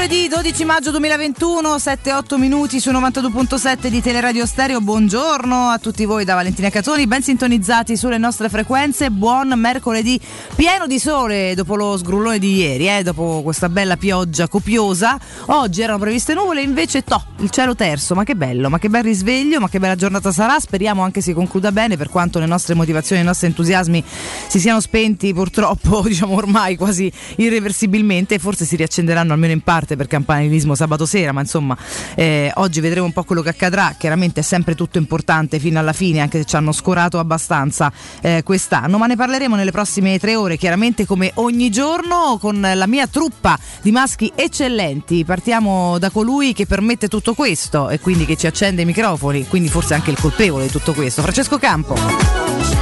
Lunedì 12 maggio 2021, 7-8 minuti su 92.7 di Teleradio Stereo. Buongiorno a tutti voi da Valentina Catoni, ben sintonizzati sulle nostre frequenze. Buon mercoledì, pieno di sole dopo lo sgrullone di ieri, dopo questa bella pioggia copiosa. Oggi erano previste nuvole, invece il cielo terso. Ma che bello, ma che bel risveglio, ma che bella giornata sarà. Speriamo anche si concluda bene, per quanto le nostre motivazioni, i nostri entusiasmi si siano spenti purtroppo, diciamo ormai quasi irreversibilmente. Forse si riaccenderanno almeno in parte per campanilismo sabato sera, ma insomma oggi vedremo un po' quello che accadrà. Chiaramente è sempre tutto importante fino alla fine, anche se ci hanno scorato abbastanza quest'anno, ma ne parleremo nelle prossime 3 ore, chiaramente come ogni giorno, con la mia truppa di maschi eccellenti. Partiamo da colui che permette tutto questo e quindi che ci accende i microfoni, quindi forse anche il colpevole di tutto questo, Francesco Campo.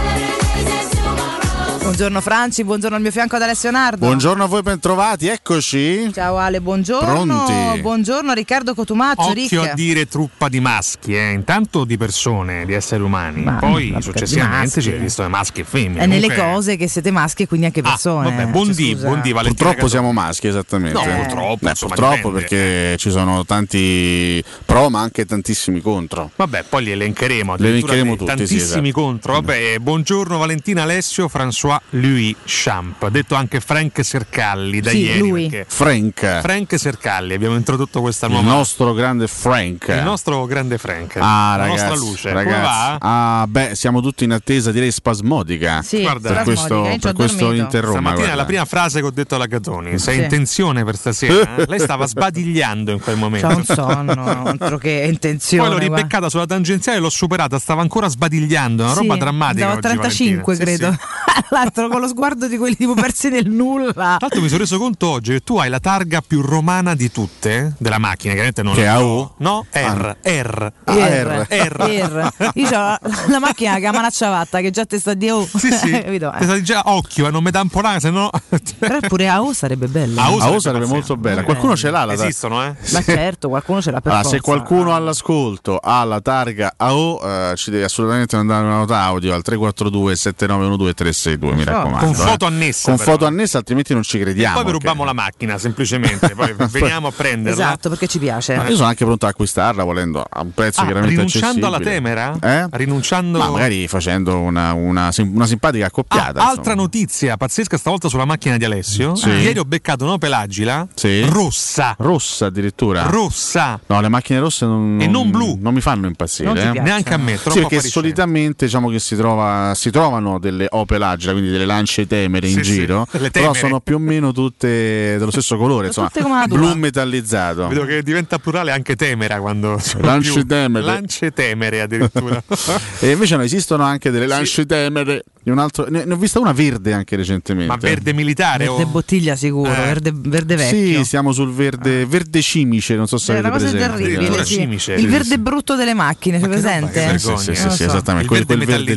Buongiorno Franci, buongiorno al mio fianco ad Alessio Nardo. Buongiorno a voi, bentrovati, eccoci. Ciao Ale, buongiorno. Pronti? Buongiorno a Riccardo Cotumaccio. Occhio a dire truppa di maschi, intanto di persone, di esseri umani, poi successivamente ci hai visto maschi e femmine. È nelle cose che siete maschi e quindi anche persone. Vabbè, buondì Valentina. Purtroppo siamo maschi, esattamente. No, purtroppo perché ci sono tanti pro ma anche tantissimi contro. Vabbè, poi li elencheremo tutti, tantissimi sì, esatto. contro. Vabbè, buongiorno Valentina, Alessio, François Louis Champ, detto anche Frank Sercalli da ieri. Lui. Frank Sercalli, abbiamo introdotto questa nuova. Il nostro grande Frank. La ragazzi, nostra luce. Ragazzi. Come va? Siamo tutti in attesa, direi spasmodica. Sì, guarda, per questo Inter Roma. Stamattina la prima frase che ho detto alla Catoni, sei in tensione per stasera? Lei stava sbadigliando in quel momento. C'ha un sonno, altro che intenzione. Poi l'ho ribeccata sulla tangenziale e l'ho superata, stava ancora sbadigliando, una roba drammatica. Stava a 35 credo. Sì. L'altro con lo sguardo di quelli tipo persi nel nulla. Tra l'altro mi sono reso conto oggi che tu hai la targa più romana di tutte della macchina, che non che è AU? No, R. Io ho la macchina che ha manacciavatta che già te sta di O. Sì. Te sta di già occhio, non mi dà un po' là, se no. Però pure AO sarebbe bella. AU sarebbe molto bella. Qualcuno ce l'ha la targa. Esistono, Ma certo, qualcuno ce l'ha per forza. Se qualcuno all'ascolto ha la targa AO, ci devi assolutamente mandare una nota audio al 342 7912 362, mi raccomando. Con foto annessa. Con foto annessa, altrimenti non ci crediamo. E poi vi rubiamo la macchina, semplicemente. Poi veniamo a prenderla. Esatto, perché ci piace. Io sono anche pronto a acquistarla, volendo a un prezzo chiaramente rinunciando accessibile. alla Temera? Rinunciando. Ma magari facendo una simpatica accoppiata. Altra notizia pazzesca stavolta sulla macchina di Alessio. Sì. Ieri ho beccato un'Opel Agila rossa addirittura. Rossa. No, le macchine rosse non blu. Non mi fanno impazzire. Neanche a me. Sì, perché solitamente diciamo che si trovano delle Opel Agila, quindi delle lance Temere in giro, però sono più o meno tutte dello stesso colore, insomma, blu metallizzato. Vedo che diventa plurale anche Temera quando lance Temere addirittura. E invece esistono anche delle lance Temere di un altro, ne ho vista una verde anche recentemente. Ma verde militare verde bottiglia sicuro, verde vecchio. Sì, siamo sul verde cimice, non so se avete presente. Terribile, sì. Il verde brutto delle macchine, c'è presente? Sì, esattamente, quel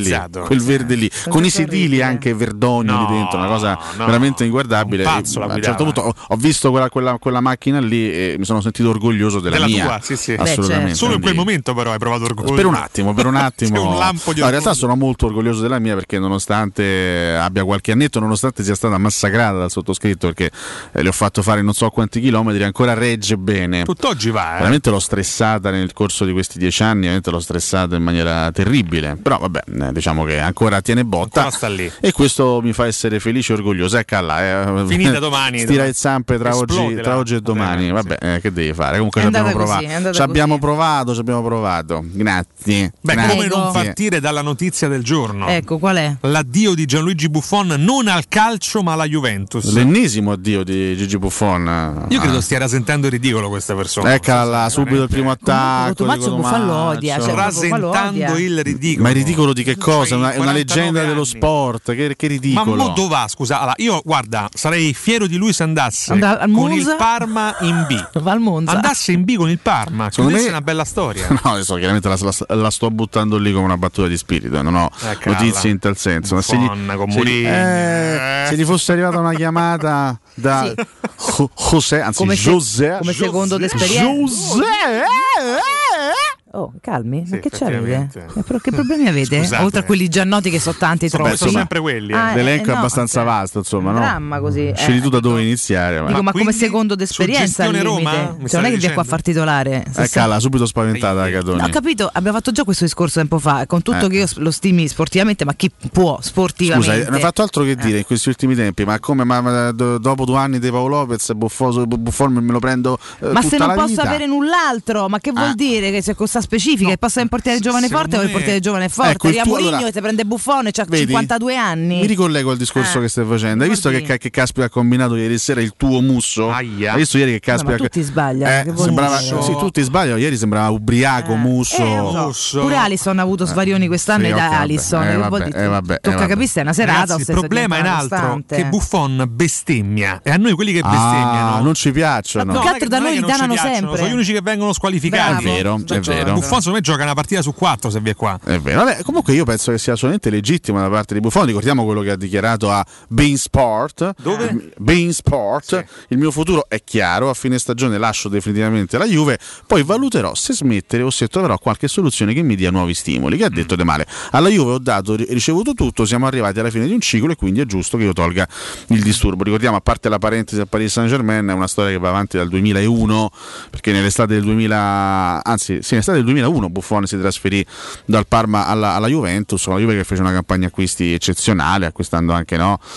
verde lì, con i sedili anche verdogni lì dentro, una cosa veramente inguardabile. A un certo punto ho visto quella macchina lì e mi sono sentito orgoglioso della mia. Sì. Assolutamente. Solo in quel momento però hai provato orgoglio. Per un attimo. Un lampo di in realtà sono molto orgoglioso della mia, perché nonostante abbia qualche annetto, nonostante sia stata massacrata dal sottoscritto, perché le ho fatto fare non so quanti chilometri, ancora regge bene. Tutt'oggi va. Veramente l'ho stressata nel corso di questi 10 anni, veramente l'ho stressata in maniera terribile. Però vabbè, diciamo che ancora tiene botta. Ancora sta lì. E questo mi fa essere felice e orgoglioso. Eccola, finita domani. Stira le zampe tra oggi e domani. Vabbè, che devi fare? Comunque ci abbiamo provato. Grazie. Come non partire dalla notizia del giorno? Ecco, qual è? L'addio di Gianluigi Buffon non al calcio ma alla Juventus. L'ennesimo addio di Gigi Buffon. Io credo stia rasentando ridicolo questa persona. Eccola, subito il primo attacco. Buffon lo odia. Rasentando il ridicolo. Ma è ridicolo di che cosa? Una leggenda dello sport. Che ridicolo. Ma dove va? Scusa, allora, io guarda, sarei fiero di lui se andasse con il Parma in B. Va al Monza. Andasse in B con il Parma. Secondo me è una bella storia. No, adesso chiaramente la sto buttando lì come una battuta di spirito. Non ho notizie in tal senso. Ma se gli fosse arrivata una chiamata da José, anzi José, come secondo d'esperienza. Oh, calmi, ma che c'avete? Che problemi avete? Scusate. Oltre a quelli già noti che sono tanti troppi. Sono sempre quelli. L'elenco è abbastanza vasto, insomma, no? Dramma così. Scegli tu da dove iniziare. Dico, ma come secondo d'esperienza al limite. Roma? Cioè, non è che viene qua a far titolare. Cala, subito spaventata la Catoni. Ho capito, abbiamo fatto già questo discorso tempo fa, con tutto che io lo stimi sportivamente, ma chi può sportivamente? Scusa, non hai fatto altro che dire in questi ultimi tempi, ma come dopo 2 anni di Paolo Lopez Buffon me lo prendo ma tutta se non la posso vita. avere null'altro, ma che vuol dire che c'è questa specifica? Che possa il portiere giovane forte o il portiere giovane forte? Arriva Mourinho e ti prende Buffon e c'ha 52 anni. Mi ricollego al discorso che stai facendo. Hai visto che caspita ha combinato ieri sera il tuo Musso? Hai visto ieri che caspita? Ma tutti sbagliano. Sì, tutti sbagliano. Ieri sembrava ubriaco Musso. Pure Alisson ha avuto svarioni quest'anno da Alisson. Tocca capire se è una serata. Ragazzi, il problema è un altro, che Buffon bestemmia e a noi quelli che bestemmiano non ci piacciono. Ma altro da noi li danno sempre. Sono gli unici che vengono squalificati. È vero. Buffon secondo me gioca una partita su 4 se vi è qua. È vero. Vabbè, comunque io penso che sia assolutamente legittimo da parte di Buffon. Ricordiamo quello che ha dichiarato a Bein Sport. Dove? Bein Sport. Sì. Il mio futuro è chiaro, a fine stagione lascio definitivamente la Juve, poi valuterò se smettere o se troverò qualche soluzione che mi dia nuovi stimoli. Che ha detto De Male? Alla Juve ho dato e ricevuto tutto, siamo arrivati alla fine di un ciclo e quindi è giusto che io tolga il disturbo. Ricordiamo, a parte la parentesi al Paris Saint-Germain, è una storia che va avanti dal 2001, perché nell'estate del 2001 Buffon si trasferì dal Parma alla Juventus, la Juve che fece una campagna acquisti eccezionale, acquistando anche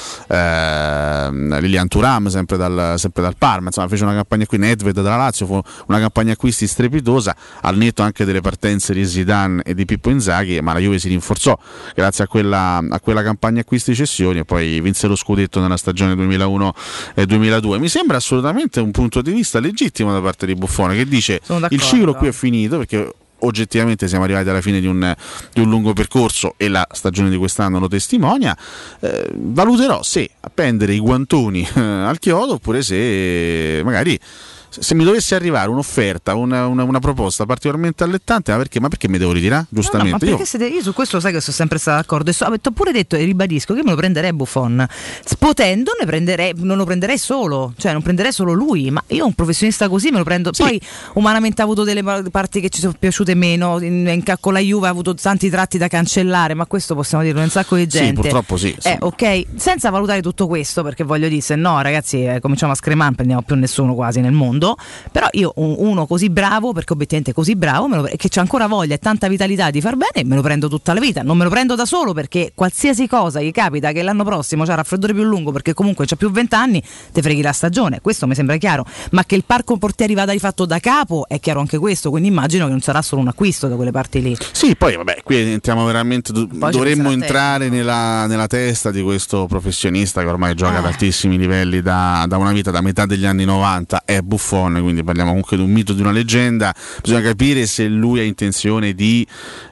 Lilian Thuram sempre dal Parma, insomma fece una campagna qui, Nedved dalla Lazio, fu una campagna acquisti strepitosa, al netto anche delle partenze di Zidane e di Pippo Inzaghi, ma la Juve si rinforzò grazie a quella campagna acquisti cessioni e poi vinse lo scudetto nella stagione 2001 e 2002. Mi sembra assolutamente un punto di vista legittimo da parte di Buffon, che dice il ciclo qui è finito, perché oggettivamente siamo arrivati alla fine di un lungo percorso e la stagione di quest'anno lo testimonia. Valuterò se appendere i guantoni al chiodo oppure se magari se mi dovesse arrivare un'offerta, una proposta particolarmente allettante, ma perché mi devo ritirare? Giustamente. No, ma io su questo sai che sono sempre stato d'accordo e ho pure detto e ribadisco che me lo prenderei Buffon. Spotendo non lo prenderei solo, cioè non prenderei solo lui, ma io un professionista così me lo prendo. Sì. Poi umanamente ha avuto delle parti che ci sono piaciute meno, con la Juve ha avuto tanti tratti da cancellare, ma questo possiamo dirlo un sacco di gente. Sì, purtroppo sì. Ok, senza valutare tutto questo, perché voglio dire, se no ragazzi cominciamo a scremare, non prendiamo più nessuno quasi nel mondo. Però io uno così bravo, perché obiettivamente così bravo, che c'ha ancora voglia e tanta vitalità di far bene, me lo prendo tutta la vita. Non me lo prendo da solo, perché qualsiasi cosa gli capita che l'anno prossimo c'ha raffreddore più lungo perché comunque c'ha più 20 anni, te freghi la stagione, questo mi sembra chiaro. Ma che il parco portieri vada rifatto da capo è chiaro anche questo, quindi immagino che non sarà solo un acquisto da quelle parti lì. Sì, poi vabbè, qui entriamo veramente, dovremmo entrare nella testa di questo professionista che ormai gioca ad altissimi livelli da una vita, da metà degli anni 90, è Buffon, quindi parliamo comunque di un mito, di una leggenda. Bisogna capire se lui ha intenzione di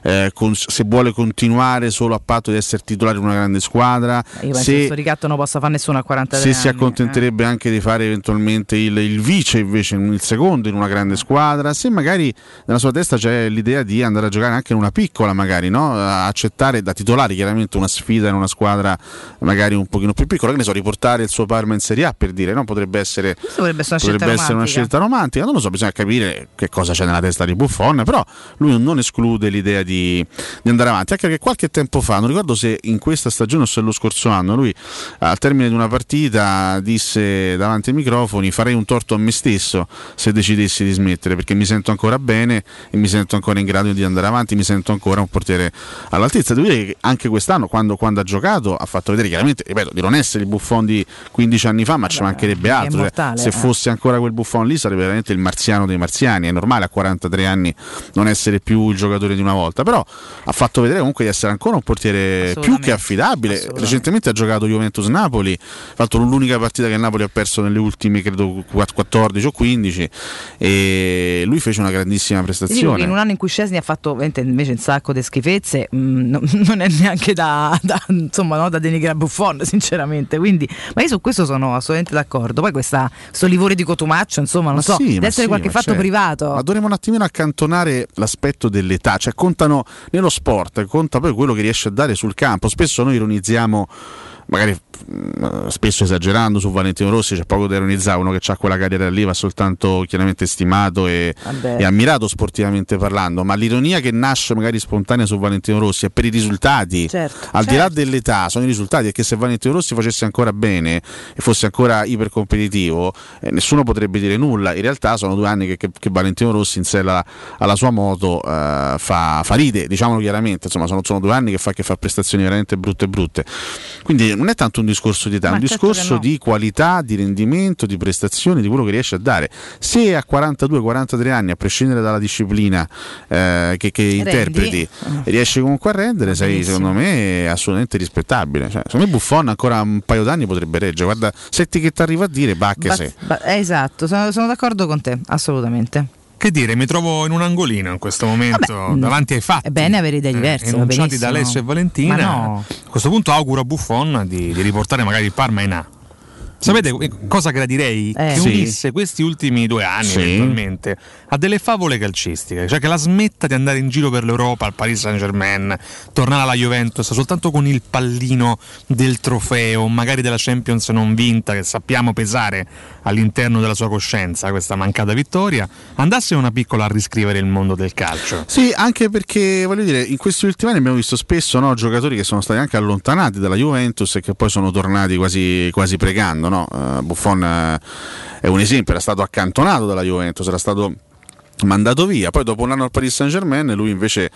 se vuole continuare solo a patto di essere titolare in una grande squadra. Io penso che questo ricatto non possa fare nessuno a 43 anni. Se si accontenterebbe anche di fare eventualmente il vice invece, il secondo in una grande squadra, se magari nella sua testa c'è l'idea di andare a giocare anche in una piccola, magari, no? Accettare da titolare chiaramente una sfida in una squadra magari un pochino più piccola, che ne so, riportare il suo Parma in Serie A, per dire, no? Potrebbe essere una scelta romantica, non lo so, bisogna capire che cosa c'è nella testa di Buffon, però lui non esclude l'idea di andare avanti, anche perché qualche tempo fa, non ricordo se in questa stagione o se lo scorso anno, lui al termine di una partita disse davanti ai microfoni: farei un torto a me stesso se decidessi di smettere, perché mi sento ancora bene e mi sento ancora in grado di andare avanti, mi sento ancora un portiere all'altezza. Devo dire che anche quest'anno quando ha giocato ha fatto vedere chiaramente, ripeto, di non essere il Buffon di 15 anni fa, ma ci mancherebbe altro, se fosse ancora quel Buffon lì sarebbe veramente il marziano dei marziani. È normale a 43 anni non essere più il giocatore di una volta, però ha fatto vedere comunque di essere ancora un portiere più che affidabile. Recentemente ha giocato Juventus-Napoli, ha fatto l'unica partita che il Napoli ha perso nelle ultime credo 14 o 15 e lui fece una grandissima prestazione. In un anno in cui Szczesny ha fatto invece un sacco di schifezze, non è neanche da denigrare Buffon sinceramente, quindi, ma io su questo sono assolutamente d'accordo. Poi questo livore di Cotumaccio, insomma, non so, deve essere qualche fatto privato. Ma dovremmo un attimino accantonare l'aspetto dell'età, cioè contano nello sport, conta poi quello che riesce a dare sul campo. Spesso noi ironizziamo, magari spesso esagerando su Valentino Rossi, c'è poco da ironizzare, uno che ha quella carriera lì va soltanto chiaramente stimato e ammirato sportivamente parlando, ma l'ironia che nasce magari spontanea su Valentino Rossi è per i risultati, al di là dell'età, sono i risultati, perché se Valentino Rossi facesse ancora bene e fosse ancora ipercompetitivo nessuno potrebbe dire nulla. In realtà sono 2 anni che Valentino Rossi in sé alla sua moto fa ride, diciamolo chiaramente, insomma sono 2 anni che fa prestazioni veramente brutte, quindi non è tanto un discorso di età, è un discorso di qualità, di rendimento, di prestazioni, di quello che riesce a dare. Se a 42-43 anni, a prescindere dalla disciplina che interpreti, riesci comunque a rendere, sei secondo me assolutamente rispettabile. Secondo me Buffon ancora un paio d'anni potrebbe reggere. Guarda, senti che ti arriva a dire esatto, sono d'accordo con te, assolutamente. Che dire, mi trovo in un angolino in questo momento, davanti ai fatti. È bene avere idee diverse, enunciati da Alessio e Valentina. A questo punto auguro a Buffon di riportare magari il Parma in A. Sapete cosa gradirei? Che unisse questi ultimi 2 anni eventualmente a delle favole calcistiche, cioè che la smetta di andare in giro per l'Europa al Paris Saint-Germain, tornare alla Juventus soltanto con il pallino del trofeo, magari della Champions non vinta, che sappiamo pesare all'interno della sua coscienza questa mancata vittoria, andasse una piccola a riscrivere il mondo del calcio. Sì, anche perché voglio dire, in questi ultimi anni abbiamo visto spesso giocatori che sono stati anche allontanati dalla Juventus e che poi sono tornati quasi pregando. Buffon è un esempio, era stato accantonato dalla Juventus, era stato mandato via, poi dopo un anno al Paris Saint-Germain lui invece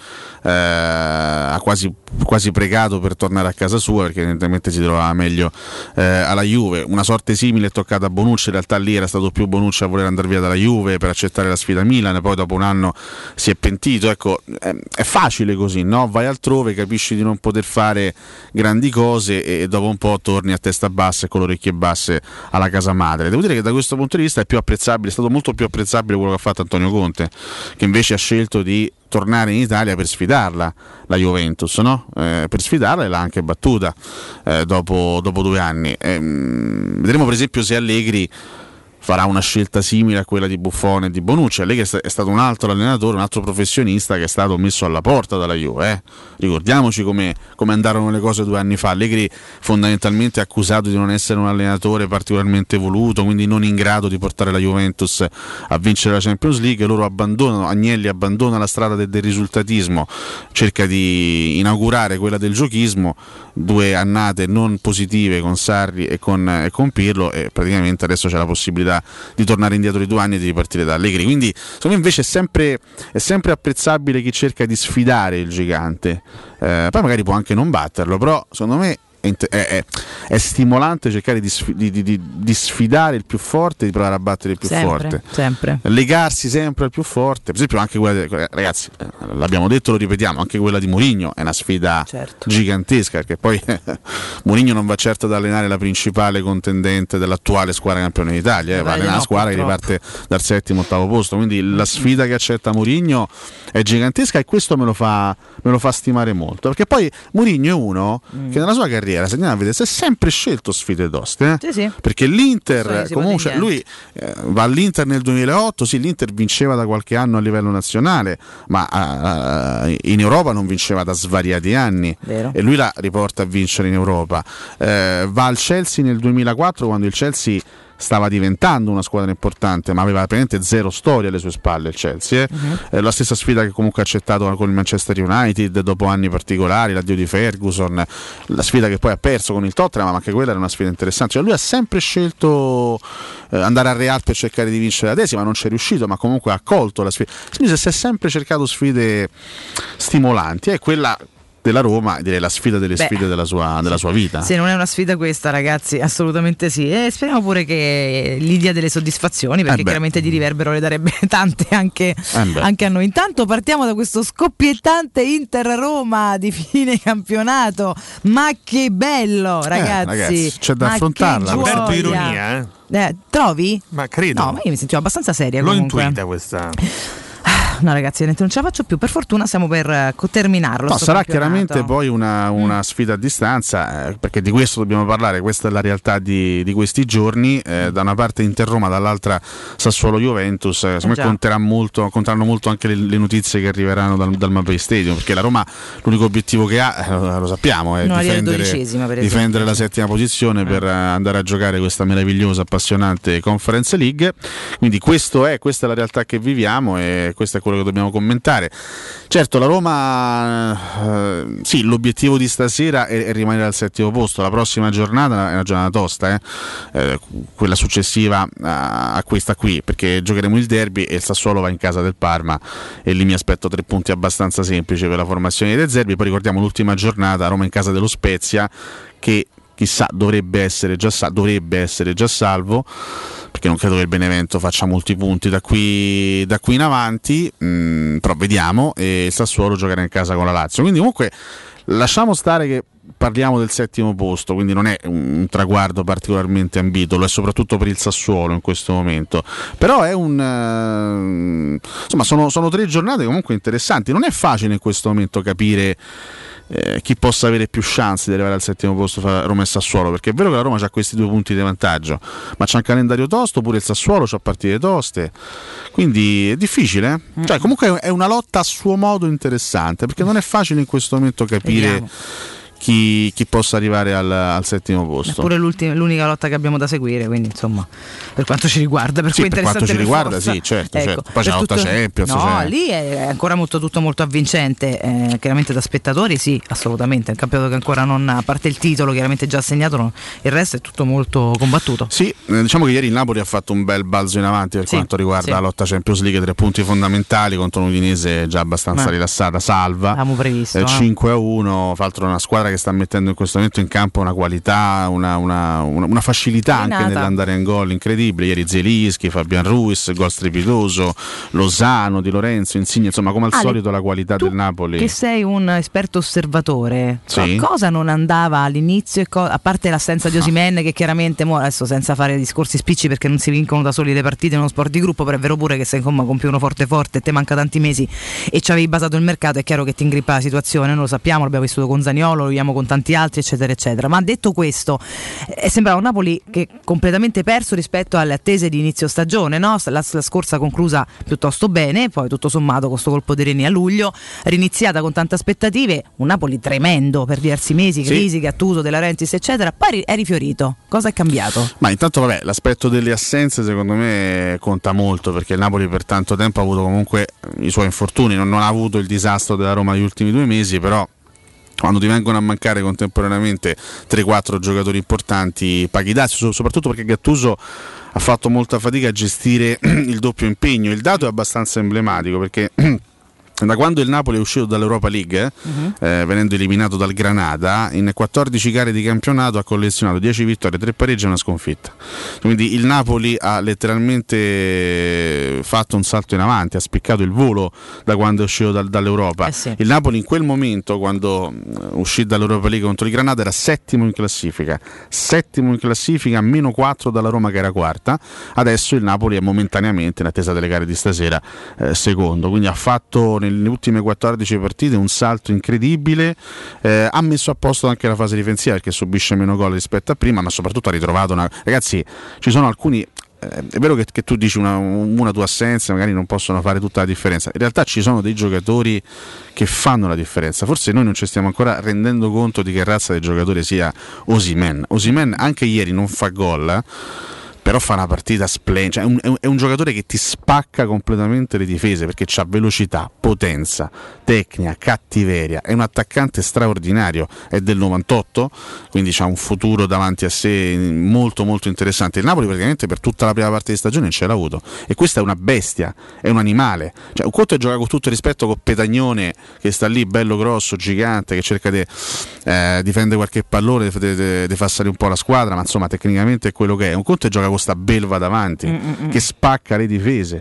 ha quasi pregato per tornare a casa sua, perché evidentemente si trovava meglio alla Juve. Una sorte simile è toccata a Bonucci, in realtà lì era stato più Bonucci a voler andare via dalla Juve per accettare la sfida Milan, poi dopo un anno si è pentito. Ecco, è facile così, no? Vai altrove, capisci di non poter fare grandi cose e dopo un po' torni a testa bassa e con le orecchie basse alla casa madre. Devo dire che da questo punto di vista è più apprezzabile, è stato molto più apprezzabile quello che ha fatto Antonio Conte, che invece ha scelto di tornare in Italia per sfidarla la Juventus, no? Per sfidarla, e l'ha anche battuta dopo 2 anni. Vedremo per esempio se Allegri farà una scelta simile a quella di Buffon e di Bonucci. Allegri è stato un altro allenatore, un altro professionista che è stato messo alla porta dalla Juve. Ricordiamoci come andarono le cose 2 anni fa. Allegri fondamentalmente è accusato di non essere un allenatore particolarmente voluto, quindi non in grado di portare la Juventus a vincere la Champions League. Loro Agnelli abbandona la strada del risultatismo, cerca di inaugurare quella del giochismo. 2 annate non positive con Sarri e con Pirlo, e praticamente adesso c'è la possibilità di tornare indietro di 2 anni e di ripartire da Allegri. Quindi secondo me invece è sempre apprezzabile chi cerca di sfidare il gigante, poi magari può anche non batterlo, però secondo me è stimolante cercare di sfidare il più forte, di provare a battere il più forte, legarsi sempre al più forte. Per esempio anche quella ragazzi, l'abbiamo detto, lo ripetiamo, anche quella di Mourinho è una sfida gigantesca, perché poi Mourinho non va certo ad allenare la principale contendente dell'attuale squadra campione d'Italia, va a allenare una squadra che riparte dal 7º, 8º posto, quindi la sfida che accetta Mourinho è gigantesca, e questo me lo fa stimare molto, perché poi Mourinho è uno che nella sua carriera, se andiamo a vedere, si è sempre scelto sfide toste, perché l'Inter comunque lui va all'Inter nel 2008, l'Inter vinceva da qualche anno a livello nazionale, ma in Europa non vinceva da svariati anni. Vero. E lui la riporta a vincere in Europa. Va al Chelsea nel 2004, quando il Chelsea stava diventando una squadra importante, ma aveva praticamente zero storia alle sue spalle il Chelsea. La stessa sfida che comunque ha accettato con il Manchester United dopo anni particolari, l'addio di Ferguson, la sfida che poi ha perso con il Tottenham, ma anche quella era una sfida interessante. Cioè lui ha sempre scelto andare al Real per cercare di vincere la decima, non ci è riuscito, ma comunque ha colto la sfida. Quindi si è sempre cercato sfide stimolanti, e quella della Roma direi la sfida delle sfide della sua vita. Se non è una sfida questa, ragazzi, assolutamente sì, e speriamo pure che gli dia delle soddisfazioni, perché chiaramente di riverbero le darebbe tante anche a noi. Intanto partiamo da questo scoppiettante Inter-Roma di fine campionato, ma che bello, ragazzi, c'è da affrontarla, questa ironia, trovi? Ma credo. No, ma io mi sentivo abbastanza seria. L'ho comunque intuita questa. no ragazzi, non ce la faccio più, per fortuna siamo per terminarlo. No, sarà chiaramente poi una sfida a distanza, perché di questo dobbiamo parlare, questa è la realtà di questi giorni, da una parte Inter Roma, dall'altra Sassuolo-Juventus, secondo me conteranno molto anche le notizie che arriveranno dal Mapei Stadium, perché la Roma l'unico obiettivo che ha, lo sappiamo, è difendere la settima posizione per andare a giocare questa meravigliosa, appassionante Conference League. Quindi questa è la realtà che viviamo e questo è quello che dobbiamo commentare. Certo, la Roma sì, l'obiettivo di stasera è rimanere al settimo posto. La prossima giornata è una giornata tosta, quella successiva a questa qui, perché giocheremo il derby e il Sassuolo va in casa del Parma e lì mi aspetto 3 punti abbastanza semplici per la formazione dei Zerbi. Poi ricordiamo l'ultima giornata, Roma in casa dello Spezia, che chissà dovrebbe essere già salvo, perché non credo che il Benevento faccia molti punti da qui in avanti, però vediamo. E il Sassuolo giocherà in casa con la Lazio, quindi comunque lasciamo stare che parliamo del settimo posto, quindi non è un traguardo particolarmente ambito, lo è soprattutto per il Sassuolo in questo momento, però è insomma sono 3 giornate comunque interessanti. Non è facile in questo momento capire chi possa avere più chance di arrivare al settimo posto fra Roma e Sassuolo, perché è vero che la Roma ha questi 2 punti di vantaggio, ma c'ha un calendario tosto, pure il Sassuolo c'ha partite toste, quindi è difficile, cioè comunque è una lotta a suo modo interessante, perché non è facile in questo momento capire chi possa arrivare al settimo posto. È pure l'unica lotta che abbiamo da seguire, quindi insomma, per quanto ci riguarda, per quanto ci riguarda, sì, certo. Poi c'è la lotta Champions. No, lì è ancora tutto molto avvincente, chiaramente da spettatori, sì, assolutamente. È un campionato che ancora non, a parte il titolo chiaramente già assegnato, il resto è tutto molto combattuto. Sì, diciamo che ieri il Napoli ha fatto un bel balzo in avanti per quanto riguarda la lotta Champions League, 3 punti fondamentali contro un Udinese già abbastanza rilassata, salva. Avevamo previsto 5-1, fra l'altro una squadra che sta mettendo in questo momento in campo una qualità, una facilità anche nell'andare in gol incredibile. Ieri Zelinski, Fabian Ruiz, gol strepitoso, Lozano, Di Lorenzo, Insigne, insomma come al solito la qualità del Napoli. Che sei un esperto osservatore, cosa non andava all'inizio, a parte l'assenza di Osimhen, che chiaramente adesso, senza fare discorsi spicci perché non si vincono da soli le partite in uno sport di gruppo, però è vero pure che se compi uno forte e te manca tanti mesi e ci avevi basato il mercato, è chiaro che ti ingrippa la situazione, noi lo sappiamo, l'abbiamo vissuto con Zaniolo, lo vediamo con tanti altri eccetera eccetera. Ma detto questo, sembrava un Napoli che completamente perso rispetto alle attese di inizio stagione, no? La scorsa conclusa piuttosto bene, poi tutto sommato con questo colpo di reni a luglio, riniziata con tante aspettative, un Napoli tremendo per diversi mesi, crisi, Gattuso, De Laurentiis eccetera, poi è rifiorito. Cosa è cambiato? Ma intanto l'aspetto delle assenze secondo me conta molto, perché il Napoli per tanto tempo ha avuto comunque i suoi infortuni, non ha avuto il disastro della Roma negli ultimi 2 mesi, però quando ti vengono a mancare contemporaneamente 3-4 giocatori importanti paghi dazio, soprattutto perché Gattuso ha fatto molta fatica a gestire il doppio impegno. Il dato è abbastanza emblematico, perché da quando il Napoli è uscito dall'Europa League, venendo eliminato dal Granada, in 14 gare di campionato ha collezionato 10 vittorie, 3 pareggi e una sconfitta. Quindi il Napoli ha letteralmente fatto un salto in avanti, ha spiccato il volo da quando è uscito dall'Europa. Il Napoli in quel momento, quando uscì dall'Europa League contro il Granada, era settimo in classifica, meno 4 dalla Roma che era quarta. Adesso il Napoli è momentaneamente, in attesa delle gare di stasera, secondo. Quindi ha fatto nelle ultime 14 partite un salto incredibile, ha messo a posto anche la fase difensiva, perché subisce meno gol rispetto a prima, ma soprattutto ha ritrovato ragazzi, ci sono alcuni, è vero che tu dici una tua assenza magari non possono fare tutta la differenza, in realtà ci sono dei giocatori che fanno la differenza. Forse noi non ci stiamo ancora rendendo conto di che razza di giocatore sia Osimhen anche ieri non fa gol, però fa una partita splendida, è un giocatore che ti spacca completamente le difese, perché ha velocità, potenza, tecnica, cattiveria, è un attaccante straordinario, è del 98, quindi ha un futuro davanti a sé molto molto interessante. Il Napoli praticamente per tutta la prima parte di stagione non ce l'ha avuto, e questa è una bestia, è un animale, un conto è giocare con tutto il rispetto con Petagnone, che sta lì bello grosso, gigante, che cerca di difendere qualche pallone, di far salire un po' la squadra, ma insomma tecnicamente è quello che è. Un conto è giocare con sta belva davanti che spacca le difese,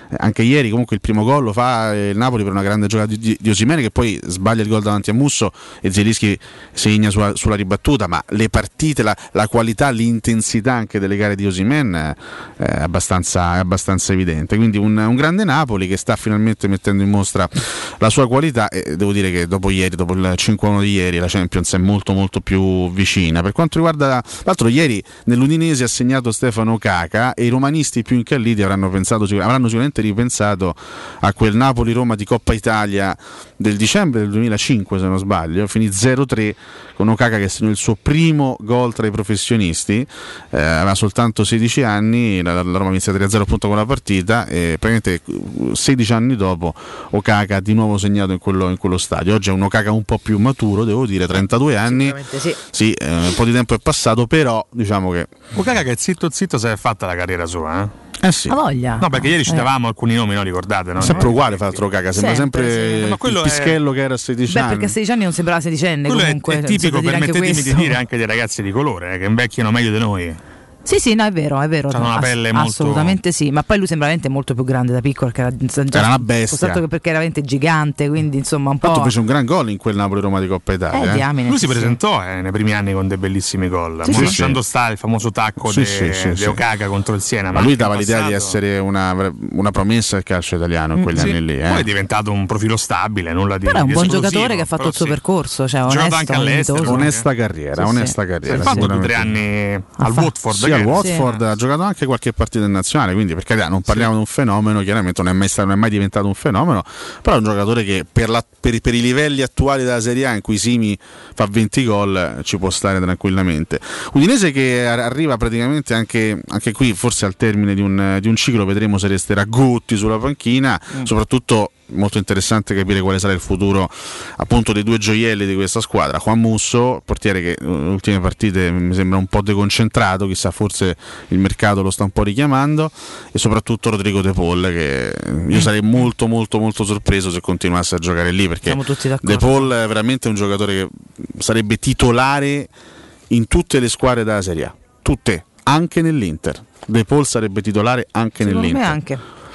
anche ieri comunque il primo gol lo fa il Napoli per una grande giocata di Osimhen, che poi sbaglia il gol davanti a Musso e Zielinski segna sulla ribattuta, ma le partite, la qualità, l'intensità anche delle gare di Osimhen è abbastanza evidente, quindi un grande Napoli che sta finalmente mettendo in mostra la sua qualità, e devo dire che dopo il 5-1 di ieri la Champions è molto molto più vicina. Per quanto riguarda l'altro, ieri nell'Udinese ha segnato Stefano Caca e i romanisti più incalliti avranno sicuramente ripensato a quel Napoli-Roma di Coppa Italia del dicembre del 2005, se non sbaglio, finì 0-3 con Okaka che segnò il suo primo gol tra i professionisti, aveva soltanto 16 anni, la Roma vinse 3-0 appunto con la partita, e praticamente 16 anni dopo Okaka ha di nuovo segnato in quello stadio. Oggi è un Okaka un po' più maturo, devo dire, 32 anni, sì, un po' di tempo è passato, però diciamo che Okaka che zitto si è fatta la carriera sua, sì. Ha voglia. No, perché ieri citavamo alcuni nomi, no? Ricordate, no? Sempre uguale fa l'altro Caca, sembra sempre il pischello che era a 16 anni. Perché a 16 anni non sembrava sedicenne. Quello comunque è tipico, permettetemi di dire, anche dei ragazzi di colore che invecchiano meglio di noi. Sì, no, è vero. C'ha una pelle molto... Assolutamente sì, ma poi lui sembra veramente molto più grande da piccolo, che era una bestia. Perché era veramente gigante, quindi insomma un po'. Tanto fece un gran gol in quel Napoli-Roma di Coppa Italia. Lui si presentò nei primi anni con dei bellissimi gol, lasciando stare il famoso tacco di Okaka contro il Siena. Ma lui dava l'idea di essere una promessa del calcio italiano in quegli anni lì. Poi è diventato un profilo stabile, nulla di... Però è un buon giocatore che ha fatto il suo percorso, cioè giocato anche all'estero. Onesta carriera. Ha fatto 2-3 anni al Watford. Sì, al Watford. Ha giocato anche qualche partita in nazionale, quindi per carità non parliamo di un fenomeno, chiaramente non è mai diventato un fenomeno, però è un giocatore che per i livelli attuali della Serie A, in cui Simi fa 20 gol, ci può stare tranquillamente. Udinese che arriva praticamente anche qui forse al termine di un ciclo, vedremo se resterà Gutti sulla panchina, soprattutto molto interessante capire quale sarà il futuro appunto dei due gioielli di questa squadra. Juan Musso, portiere che nelle ultime partite mi sembra un po' deconcentrato, chissà, forse il mercato lo sta un po' richiamando, e soprattutto Rodrigo De Paul, che io sarei molto molto molto sorpreso se continuasse a giocare lì, perché De Paul è veramente un giocatore che sarebbe titolare in tutte le squadre della Serie A, tutte, anche nell'Inter. De Paul sarebbe titolare anche nell'Inter. Me anche.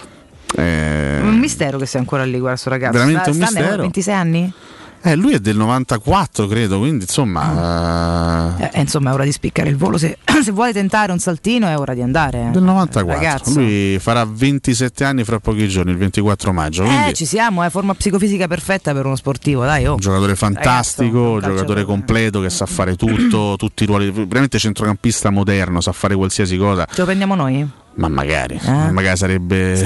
Un mistero che sia ancora lì, guarda, sto ragazzo. Veramente un mistero. 26 anni? Lui è del 94, credo, quindi insomma insomma è ora di spiccare il volo, se vuole tentare un saltino è ora di andare. Del 94, ragazzo. Lui farà 27 anni fra pochi giorni, il 24 maggio. Quindi ci siamo, forma psicofisica perfetta per uno sportivo, dai. Un giocatore fantastico, un giocatore completo che sa fare tutto, tutti i ruoli, veramente centrocampista moderno, sa fare qualsiasi cosa. Ce lo prendiamo noi? Ma magari sarebbe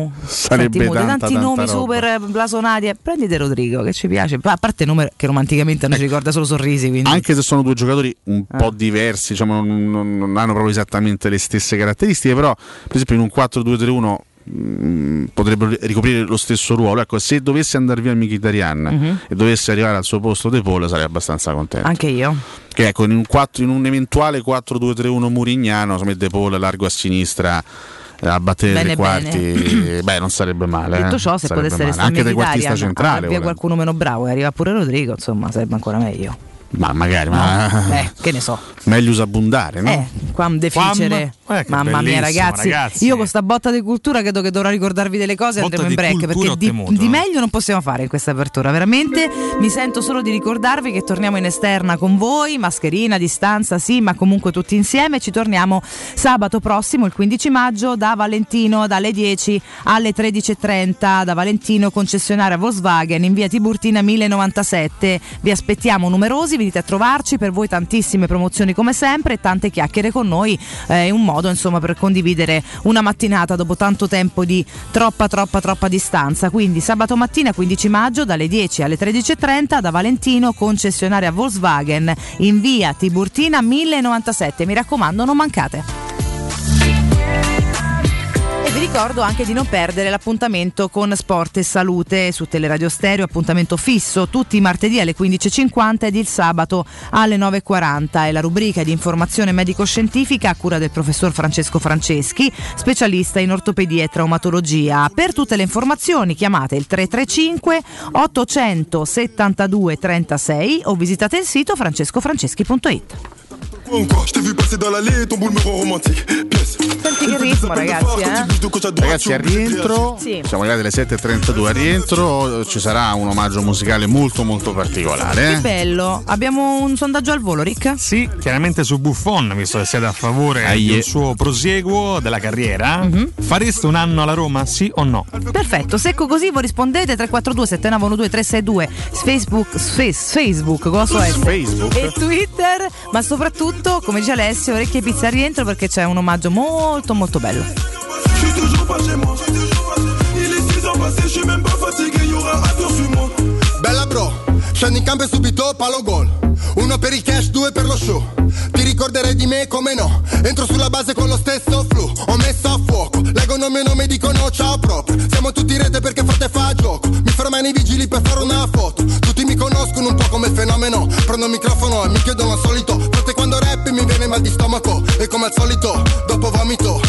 tanti nomi super blasonati. Prendete Rodrigo, che ci piace, a parte il nome che romanticamente a noi ci ricorda solo sorrisi, quindi. Anche se sono due giocatori un po' diversi, diciamo, non hanno proprio esattamente le stesse caratteristiche, però per esempio in un 4-2-3-1 potrebbero ricoprire lo stesso ruolo. Ecco, se dovesse andare via Mkhitaryan e dovesse arrivare al suo posto De Paul, sarei abbastanza contento. Anche io. Che ecco, in un eventuale 4-2-3-1 murignano, mette Paul largo a sinistra a battere dei quarti, non sarebbe male. Detto ciò, se potesse restare anche dai quartista centrale, via qualcuno meno bravo e arriva pure Rodrigo, insomma sarebbe ancora meglio. Ma magari, che ne so. Meglio usabundare, no? Quam deficere. Mamma mia, ragazzi. Io con sta botta di cultura credo che dovrò ricordarvi delle cose e andremo in break, perché di meglio non possiamo fare in questa apertura. Veramente mi sento solo di ricordarvi che torniamo in esterna con voi, mascherina, distanza, sì, ma comunque tutti insieme. Ci torniamo sabato prossimo, il 15 maggio, da Valentino, dalle 10 alle 13.30, da Valentino, concessionaria Volkswagen in via Tiburtina 1097. Vi aspettiamo numerosi, venite a trovarci, per voi tantissime promozioni come sempre e tante chiacchiere con noi, un modo insomma per condividere una mattinata dopo tanto tempo di troppa distanza. Quindi sabato mattina 15 maggio dalle 10 alle 13.30 da Valentino, concessionaria Volkswagen in via Tiburtina 1097. Mi raccomando, non mancate. E vi ricordo anche di non perdere l'appuntamento con Sport e Salute su Teleradio Stereo, appuntamento fisso tutti i martedì alle 15.50 ed il sabato alle 9.40. È la rubrica di informazione medico-scientifica a cura del professor Francesco Franceschi, specialista in ortopedia e traumatologia. Per tutte le informazioni chiamate il 335 872 36 o visitate il sito francescofranceschi.it. Senti che ritmo, ragazzi, Ragazzi, al rientro, sì. Siamo arrivati alle 7.32, al rientro ci sarà un omaggio musicale molto molto particolare. Che bello, abbiamo un sondaggio al volo, Rick? Sì, chiaramente su Buffon, visto che siete a favore del suo prosieguo della carriera. Fareste un anno alla Roma, sì o no? Perfetto, secco così voi rispondete 342 7912 362 Facebook, cosa è? Facebook e Twitter, ma soprattutto, come dice Alessio, orecchie pizza al rientro perché c'è un omaggio molto molto bello. Bella bro, scendi in campo e subito palo gol. Uno per il cash, due per lo show. Ti ricorderai di me come no. Entro sulla base con lo stesso flow. Ho messo a fuoco, leggono il mio nome e dicono ciao proprio. Siamo tutti in rete perché forte fa gioco. Mi fermano i vigili per fare una foto. Tutti mi conoscono un po' come fenomeno. Prendo il microfono e mi chiedono al solito. Forse quando rap mi viene mal di stomaco. E come al solito, dopo vomito.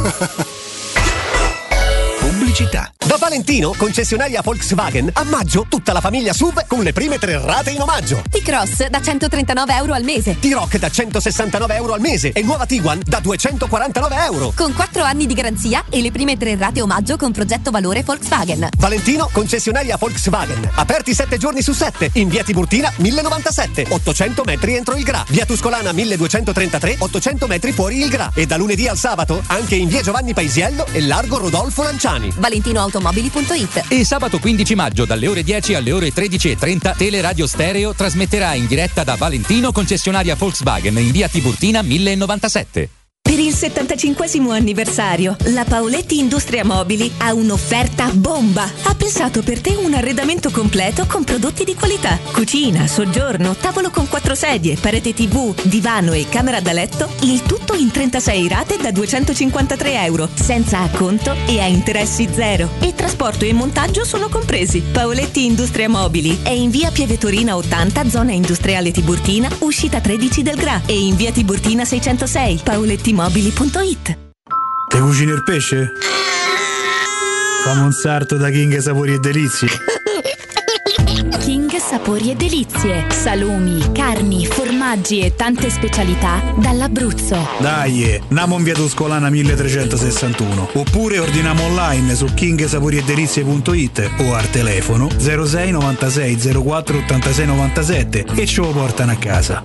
Pubblicità. Da Valentino, concessionaria Volkswagen, a maggio tutta la famiglia SUV con le prime 3 rate in omaggio. T-Cross da €139 al mese. T-Rock da €169 al mese e nuova Tiguan da €249. Con 4 anni di garanzia e le prime 3 rate omaggio con progetto valore Volkswagen. Valentino, concessionaria Volkswagen. Aperti 7 giorni su 7. In via Tiburtina 1097, 800 metri entro il Gra. Via Tuscolana 1233, 800 metri fuori il Gra. E da lunedì al sabato anche in via Giovanni Paisiello e largo Rodolfo Lanciani. ValentinoAutomobili.it. E sabato 15 maggio dalle ore 10 alle ore 13:30 Teleradio Stereo trasmetterà in diretta da Valentino, concessionaria Volkswagen in via Tiburtina 1097. Per il 75° anniversario, la Paoletti Industria Mobili ha un'offerta bomba. Ha pensato per te un arredamento completo con prodotti di qualità. Cucina, soggiorno, tavolo con 4 sedie, parete TV, divano e camera da letto, il tutto in 36 rate da €253, senza acconto e a interessi zero. E trasporto e montaggio sono compresi. Paoletti Industria Mobili è in via Pievetorina 80, zona industriale Tiburtina, uscita 13 del Gra, e in via Tiburtina 606. Paolettimobili.it. Te cucini il pesce? Fammi un sarto da King Sapori e Delizie. King Sapori e Delizie. Salumi, carni, formaggi e tante specialità dall'Abruzzo. Dai, namo in via Tuscolana 1361. Oppure ordiniamo online su kingsaporieddelizie.it o al telefono 06 96 04 86 97 e ce lo portano a casa.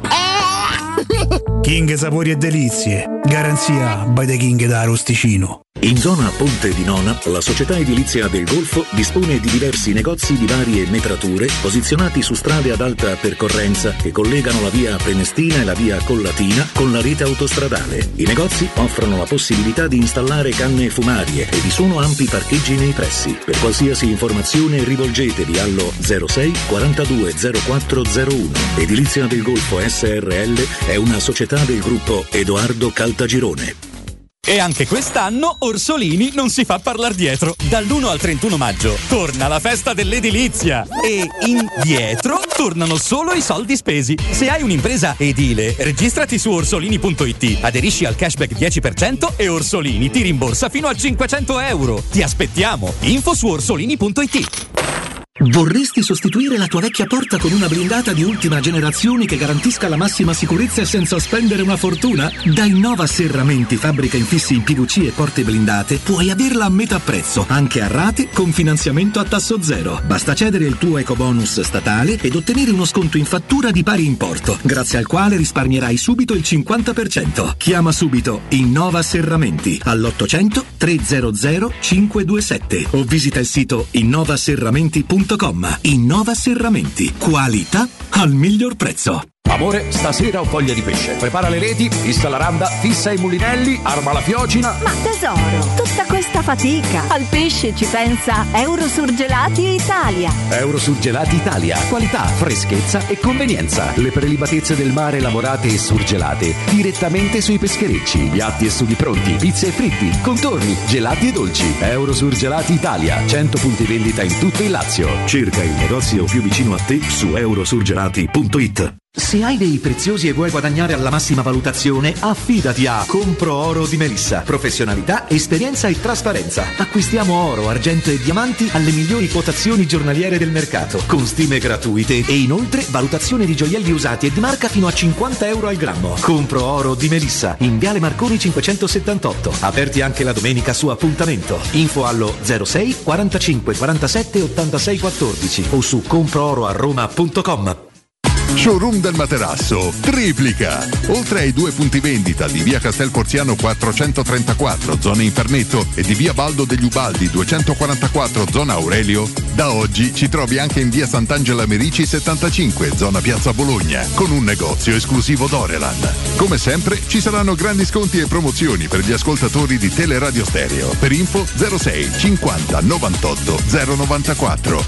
King Sapori e Delizie, garanzia by the King da Arosticino. In zona Ponte di Nona, la società edilizia del Golfo dispone di diversi negozi di varie metrature posizionati su strade ad alta percorrenza che collegano la via Prenestina e la via Collatina con la rete autostradale. I negozi offrono la possibilità di installare canne fumarie e vi sono ampi parcheggi nei pressi. Per qualsiasi informazione rivolgetevi allo 06 42 04 01. Edilizia del Golfo SRL è una società del gruppo Edoardo Caltagirone. E anche quest'anno Orsolini non si fa parlar dietro. Dall'1 al 31 maggio torna la festa dell'edilizia e indietro tornano solo i soldi spesi. Se hai un'impresa edile, registrati su orsolini.it, aderisci al cashback 10% e Orsolini ti rimborsa fino a €500. Ti aspettiamo. Info su orsolini.it. Vorresti sostituire la tua vecchia porta con una blindata di ultima generazione che garantisca la massima sicurezza senza spendere una fortuna? Da Innova Serramenti, fabbrica infissi in PVC e porte blindate, puoi averla a metà prezzo, anche a rate con finanziamento a tasso zero. Basta cedere il tuo ecobonus statale ed ottenere uno sconto in fattura di pari importo, grazie al quale risparmierai subito il 50%. Chiama subito Innova Serramenti all'800 300 527 o visita il sito innovaserramenti.com. Innova Serramenti, qualità al miglior prezzo. Amore, stasera ho voglia di pesce. Prepara le reti, fissa la randa, fissa i mulinelli, arma la fiocina. Ma tesoro, tutta questa fatica. Al pesce ci pensa Eurosurgelati Italia. Eurosurgelati Italia. Qualità, freschezza e convenienza. Le prelibatezze del mare lavorate e surgelate direttamente sui pescherecci. Piatti e sughi pronti, pizze e fritti, contorni, gelati e dolci. Eurosurgelati Italia. 100 punti vendita in tutto il Lazio. Cerca il negozio più vicino a te su eurosurgelati.it. Se hai dei preziosi e vuoi guadagnare alla massima valutazione, affidati a Compro Oro di Melissa. Professionalità, esperienza e trasparenza. Acquistiamo oro, argento e diamanti alle migliori quotazioni giornaliere del mercato, con stime gratuite e inoltre valutazione di gioielli usati e di marca fino a 50 euro al grammo. Compro Oro di Melissa, in Viale Marconi 578. Aperti anche la domenica su appuntamento. Info allo 06 45 47 86 14 o su comprooroaroma.com. Showroom del Materasso triplica. Oltre ai 2 punti vendita di via Castel Porziano 434 zona Infernetto e di via Baldo degli Ubaldi 244 zona Aurelio, da oggi ci trovi anche in via Sant'Angela Merici 75 zona Piazza Bologna con un negozio esclusivo Dorelan. Come sempre ci saranno grandi sconti e promozioni per gli ascoltatori di Teleradio Stereo. Per info 06 50 98 094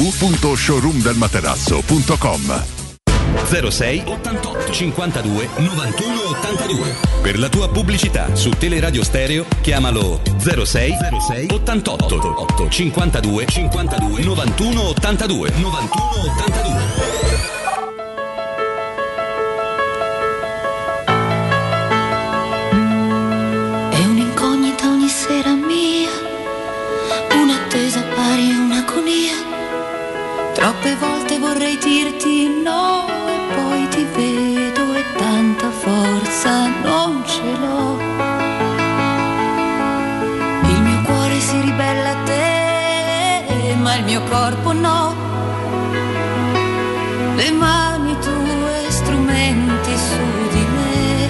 www.showroomdelmaterasso.com 06 88 52 91 82. Per la tua pubblicità su Teleradio Stereo chiamalo 06 88 52 91 82. È un'incognita ogni sera mia, un'attesa pari a un'agonia. Troppe volte vorrei dirti no e poi ti vedo e tanta forza non ce l'ho. Il mio cuore si ribella a te, ma il mio corpo no. Le mani tue strumenti su di me,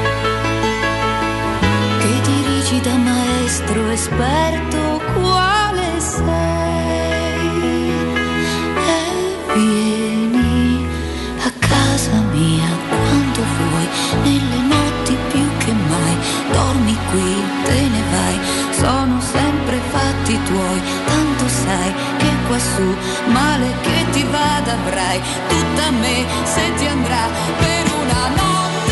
che dirigi da maestro esperto quale sei. Vieni a casa mia quando vuoi, nelle notti più che mai. Dormi qui, te ne vai, sono sempre fatti tuoi. Tanto sai che quassù male che ti vada avrai tutta me se ti andrà per una notte.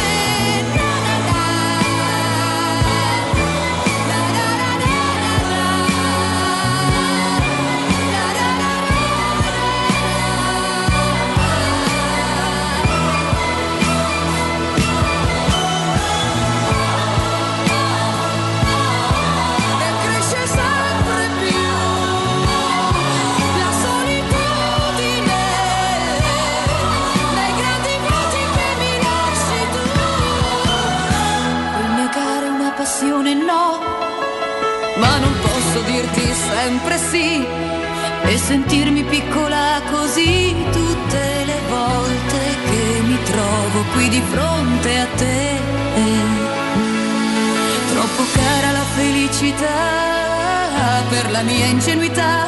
No, ma non posso dirti sempre sì e sentirmi piccola così tutte le volte che mi trovo qui di fronte a te. Troppo cara la felicità per la mia ingenuità.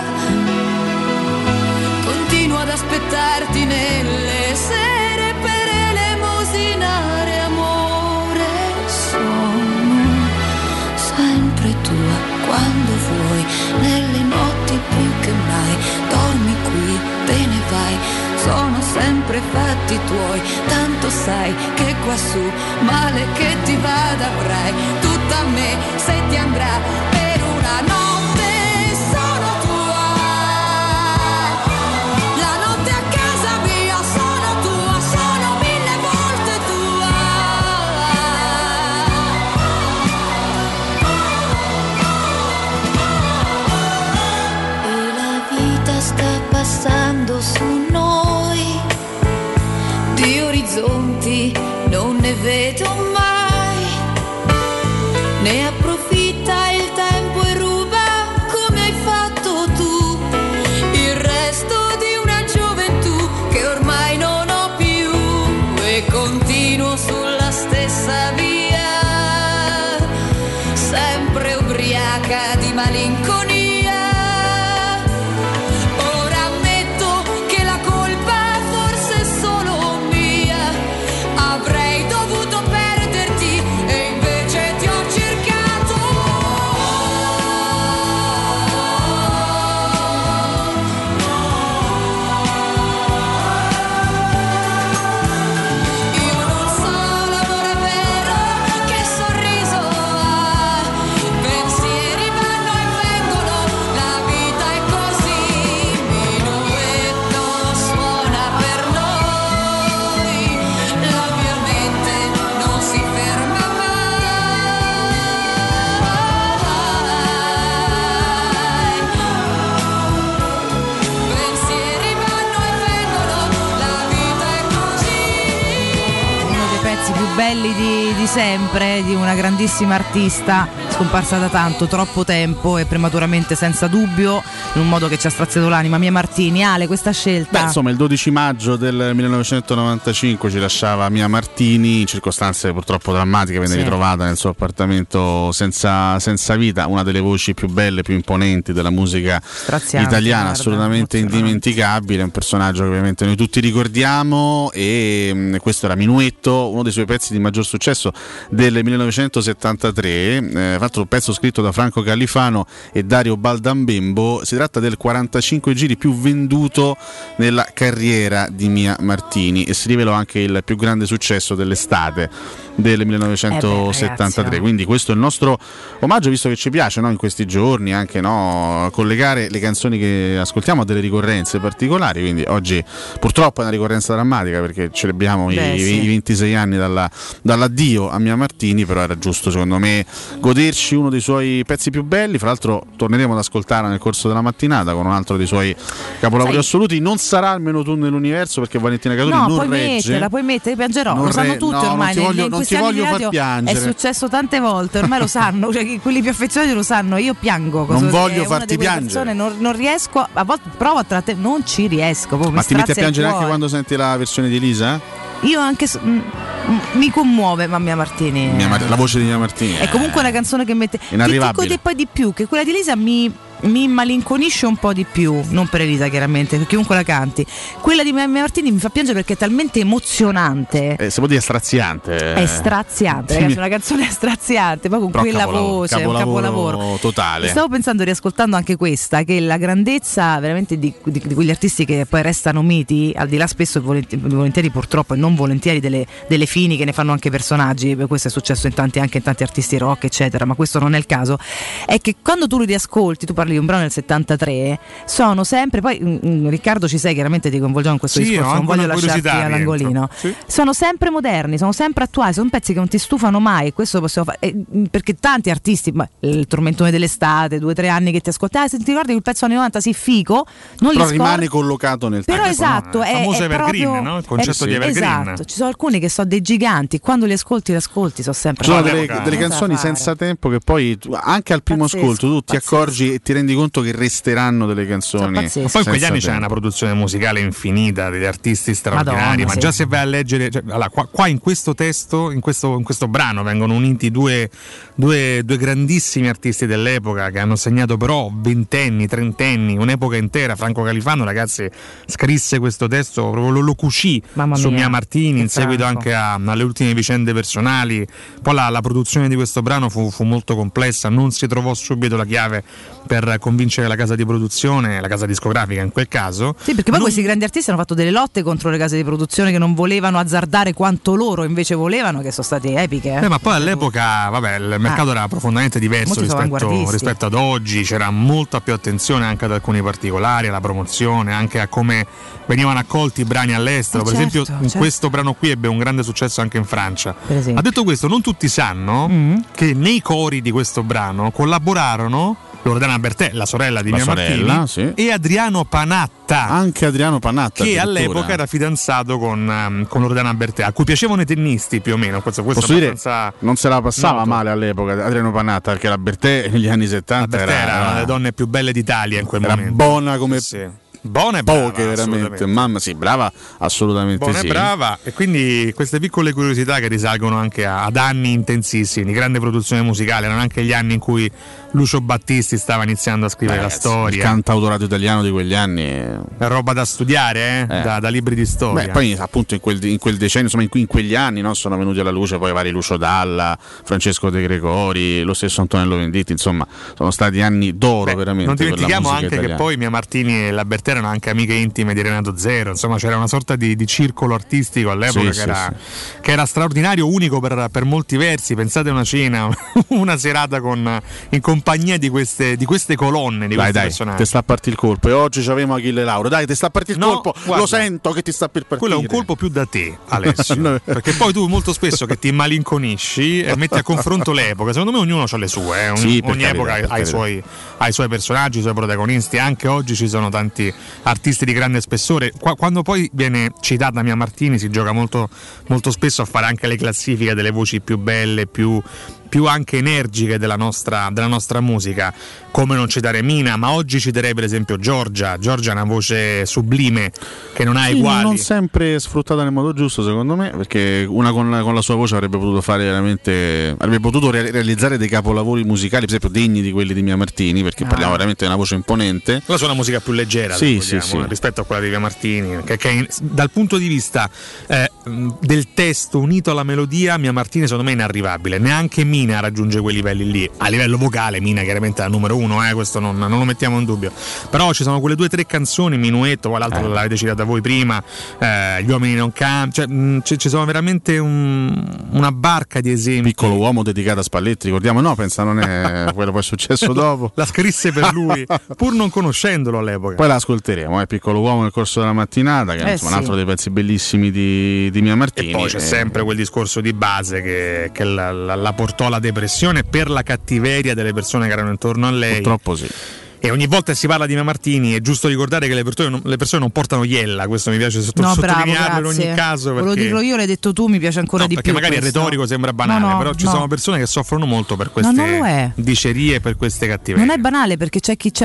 Continuo ad aspettarti nelle sere per elemosinare amore. Sono sempre tua quando vuoi, nelle notti più che mai. Dormi qui, te ne vai, sono sempre fatti tuoi. Tanto sai che quassù male che ti vada avrai tutta me se ti andrà per una notte. Sono tua, la notte a casa mia sono tua, sono 1000 volte tua. Sta passando su noi, di orizzonti non ne vedo mai, ne approfitta il tempo e ruba come hai fatto tu il resto di una gioventù che ormai non ho più, e continuo sulla stessa via, sempre ubriaca di malinconia. Avrei dovuto perderti e invece ti ho cercato. più belli di sempre, di una grandissima artista scomparsa da troppo tempo e prematuramente, senza dubbio, in un modo che ci ha straziato l'anima. Mia Martini. Ale, questa scelta? Beh, insomma, il 12 maggio del 1995 ci lasciava Mia Martini in circostanze purtroppo drammatiche, venne ritrovata nel suo appartamento senza vita, una delle voci più belle, più imponenti della musica italiana, assolutamente indimenticabile, un personaggio che ovviamente noi tutti ricordiamo, e questo era Minuetto, uno dei suoi pezzi di maggior successo del 1973, fatto un pezzo scritto da Franco Califano e Dario Baldambembo. Si tratta del 45 giri più venduto nella carriera di Mia Martini e si rivelò anche il più grande successo dell'estate del 1973, quindi questo è il nostro omaggio, visto che ci piace, no, in questi giorni anche collegare le canzoni che ascoltiamo a delle ricorrenze particolari, quindi oggi purtroppo è una ricorrenza drammatica perché celebriamo i 26 anni dall'addio a Mia Martini, però era giusto secondo me goderci uno dei suoi pezzi più belli. Fra l'altro torneremo ad ascoltarla nel corso della mattinata con un altro dei suoi capolavori assoluti. Non sarà almeno tu nell'universo perché Valentina Catoni non regge. La puoi mettere, piangerò, lo sanno tutti ormai. Non ti voglio far piangere. È successo tante volte, ormai lo sanno, cioè, quelli più affezionati lo sanno. Io piango. Non voglio farti piangere. Non riesco, a volte provo a trattenere, non ci riesco. Ma ti metti a piangere anche quando senti la versione di Elisa? Io anche mi commuove Mia Martini. La voce di Mia Martini è comunque una canzone che mette inarrivabile. E poi di più che quella di Elisa mi malinconisce un po' di più, non per Elisa chiaramente, per chiunque la canti. Quella di Mia Martini mi fa piangere perché è talmente emozionante, se vuol dire straziante, è straziante, ragazzi, una canzone straziante, poi con quella voce è un capolavoro totale. Stavo pensando, riascoltando anche questa, che la grandezza veramente di quegli artisti che poi restano miti, al di là spesso volentieri purtroppo e non volentieri delle fini che ne fanno anche personaggi. Questo è successo anche in tanti artisti rock eccetera, ma questo non è il caso. È che quando tu li riascolti, tu parli di un brano del 73, sono sempre, poi Riccardo ci sei, chiaramente ti coinvolgiamo in questo discorso, non voglio lasciarti all'angolino, sono sempre moderni, sono sempre attuali, sono pezzi che non ti stufano mai, questo possiamo fare, perché tanti artisti, il tormentone dell'estate, 2 o 3 anni che ti ascolti, se ti ricordi quel pezzo anni 90, sì, fico, non però li rimane collocato nel tempo. Però esatto, il famoso evergreen, proprio, no? Il concetto di evergreen. Esatto, ci sono alcuni che sono dei giganti, quando li ascolti sono sempre. Ci sono delle canzoni senza tempo che poi anche al primo ascolto tu ti accorgi e ti rendi conto che resteranno delle canzoni. Ma poi in quegli anni c'è una produzione musicale infinita, degli artisti straordinari. Madonna, già se vai a leggere, qua in questo testo, in questo brano vengono uniti due grandissimi artisti dell'epoca che hanno segnato però ventenni, trentenni, un'epoca intera. Franco Califano, ragazzi, scrisse questo testo, proprio lo cucì su Mia Martini, in seguito anche alle ultime vicende personali. Poi la produzione di questo brano fu molto complessa, non si trovò subito la chiave per convincere la casa di produzione, la casa discografica in quel caso. Sì, perché poi questi grandi artisti hanno fatto delle lotte contro le case di produzione che non volevano azzardare quanto loro invece volevano, che sono state epiche. Ma poi all'epoca, il mercato era profondamente diverso rispetto ad oggi, c'era molta più attenzione anche ad alcuni particolari, alla promozione, anche a come venivano accolti i brani all'estero. Per esempio, questo brano qui ebbe un grande successo anche in Francia. Ha detto questo, non tutti sanno che nei cori di questo brano collaborarono Loredana Bertè, la sorella di Mia Martini, e Adriano Panatta. Anche Adriano Panatta, che all'epoca era fidanzato con Loredana Bertè, a cui piacevano i tennisti più o meno. Questo posso dire, non se la passava male all'epoca Adriano Panatta, perché la Bertè negli anni 70 era una delle donne più belle d'Italia in quel momento. Era buona come buona e brava, poche veramente, mamma sì, brava, assolutamente buona sì. E brava, e quindi queste piccole curiosità che risalgono anche ad anni intensissimi di grande produzione musicale. Erano anche gli anni in cui Lucio Battisti stava iniziando a scrivere la storia. Il cantautorato italiano di quegli anni è roba da studiare, da libri di storia. Poi appunto in quel decennio, insomma in quegli anni, no, sono venuti alla luce poi vari Lucio Dalla, Francesco De Gregori, lo stesso Antonello Venditti, insomma sono stati anni d'oro veramente. Non dimentichiamo anche italiana. Che poi Mia Martini e la Bertè erano anche amiche intime di Renato Zero, insomma c'era una sorta di circolo artistico all'epoca che era straordinario, unico per molti versi. Pensate a una cena, una serata in compagnia di queste colonne, di questi personaggi. Ti sta a partire il colpo, e oggi c'avevamo Achille Lauro, dai, ti sta a partire il colpo, guarda, lo sento che ti sta per partire. Quello è un colpo più da te, Alessio, perché poi tu molto spesso che ti malinconisci e metti a confronto l'epoca. Secondo me ognuno ha le sue, ogni epoca ha i suoi personaggi, i suoi protagonisti. Anche oggi ci sono tanti artisti di grande spessore. Quando poi viene citata Mia Martini si gioca molto, molto spesso a fare anche le classifiche delle voci più belle, più anche energiche della nostra musica, come non citare Mina, ma oggi citerei per esempio Giorgia è una voce sublime che non ha uguali. Non sempre sfruttata nel modo giusto secondo me, perché una con la sua voce avrebbe potuto fare veramente, avrebbe potuto realizzare dei capolavori musicali per esempio degni di quelli di Mia Martini, perché parliamo veramente di una voce imponente. La sua è una musica più leggera rispetto a quella di Mia Martini, che dal punto di vista del testo unito alla melodia, Mia Martini secondo me è inarrivabile, neanche Mina raggiunge quei livelli lì. A livello vocale Mina chiaramente è la numero uno, questo non lo mettiamo in dubbio, però ci sono quelle 2 o 3 canzoni, Minuetto, poi l'altro l'avete citata voi prima, Gli uomini non cambiano, cioè ci sono veramente una barca di esempi. Piccolo uomo dedicato a Spalletti, ricordiamo, no, pensa non è quello poi è successo dopo. La scrisse per lui pur non conoscendolo all'epoca. Poi la ascolteremo, Piccolo uomo nel corso della mattinata, che è un altro dei pezzi bellissimi di Mia Martini. E poi c'è sempre quel discorso di base che la portò alla depressione per la cattiveria delle persone che erano intorno a lei. Purtroppo sì. E ogni volta che si parla di Mia Martini è giusto ricordare che le persone non portano iella, questo mi piace sottolinearlo in ogni caso. Perché... Lo dirlo io, l'hai detto tu, mi piace ancora di perché più. Perché magari questo. È retorico, sembra banale, però ci sono persone che soffrono molto per queste dicerie, per queste cattiverie. Non è banale, perché c'è chi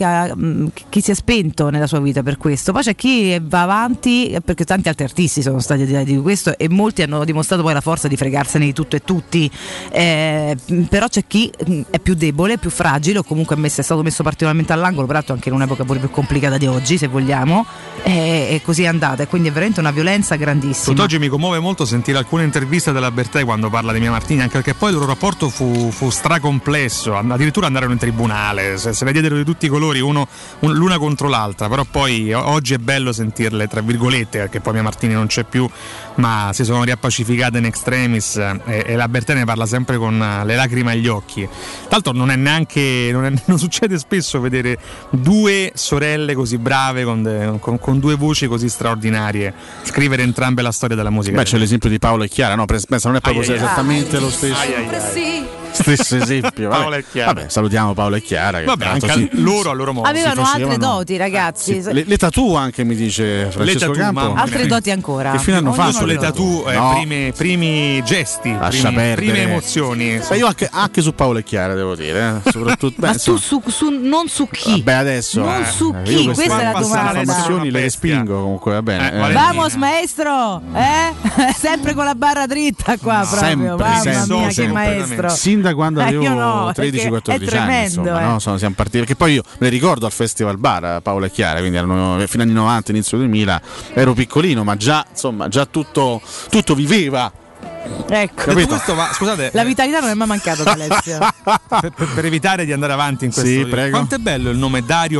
si è spento nella sua vita per questo, poi c'è chi va avanti, perché tanti altri artisti sono stati di questo e molti hanno dimostrato poi la forza di fregarsene di tutto e tutti, però c'è chi è più debole, più fragile, o comunque è stato messo particolarmente all'angolo, peraltro anche in un'epoca pure più complicata di oggi, se vogliamo, e così è andata, e quindi è veramente una violenza grandissima. Tutt'oggi mi commuove molto sentire alcune interviste della Bertè quando parla di Mia Martini, anche perché poi il loro rapporto fu stracomplesso, addirittura andarono in tribunale, se ne diedero di tutti i colori, l'una contro l'altra, però poi oggi è bello sentirle tra virgolette, perché poi Mia Martini non c'è più, ma si sono riappacificate in extremis, e la Bertè ne parla sempre con le lacrime agli occhi. Tra l'altro non succede spesso vedere 2 sorelle così brave con 2 voci così straordinarie scrivere entrambe la storia della musica. C'è l'esempio di Paolo e Chiara, no? Pensa, non è proprio esattamente lo stesso. Stesso esempio. Paolo e Chiara. Vabbè, salutiamo Paolo e Chiara. Che anche loro a loro modo avevano altre doti, ragazzi. Le tattoo anche, mi dice Francesco Campo. Altre doti ancora. Che fine hanno fatto? Le tattoo, primi gesti, prime emozioni. Io anche su Paolo e Chiara devo dire, soprattutto. Ma non su chi? Vabbè, adesso non su chi, questa è la domanda. Le informazioni le respingo, comunque va bene. Vamos maestro, sempre con la barra dritta qua proprio. Mamma mia, che maestro. Da quando avevo 13-14 anni, insomma, siamo partiti, perché poi io me le ricordo al Festival Bar Paolo e Chiara, quindi erano fino agli anni 90, inizio 2000, ero piccolino, ma già tutto viveva. Ecco, questo, scusate, la vitalità non è mai mancato, Alessio. per evitare di andare avanti in questo quanto è bello il nome Dario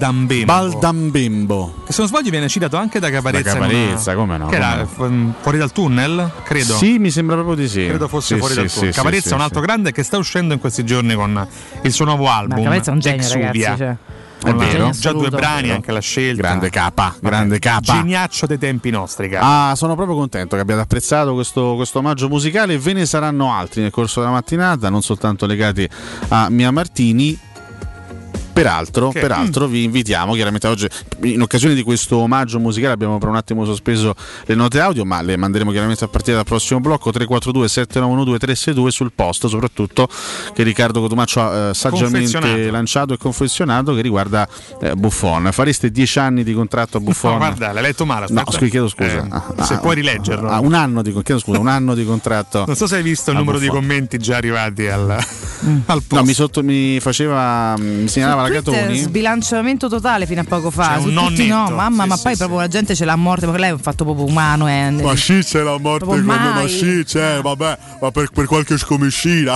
Baldambembo, che se non sbaglio viene citato anche da Caparezza, come no? Che era fuori dal tunnel, credo. Sì, mi sembra proprio di sì. Credo fosse fuori dal tunnel. Caparezza è un altro grande che sta uscendo in questi giorni con il suo nuovo album. Ma Caparezza è un genio, ragazzi, è vero, già 2 brani, anche la scelta. Grande capa. Geniaccio dei tempi nostri, sono proprio contento che abbiate apprezzato questo omaggio musicale, e ve ne saranno altri nel corso della mattinata, non soltanto legati a Mia Martini. Peraltro vi invitiamo, chiaramente oggi in occasione di questo omaggio musicale abbiamo per un attimo sospeso le note audio, ma le manderemo chiaramente a partire dal prossimo blocco. 342-7912-362 sul post, soprattutto, che Riccardo Cotumaccio ha saggiamente lanciato e confezionato, che riguarda Buffon. Fareste 10 anni di contratto a Buffon? No, guarda, l'hai letto male. Aspetta. No, chiedo scusa. Se puoi rileggerlo. Un anno di contratto. Non so se hai visto il numero di commenti già arrivati al post. No, mi segnalava la Gatoni. Sbilanciamento totale fino a poco fa. Su tutti no, mamma, ma poi proprio la gente ce l'ha a morte, perché lei è un fatto proprio umano. Ma sì, c'è la morte come ma sì, c'è, vabbè, ma per qualche scommiscina.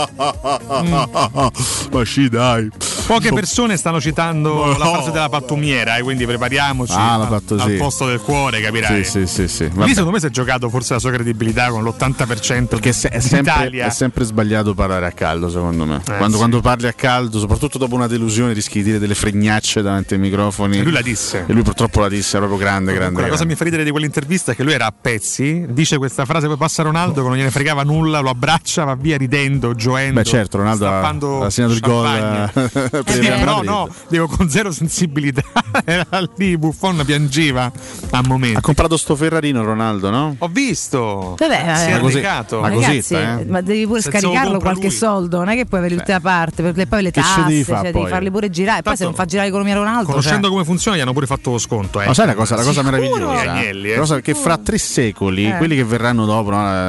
Ma sì, dai. Poche persone stanno citando la frase della pattumiera, quindi prepariamoci al posto del cuore, capirai. Sì. Lì secondo me si è giocato forse la sua credibilità con l'80%. Perché è sempre sbagliato parlare a caldo, secondo me. Quando parli a caldo, soprattutto dopo una delusione, rischi di dire delle fregnacce davanti ai microfoni. E lui la disse. E lui purtroppo la disse, è proprio grande. La cosa mi fa ridere di quell'intervista è che lui era a pezzi, dice questa frase, poi passa Ronaldo che non gliene fregava nulla, lo abbraccia, va via ridendo, gioendo. Beh certo, Ronaldo ha segnato il gol però no, dico con zero sensibilità. Era lì, Buffon piangeva a momenti. Ha comprato sto Ferrarino Ronaldo, no? Ho visto. Vabbè, si è caricato. Ragazzi, ma devi pure scaricarlo qualche soldo, non è che puoi avere l'ultima parte, perché poi le tasse, devi farli pure girare. E poi se non fa girare l'economia Ronaldo, conoscendo come funziona, gli hanno pure fatto lo sconto. Ma sai la cosa meravigliosa? La cosa che fra 3 secoli, quelli che verranno dopo,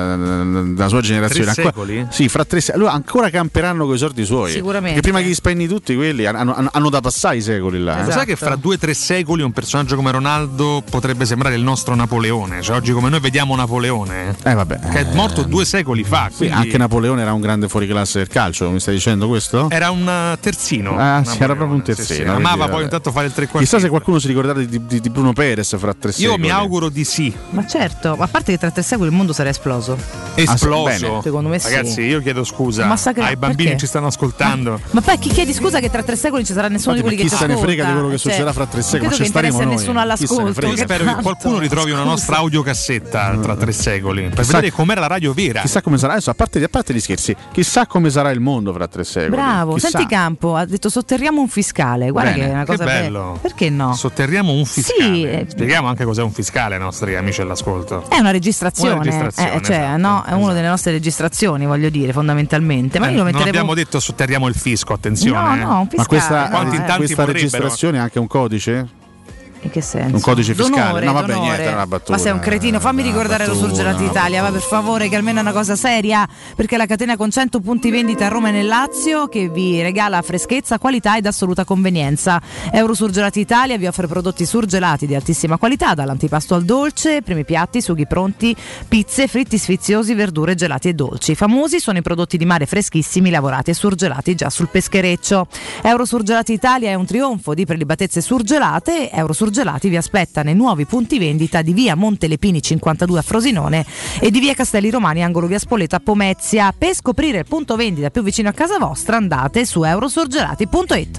no, dalla sua generazione, 3 secoli? Sì, fra 3 secoli, allora ancora camperanno con i soldi suoi. Sicuramente. Perché prima che li spendi tutti quelli hanno da passare i secoli là. Esatto. Sai che fra 2-3 secoli un personaggio come Ronaldo potrebbe sembrare il nostro Napoleone? Cioè oggi come noi vediamo Napoleone, vabbè, che è morto 2 secoli fa. Sì, anche Napoleone era un grande fuoriclasse del calcio, mi stai dicendo questo? Era un terzino. Sì, era proprio un terzino. Sì. Amava poi intanto fare il trequartista. Chissà se qualcuno si ricorderà di Bruno Perez fra 3 secoli. Io mi auguro di sì. Ma certo, a parte che tra 3 secoli il mondo sarà esploso. Esploso? Secondo me sì. Ragazzi, io chiedo scusa ai bambini che ci stanno ascoltando. Ma poi chi chiedi scusa che tra 3 secoli non ci sarà nessuno di quelli che ci ascolta? Chi se ne frega di quello che succederà fra 3 secoli? Non credo che interessa nessuno all'ascolto. Io spero che qualcuno ritrovi una nostra audiocassetta tra 3 secoli per vedere com'era la radio vera. Chissà come sarà, adesso a parte gli scherzi, chissà come sarà il mondo fra 3 secoli. Bravo, chissà. senti Campo, ha detto sotterriamo un fiscale. Guarda che è una cosa bello. Perché no? Sotterriamo un fiscale. Sì. Spieghiamo anche cos'è un fiscale ai nostri amici all'ascolto. È una registrazione, esatto. No, è una delle nostre registrazioni, voglio dire, fondamentalmente. Ma io lo metteremo... Non abbiamo detto sotterriamo il fisco, attenzione. No, un fiscale. Ma questa registrazione ha anche un codice? In che senso? Un codice fiscale? D'onore, no, vabbè, d'onore. niente, è una battuta. Ma sei un cretino, fammi ricordare lo Surgelati Italia, va per favore, che almeno è una cosa seria, perché la catena con 100 punti vendita a Roma e nel Lazio che vi regala freschezza, qualità ed assoluta convenienza. Eurosurgelati Italia vi offre prodotti surgelati di altissima qualità, dall'antipasto al dolce, primi piatti, sughi pronti, pizze, fritti sfiziosi, verdure, gelati e dolci. Famosi sono i prodotti di mare freschissimi, lavorati e surgelati già sul peschereccio. Eurosurgelati Italia è un trionfo di prelibatezze surgelate. Eurosurgelati vi aspetta nei nuovi punti vendita di via Montelepini 52 a Frosinone e di via Castelli Romani angolo via Spoleta a Pomezia. Per scoprire il punto vendita più vicino a casa vostra andate su eurosurgelati.it.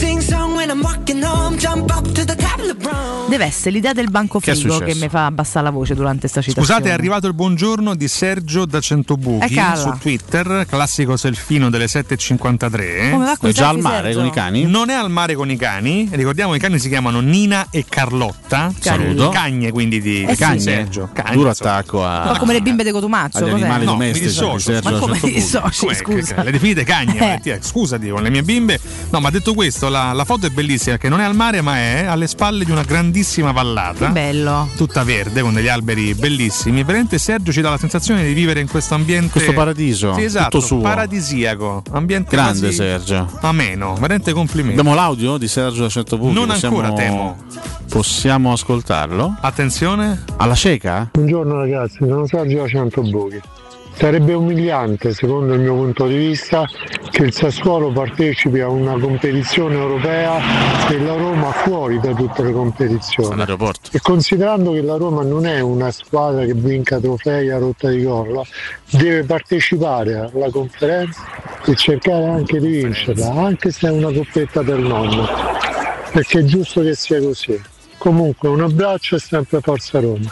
Deve essere l'idea del banco frigo che mi fa abbassare la voce durante sta citazione. Scusate, è arrivato il buongiorno di Sergio da Centobuchi su Twitter, classico selfino delle 7.53. Come va è già al mare Sergio? con i cani? Non è al mare con i cani, ricordiamo i cani si chiamano Nina e Carlotta. Saluto. Cagne quindi di cagne. Sergio. Cagne, duro attacco a come le bimbe di Cotumaccio, agli animali domestici. Ma come mi dissoci, scusa? Le definite cagne, scusati con le mie bimbe. No, ma detto questo, la foto è bellissima perché non è al mare ma è alle spalle di una grandissima vallata. Che bello. Tutta verde con degli alberi bellissimi. Veramente Sergio ci dà la sensazione di vivere in questo ambiente, questo paradiso, sì, esatto, tutto suo, paradisiaco, ambiente grande quasi Sergio. Ameno, veramente complimenti. Abbiamo l'audio di Sergio da Centobuchi? Non ancora, temo. Possiamo ascoltarlo? Attenzione. Alla cieca? Buongiorno ragazzi, sono Sergio da Centobuchi. Sarebbe umiliante, secondo il mio punto di vista, che il Sassuolo partecipi a una competizione europea e la Roma fuori da tutte le competizioni. All'aeroporto. E considerando che la Roma non è una squadra che vinca trofei a rotta di collo, deve partecipare alla conferenza e cercare anche di vincerla, anche se è una coppetta per nonno, perché è giusto che sia così. Comunque un abbraccio e sempre Forza Roma.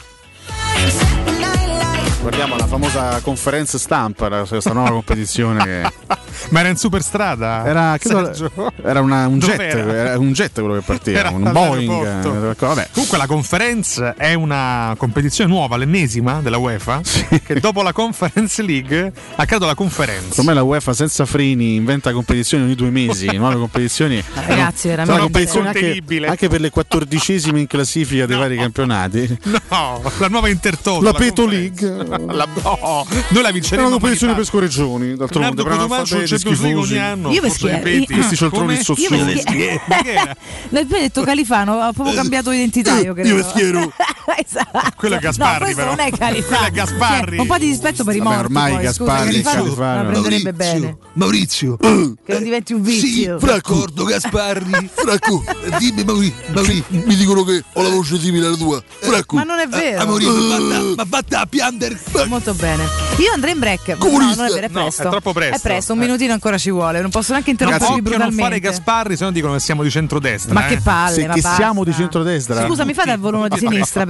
Guardiamo la famosa conferenza stampa, questa nuova competizione che... Ma era in superstrada? Era un jet quello che partiva, era un Boeing. Vabbè. Comunque la conference è una competizione nuova, l'ennesima della UEFA, che dopo la Conference League ha creato la conference. Secondo me la UEFA senza freni inventa competizioni ogni 2 mesi, nuove competizioni. Ragazzi, veramente competizioni anche per le 14esime in classifica dei vari campionati. No, la nuova Intertoto. La Peto League. Noi la vinceremo. È una competizione per scorreggioni, d'altronde per analfabeti schifosi. Io questi cialtroni sozzoni. L'hai detto Califano, ha proprio cambiato identità, io credo. Io schiero. Esatto. Quello è Gasparri, no, questo però. non è Califano. Quello è Gasparri. Un po' di rispetto per i morti. Ormai poi, Gasparri, Califano la prenderebbe bene. Maurizio, che non diventi un vizio. Sì, d'accordo, Gasparri. Franco, dimmi Maurizio, mi dicono che ho la voce simile alla tua. Franco. Ma non è vero. Ma fatta a piander. Molto bene. Io andrei in break. Comunista. No, non è vero, è presto. È troppo presto. È presto, un minutino ancora ci vuole. Non posso neanche interrompervi brutalmente. Non fare Gasparri, se no dicono che siamo di centrodestra. Ma che palle, che siamo di centrodestra. Scusa, mi fate il volume di sinistra per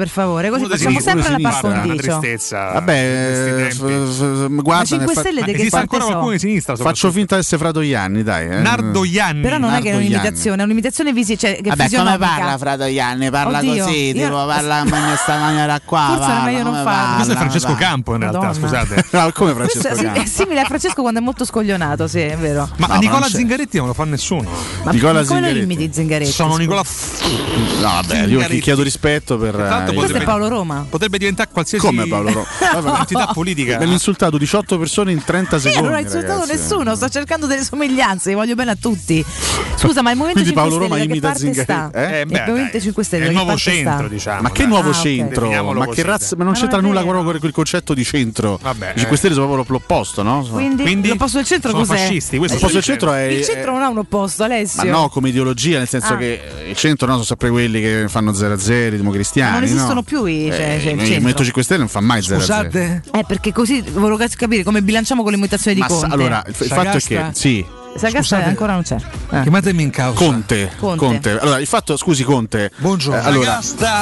per favore, così facciamo sempre la par condicio. Una tristezza. Vabbè, guarda, 5 Stelle di che esiste ancora parte qualcuno di sinistra? Faccio finta di essere Fratoianni, dai. Nardoianni. Però non è che è un'imitazione, è un'imitazione visiva, cioè che vabbè, come parla Fratoianni? Parla così, tipo parla in questa maniera qua. Forse era meglio non farlo. Questo è Francesco Campo in realtà, scusate. No, come Francesco Campo? È simile a Francesco quando è molto scoglionato, sì, è vero. Ma Nicola Zingaretti non lo fa nessuno. Ma Nicola come lo limiti Zingaretti? Sono Nicola No, vabbè, io chiedo rispetto per questo è Paolo Roma. Potrebbe diventare qualsiasi come Paolo Roma? entità politica. Abbiamo insultato 18 persone in 30 secondi. Io non ho insultato nessuno, sto cercando delle somiglianze, voglio bene a tutti. Scusa, ma il Movimento 5 Stelle da che parte sta? Il Movimento 5 Stelle è il da che nuovo parte centro, sta? diciamo. Ma che nuovo centro? Ma che razza? Ma non c'entra nulla con il concetto di centro. I 5 Stelle sono proprio l'opposto, no? Quindi l'opposto del centro cos'è? Fascisti, l'opposto del centro è il centro non ha un opposto, Alessio. Ma no, come ideologia, nel senso che il centro sono sempre quelli che fanno 0-0, i democristiani. Non esistono più il Movimento 5 Stelle non fa mai 0-0. Scusate? Perché così volevo capire come bilanciamo con l'imitazione di Conte. Allora, il fatto è che Sagasta ancora non c'è. Chiamatemi in causa. Conte. Allora, il fatto, scusi Conte. Buongiorno. Allora,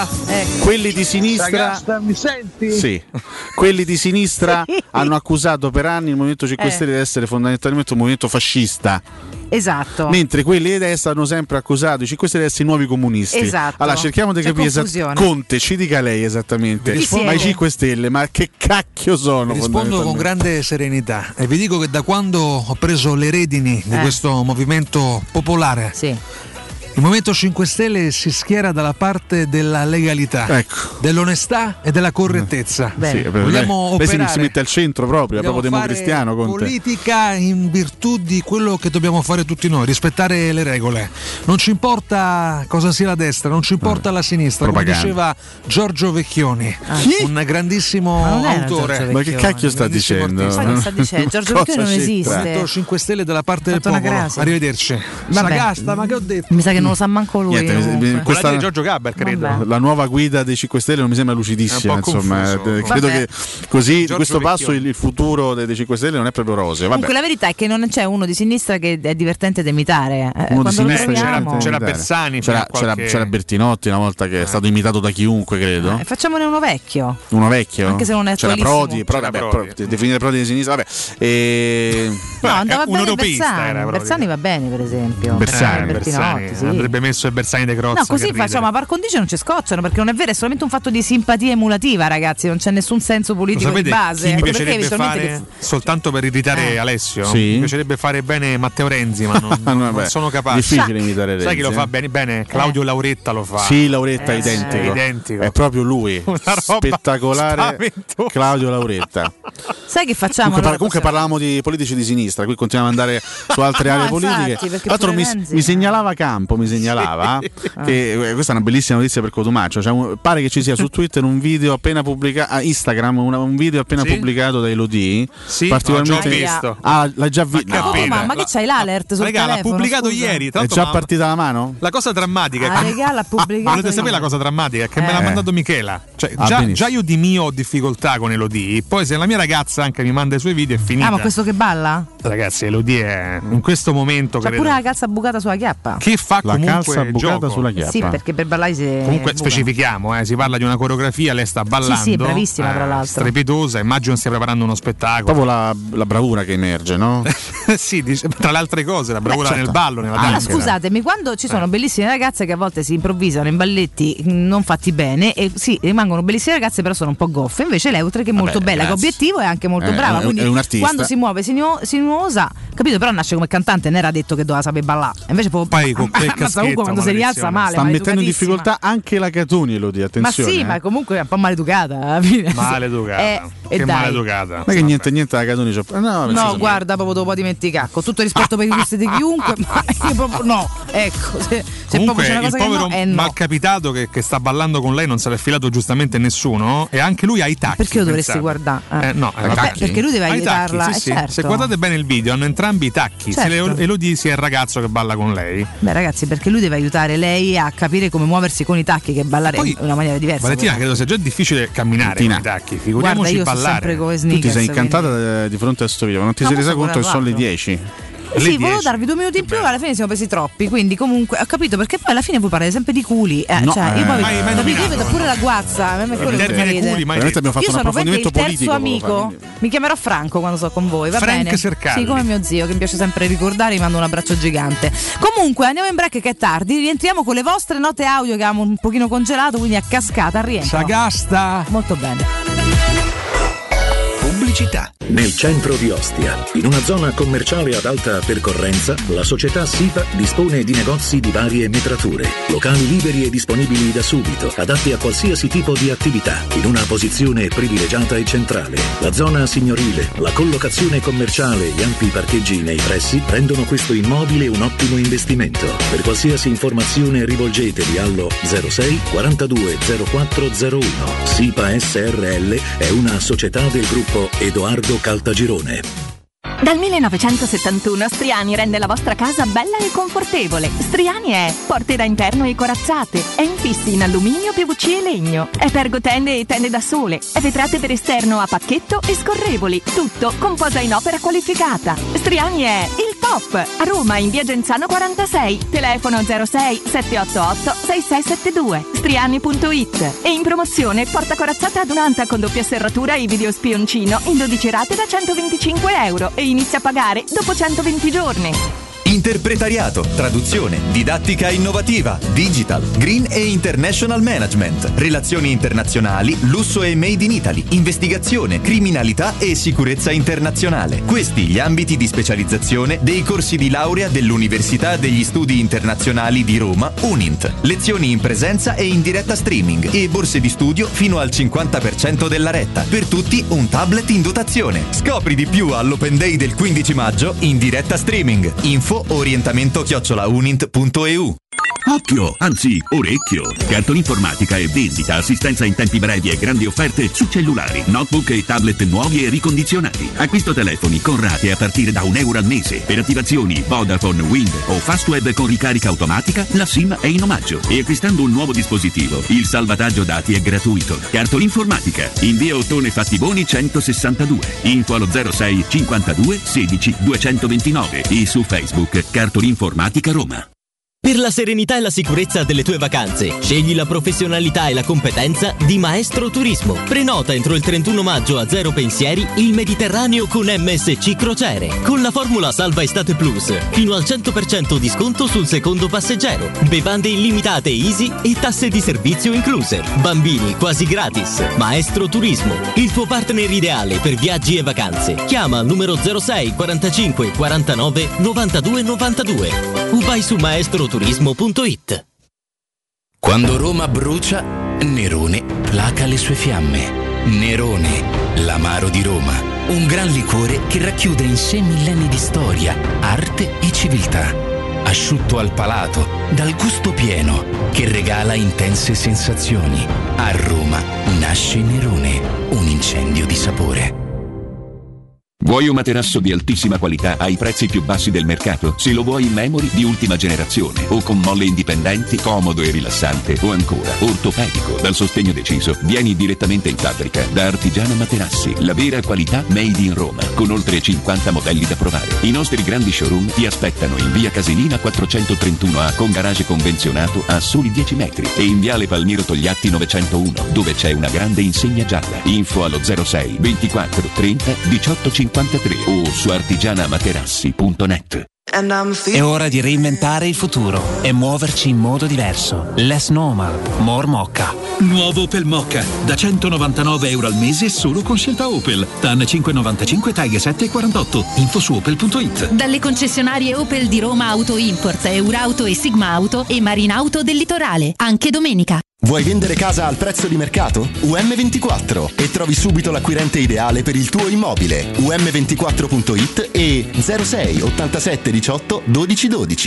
quelli di sinistra. Sagasta, mi senti? Sì. Quelli di sinistra hanno accusato per anni il Movimento 5 Stelle di essere fondamentalmente un movimento fascista. Esatto. Mentre quelli di destra hanno sempre accusato i 5 Stelle di essere i nuovi comunisti. Esatto. Allora cerchiamo di capire Conte, ci dica lei esattamente. Ma i 5 Stelle, ma che cacchio sono? Rispondo con grande serenità e vi dico che da quando ho preso le redini di questo movimento popolare, il Movimento 5 Stelle si schiera dalla parte della legalità, dell'onestà e della correttezza. Vogliamo operare, lei si mette al centro proprio, è proprio democristiano. Politica in virtù di quello che dobbiamo fare tutti noi, rispettare le regole. Non ci importa cosa sia la destra, non ci importa la sinistra, come diceva Giorgio Vecchioni, un grandissimo autore. Ma che cacchio sta dicendo? Giorgio Vecchioni non esiste. Il Movimento 5 Stelle dalla parte del popolo. Arrivederci. Sagasta, ma che ho detto? Mi sa che non lo sa manco lui. Questa di Giorgio Gaber, credo. La nuova guida dei 5 Stelle non mi sembra lucidissima. Insomma, credo che così Giorgio questo passo il futuro dei 5 Stelle non è proprio roseo. Comunque la verità è che non c'è uno di sinistra che è divertente da imitare. Uno di sinistra c'era Bersani, c'era Bertinotti una volta che è stato imitato da chiunque, credo. Facciamone uno vecchio. Uno vecchio? Anche se non è c'era Prodi, definire Prodi di sinistra, vabbè. No, andava bene Bersani va bene, per esempio. Bersani. Andrebbe messo il Bersani De Crozza. No, così facciamo, ma par condicio non ci scocciano, perché non è vero, è solamente un fatto di simpatia emulativa, ragazzi, non c'è nessun senso politico di base. Chi mi piacerebbe fare soltanto per irritare Alessio? Mi piacerebbe fare bene Matteo Renzi, ma non sono capace. Difficile imitare Renzi. Sai chi lo fa bene? Bene, Claudio Lauretta lo fa. Sì, Lauretta è identico. È proprio lui. Spettacolare Claudio Lauretta. Sai che facciamo? Comunque parlavamo di politici di sinistra, qui continuiamo ad andare su altre aree politiche. Tra l'altro mi segnalava Campo, che questa è una bellissima notizia per Cotumaccio, pare che ci sia su Twitter un video appena pubblicato, Instagram un video appena pubblicato da Elodie, particolarmente visto. L'hai già visto? Ma che c'hai l'alert sul telefono? L'ha pubblicato ieri. È già partita la mano? La cosa drammatica l'ha pubblicato. Volete sapere la cosa drammatica? Che me l'ha mandato Michela. Già io di mio ho difficoltà con Elodie, poi se la mia ragazza anche mi manda i suoi video è finita. Ma questo che balla? Ragazzi, Elodie è in questo momento c'ha pure la calza bucata sulla chiappa. Che fa la calza bucata sulla chiappa. Sì, perché per ballare comunque specifichiamo, si parla di una coreografia, lei sta ballando. Sì, bravissima tra l'altro. Strepitosa, immagino stia preparando uno spettacolo. Proprio la bravura che emerge, no? Sì, tra le altre cose, la bravura nel ballo, nella danza. Scusatemi, quando ci sono bellissime ragazze che a volte si improvvisano in balletti non fatti bene e rimangono bellissime ragazze, però sono un po' goffe, invece Leutre che è molto bella, che obiettivo è anche molto brava, quindi è un artista. Quando si muove sinuosa, capito, però nasce come cantante, non era detto che doveva sapere ballare. Invece poi quando si rialza male, sta mettendo in difficoltà anche la Catoni, Elodie, attenzione. Ma sì, ma comunque è un po' maleducata alla fine. Maleducata. Che maleducata. Ma che niente la Catoni no, guarda, proprio dopo dimenticare, con tutto il rispetto per i gusti di chiunque, ma io proprio no, ecco, comunque c'è il povero malcapitato che sta ballando con lei non se l'è filato giustamente nessuno, e anche lui ha i tacchi. Perché lo dovresti guardare? No, perché lui deve aiutarla. Sì, certo. Se guardate bene il video hanno entrambi i tacchi, certo. Se Elodie sia il ragazzo che balla con lei. Beh ragazzi, perché lui deve aiutare lei a capire come muoversi con i tacchi, che ballare in una maniera diversa. Valentina, credo sia già difficile camminare con i tacchi, figuriamoci ballare. Tu ti sei incantata di fronte a questo video, ma non ti sei resa conto che sono le 10? Sì, volevo darvi 2 minuti in più, alla fine siamo presi troppi, quindi comunque ho capito, perché poi alla fine voi parlate sempre di culi. Io vedo pure la guazza, a me quello culi, veramente abbiamo fatto un approfondimento politico. Il terzo amico, mi chiamerò Franco quando sto con voi, va Frank bene? Sercalli. Sì, come mio zio, che mi piace sempre ricordare, mi mando un abbraccio gigante. Comunque andiamo in break che è tardi, rientriamo con le vostre note audio che avevamo un pochino congelato, quindi a cascata al rientro. Sagasta. Molto bene. Pubblicità. Nel centro di Ostia, in una zona commerciale ad alta percorrenza, la società SIPA dispone di negozi di varie metrature, locali liberi e disponibili da subito, adatti a qualsiasi tipo di attività, in una posizione privilegiata e centrale. La zona signorile, la collocazione commerciale e gli ampi parcheggi nei pressi rendono questo immobile un ottimo investimento. Per qualsiasi informazione rivolgetevi allo 06 42 0401. SIPA SRL è una società del gruppo Edoardo Caltagirone. Dal 1971 Striani rende la vostra casa bella e confortevole. Striani è porte da interno e corazzate, è infissi in alluminio, PVC e legno, è pergotende e tende da sole, è vetrate per esterno a pacchetto e scorrevoli, tutto con posa in opera qualificata. Striani è il top! A Roma in via Genzano 46, telefono 06 788 6672, striani.it. E in promozione porta corazzata adunata con doppia serratura e video spioncino in 12 rate da €125 e inizia a pagare dopo 120 giorni. Interpretariato, traduzione, didattica innovativa, digital, green e international management, relazioni internazionali, lusso e made in Italy, investigazione, criminalità e sicurezza internazionale. Questi gli ambiti di specializzazione dei corsi di laurea dell'Università degli Studi Internazionali di Roma, UNINT. Lezioni in presenza e in diretta streaming e borse di studio fino al 50% della retta. Per tutti un tablet in dotazione. Scopri di più all'Open Day del 15 maggio in diretta streaming. Info orientamento@unint.eu. Occhio, anzi orecchio. Cartolinformatica e vendita, assistenza in tempi brevi e grandi offerte su cellulari, notebook e tablet nuovi e ricondizionati. Acquisto telefoni con rate a partire da €1 al mese. Per attivazioni Vodafone, Wind o Fastweb con ricarica automatica, la SIM è in omaggio. E acquistando un nuovo dispositivo, il salvataggio dati è gratuito. Cartolinformatica, in via Ottone Fattiboni 162. Info allo 06 52 16 229 e su Facebook Cartolinformatica Roma. Per la serenità e la sicurezza delle tue vacanze, scegli la professionalità e la competenza di Maestro Turismo. Prenota entro il 31 maggio a 0 pensieri il Mediterraneo con MSC Crociere. Con la formula Salva Estate Plus, fino al 100% di sconto sul secondo passeggero. Bevande illimitate easy e tasse di servizio incluse. Bambini quasi gratis. Maestro Turismo, il tuo partner ideale per viaggi e vacanze. Chiama al numero 06 45 49 92 92 o vai su maestroturismo.it. Quando Roma brucia, Nerone placa le sue fiamme. Nerone, l'amaro di Roma, un gran liquore che racchiude in sé millenni di storia, arte e civiltà. Asciutto al palato, dal gusto pieno, che regala intense sensazioni. A Roma nasce Nerone, un incendio di sapore. Vuoi un materasso di altissima qualità ai prezzi più bassi del mercato? Se lo vuoi in memory di ultima generazione o con molle indipendenti, comodo e rilassante, o ancora ortopedico dal sostegno deciso, vieni direttamente in fabbrica da Artigiana Materassi, la vera qualità made in Roma, con oltre 50 modelli da provare. I nostri grandi showroom ti aspettano in via Casilina 431A con garage convenzionato a soli 10 metri e in viale Palmiro Togliatti 901, dove c'è una grande insegna gialla. Info allo 06 24 30 18 53 o su artigianamaterassi.net. È ora di reinventare il futuro e muoverci in modo diverso. Less normal, more Mokka. Nuovo Opel Mokka, da €199 al mese solo con scelta Opel. TAN 595, taglie 7 e 48. Info su opel.it. Dalle concessionarie Opel di Roma Auto Import, Eurauto e Sigma Auto e Marinauto del Litorale, anche domenica. Vuoi vendere casa al prezzo di mercato? UM24 e trovi subito l'acquirente ideale per il tuo immobile. UM24.it e 06 87 18 12 12.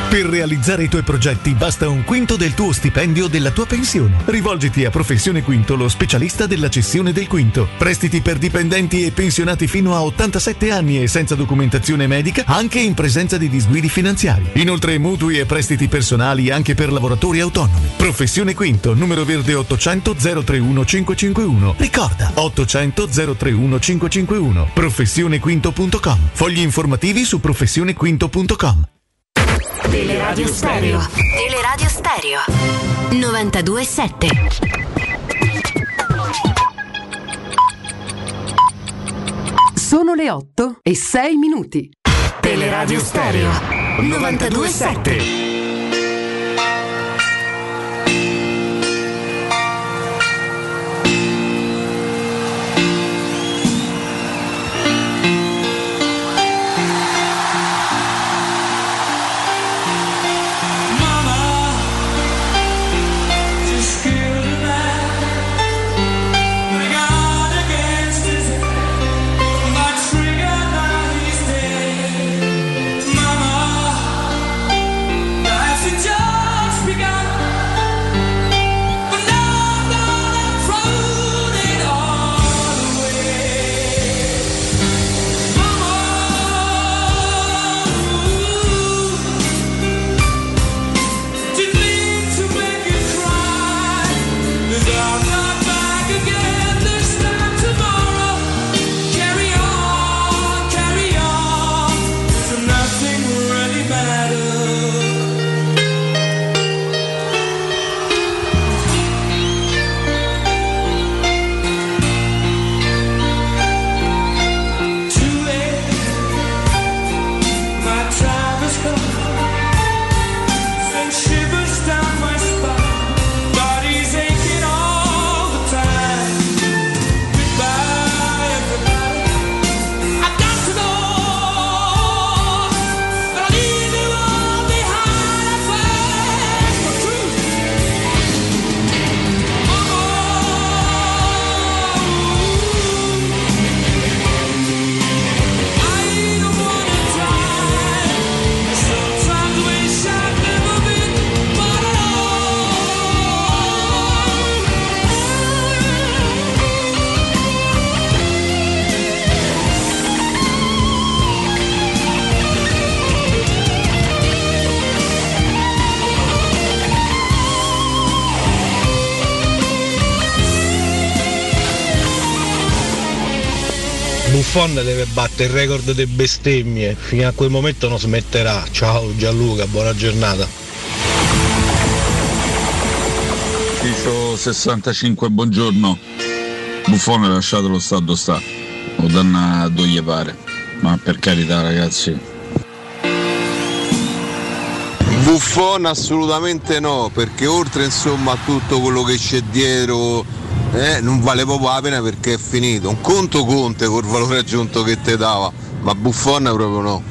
Per realizzare i tuoi progetti basta un quinto del tuo stipendio o della tua pensione. Rivolgiti a Professione Quinto, lo specialista della cessione del quinto. Prestiti per dipendenti e pensionati fino a 87 anni e senza documentazione medica, anche in presenza di disguidi finanziari. Inoltre mutui e prestiti personali anche per lavoratori autonomi. Professione Quinto, numero verde 800 031 551. Ricorda, 800 031 551. Professionequinto.com. Fogli informativi su professionequinto.com. Teleradio Stereo. Teleradio Stereo 92.7. Sono le 8:06. Teleradio Stereo 92.7. Buffon deve battere il record delle bestemmie, fino a quel momento non smetterà. Ciao Gianluca, buona giornata. Ciccio 65, buongiorno. Buffon lasciatelo stato sta, o dannato gli pare, ma per carità ragazzi. Buffon assolutamente no, perché oltre insomma a tutto quello che c'è dietro non vale proprio la pena, perché è finito. Un conto Conte col valore aggiunto che te dava, ma Buffon proprio no.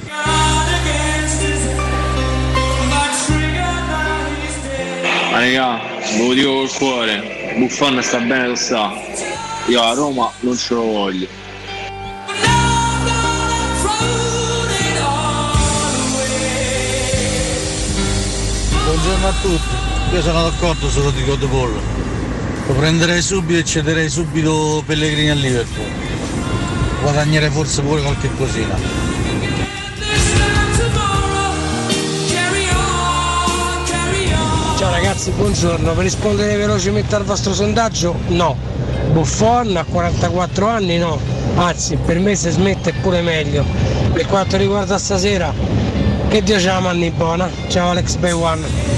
Ma raga, ve lo dico col cuore, Buffon sta bene lo sta. Io a Roma non ce lo voglio. Buongiorno a tutti, io sono d'accordo su Rodrigo De Paul. Lo prenderei subito e cederei subito Pellegrini al Liverpool. Guadagnerei forse pure qualche cosina. Ciao ragazzi, buongiorno. Per rispondere velocemente al vostro sondaggio, no. Buffon a 44 anni no. Anzi, per me se smette è pure meglio. Per quanto riguarda stasera, che Dio ce la manni buona. Ciao Alex Bay One.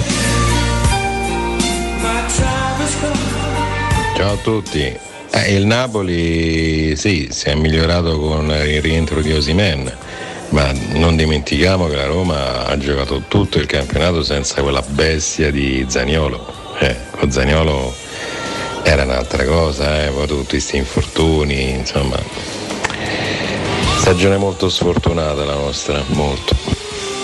Ciao a tutti. Il Napoli sì, si è migliorato con il rientro di Osimhen, ma non dimentichiamo che la Roma ha giocato tutto il campionato senza quella bestia di Zaniolo. Con Zaniolo era un'altra cosa, poi tutti questi infortuni, insomma. Stagione molto sfortunata la nostra, molto.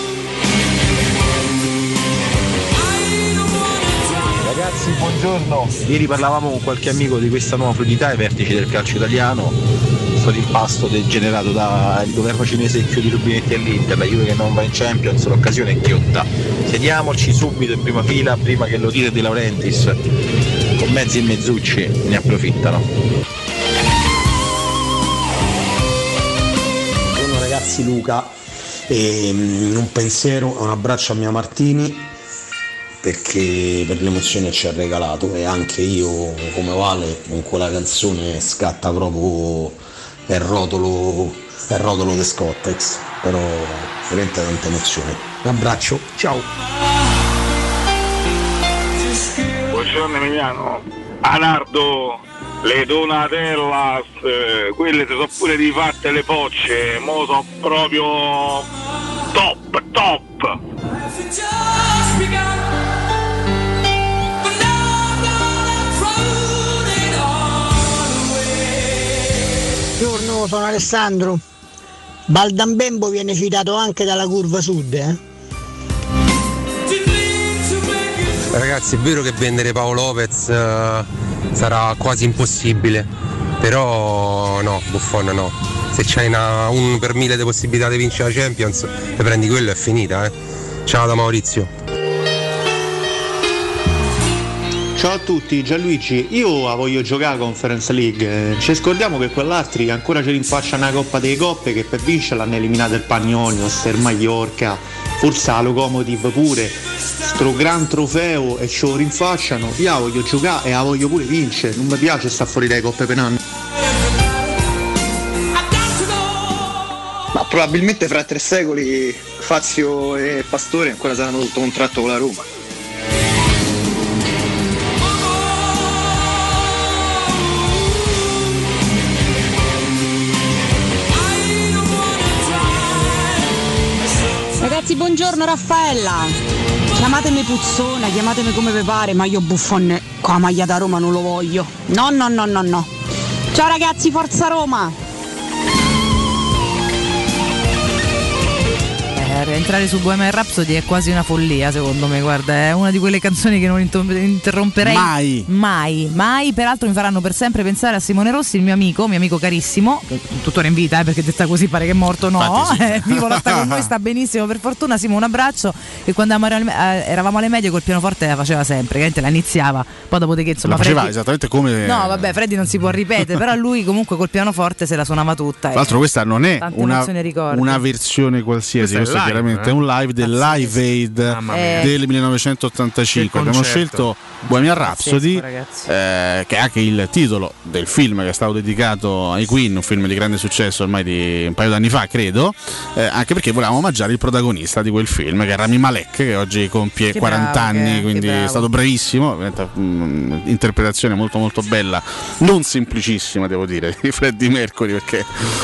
Ragazzi, buongiorno. Ieri parlavamo con qualche amico di questa nuova fluidità ai vertici del calcio italiano. schifo di impasto degenerato dal governo cinese che chiude i rubinetti all'Inter, la Juve che non va in Champions, l'occasione è ghiotta. Sediamoci subito in prima fila prima che lo tira De Laurentiis, con mezzi e mezzucci ne approfittano. Buongiorno ragazzi, Luca, e un pensiero, un abbraccio a Mia Martini, perché per l'emozione ci ha regalato, e anche io come Vale con quella canzone scatta proprio il rotolo di Scottex, però veramente tanta emozione. Un abbraccio, ciao. Buongiorno Emiliano. Anardo, le Donatellas, quelle si sono pure rifatte le pocce, mo sono proprio top. Buongiorno, sono Alessandro. Baldambembo viene citato anche dalla curva sud, Ragazzi, è vero che vendere Paolo Lopez sarà quasi impossibile, però no, Buffon no. Se c'hai un per 1000 di possibilità di vincere la Champions e prendi quello è finita, Ciao da Maurizio. Ciao a tutti, Gianluigi, io la voglio giocare a Conference League, ci scordiamo che quell'altri ancora ci rinfacciano una Coppa delle Coppe che per vincere l'hanno eliminata il Panionios, il Mallorca, forse la Locomotive pure, sto gran trofeo e ce lo rinfacciano, io la voglio giocare e la voglio pure vincere, non mi piace sta fuori dai Coppe per anni. Ma probabilmente fra 3 secoli Fazio e Pastore ancora saranno sotto contratto con la Roma. Ragazzi, buongiorno Raffaella. Chiamatemi puzzona, chiamatemi come vi pare, ma io Buffon con la maglia da Roma non lo voglio. No. Ciao ragazzi, forza Roma! Entrare su Bohemian Rhapsody è quasi una follia, secondo me. Guarda, è una di quelle canzoni che non interromperei mai. Peraltro mi faranno per sempre pensare a Simone Rossi, il mio amico carissimo, tuttora in vita, perché detta così pare che è morto. No, sì. Vivo, lotta con noi, sta benissimo per fortuna. Simo, un abbraccio. E quando eravamo alle medie col pianoforte la faceva sempre, la iniziava, poi dopodiché insomma la faceva Freddy, esattamente come. No, vabbè, Freddy non si può ripetere, però lui comunque col pianoforte se la suonava tutta. Tra l'altro questa non è una versione qualsiasi, questo è chiaramente è un live del Live Aid del 1985. Abbiamo scelto Bohemian Rhapsody, che è anche il titolo del film che è stato dedicato ai Queen, un film di grande successo ormai di un paio d'anni fa, credo, anche perché volevamo omaggiare il protagonista di quel film, che è Rami Malek, che oggi compie 40 anni, quindi è stato bravissimo, interpretazione molto molto bella, non semplicissima devo dire, di Freddie Mercury, perché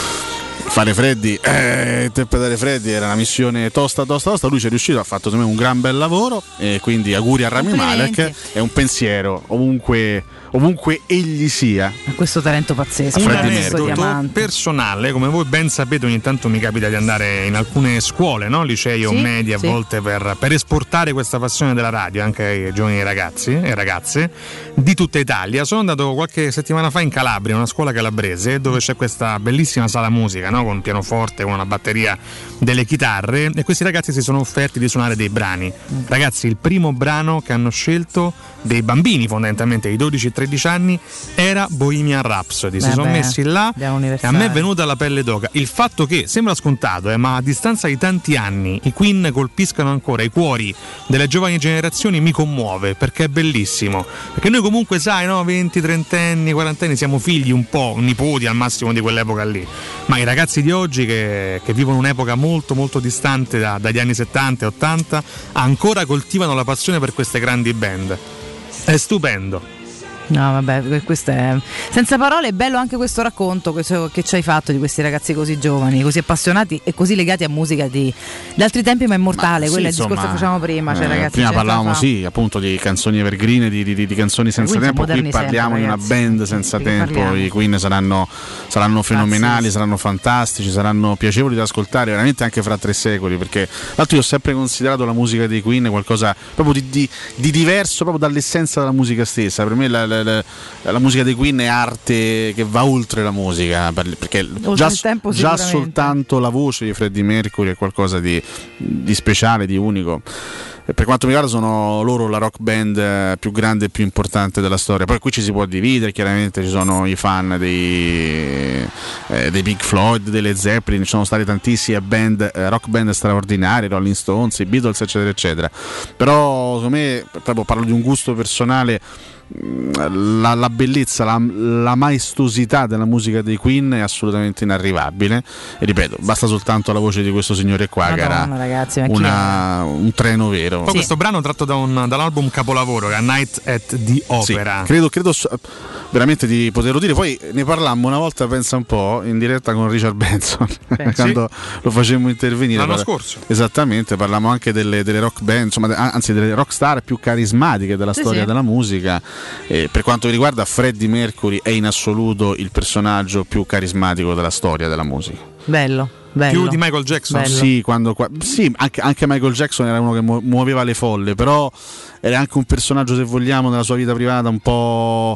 fare Freddy, interpretare Freddy era una missione tosta. Lui ci è riuscito, ha fatto secondo me un gran bel lavoro, e quindi auguri a Rami Malek. È un pensiero ovunque egli sia, questo talento pazzesco. Un aneddoto personale, come voi ben sapete, ogni tanto mi capita di andare in alcune scuole, no? Licei o medie a volte per esportare questa passione della radio anche ai giovani ragazzi e ragazze di tutta Italia. Sono andato qualche settimana fa in Calabria, una scuola calabrese, dove c'è questa bellissima sala musica, no? Con pianoforte, con una batteria, delle chitarre, e questi ragazzi si sono offerti di suonare dei brani. Ragazzi, il primo brano che hanno scelto, dei bambini fondamentalmente di 12-13 anni, era Bohemian Rhapsody. Si sono messi là e a me è venuta la pelle d'oca. Il fatto che sembra scontato, ma a distanza di tanti anni i Queen colpiscano ancora i cuori delle giovani generazioni mi commuove, perché è bellissimo, perché noi comunque sai, no, 20, 30 anni, 40 anni siamo figli un po', nipoti al massimo di quell'epoca lì, ma i ragazzi di oggi che vivono un'epoca molto molto distante dagli anni 70 e 80 ancora coltivano la passione per queste grandi band. È stupendo. No, vabbè, questo è senza parole. È bello anche questo racconto che ci hai fatto di questi ragazzi così giovani, così appassionati e così legati a musica di altri tempi, ma immortale. Quello è il discorso che facevamo prima. Ragazzi, prima parlavamo appunto di canzoni evergreen, di canzoni senza tempo. Qui parliamo di una band senza tempo. I Queen saranno fenomenali, saranno fantastici, saranno piacevoli da ascoltare veramente anche fra 3 secoli, perché l'altro io ho sempre considerato la musica dei Queen qualcosa proprio di diverso, proprio dall'essenza della musica stessa. Per me la musica dei Queen è arte che va oltre la musica, perché già soltanto la voce di Freddie Mercury è qualcosa di speciale, di unico. Per quanto mi riguarda sono loro la rock band più grande e più importante della storia. Poi qui ci si può dividere, chiaramente ci sono i fan dei Pink Floyd, delle Zeppelin, ci sono state tantissime rock band straordinarie, Rolling Stones, i Beatles, eccetera eccetera. Però secondo me, proprio parlo di un gusto personale, la bellezza, la maestosità della musica dei Queen è assolutamente inarrivabile, e ripeto, basta soltanto la voce di questo signore qua, Madonna, che era ragazzi, un treno vero. Poi questo brano tratto dall'album capolavoro che è A Night at the Opera. Sì, credo veramente di poterlo dire. Poi ne parlammo una volta, pensa un po', in diretta con Richard Benson quando lo facemmo intervenire l'anno scorso. Esattamente, parlammo anche delle rock band, insomma, anzi delle rock star più carismatiche della storia della musica. Per quanto mi riguarda, Freddie Mercury è in assoluto il personaggio più carismatico della storia della musica. Bello. Più di Michael Jackson? Bello. Sì, anche Michael Jackson era uno che muoveva le folle, però era anche un personaggio, se vogliamo, nella sua vita privata un po'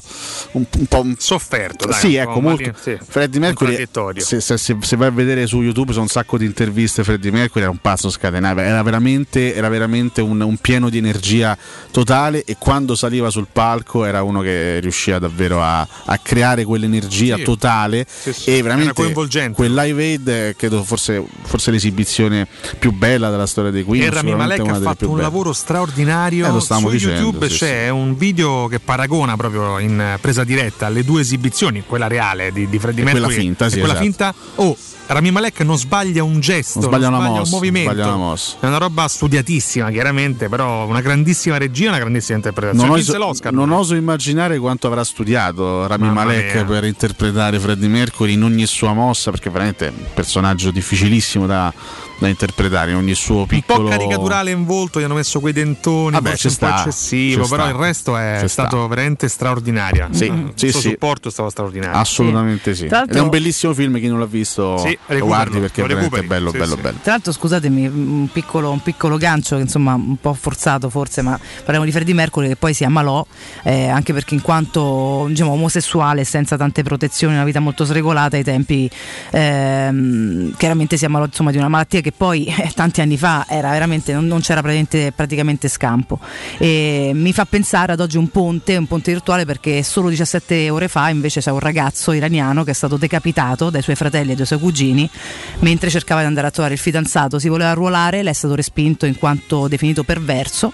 sofferto. Dai, sì, ecco, molto. Freddie Mercury, se vai a vedere su YouTube, sono un sacco di interviste. Freddie Mercury era un pazzo scatenato, era veramente un pieno di energia totale, e quando saliva sul palco era uno che riusciva davvero a creare quell'energia totale, e veramente era coinvolgente. Quel Live Aid, credo forse l'esibizione più bella della storia dei Queen. E Rami Malek ha fatto un lavoro straordinario. Su YouTube c'è un video che paragona proprio in presa diretta le due esibizioni, quella reale di Freddie Mercury quella finta, e quella finta. Rami Malek non sbaglia un gesto, non sbaglia un movimento. È una roba studiatissima, chiaramente, però una grandissima regia, una grandissima interpretazione. Non oso immaginare quanto avrà studiato Rami Malek per interpretare Freddie Mercury in ogni sua mossa, perché veramente è un personaggio difficilissimo da interpretare in ogni suo piccolo. Un po' caricaturale in volto, gli hanno messo quei dentoni, forse un po' eccessivo, però il resto è stato veramente straordinario. Il suo supporto è stato straordinario. Assolutamente sì. Ed è un bellissimo film, chi non l'ha visto lo guardi, perché è veramente bello. Tra l'altro, scusatemi, un piccolo gancio, insomma un po' forzato forse, ma parliamo di Freddie Mercury, che poi si ammalò, anche perché in quanto, diciamo, omosessuale, senza tante protezioni, una vita molto sregolata ai tempi, chiaramente si ammalò, insomma, di una malattia che poi tanti anni fa era veramente non c'era praticamente scampo, e mi fa pensare ad oggi un ponte virtuale, perché solo 17 ore fa invece c'è un ragazzo iraniano che è stato decapitato dai suoi fratelli e dai suoi cugini mentre cercava di andare a trovare il fidanzato. Si voleva arruolare, l'è stato respinto in quanto definito perverso,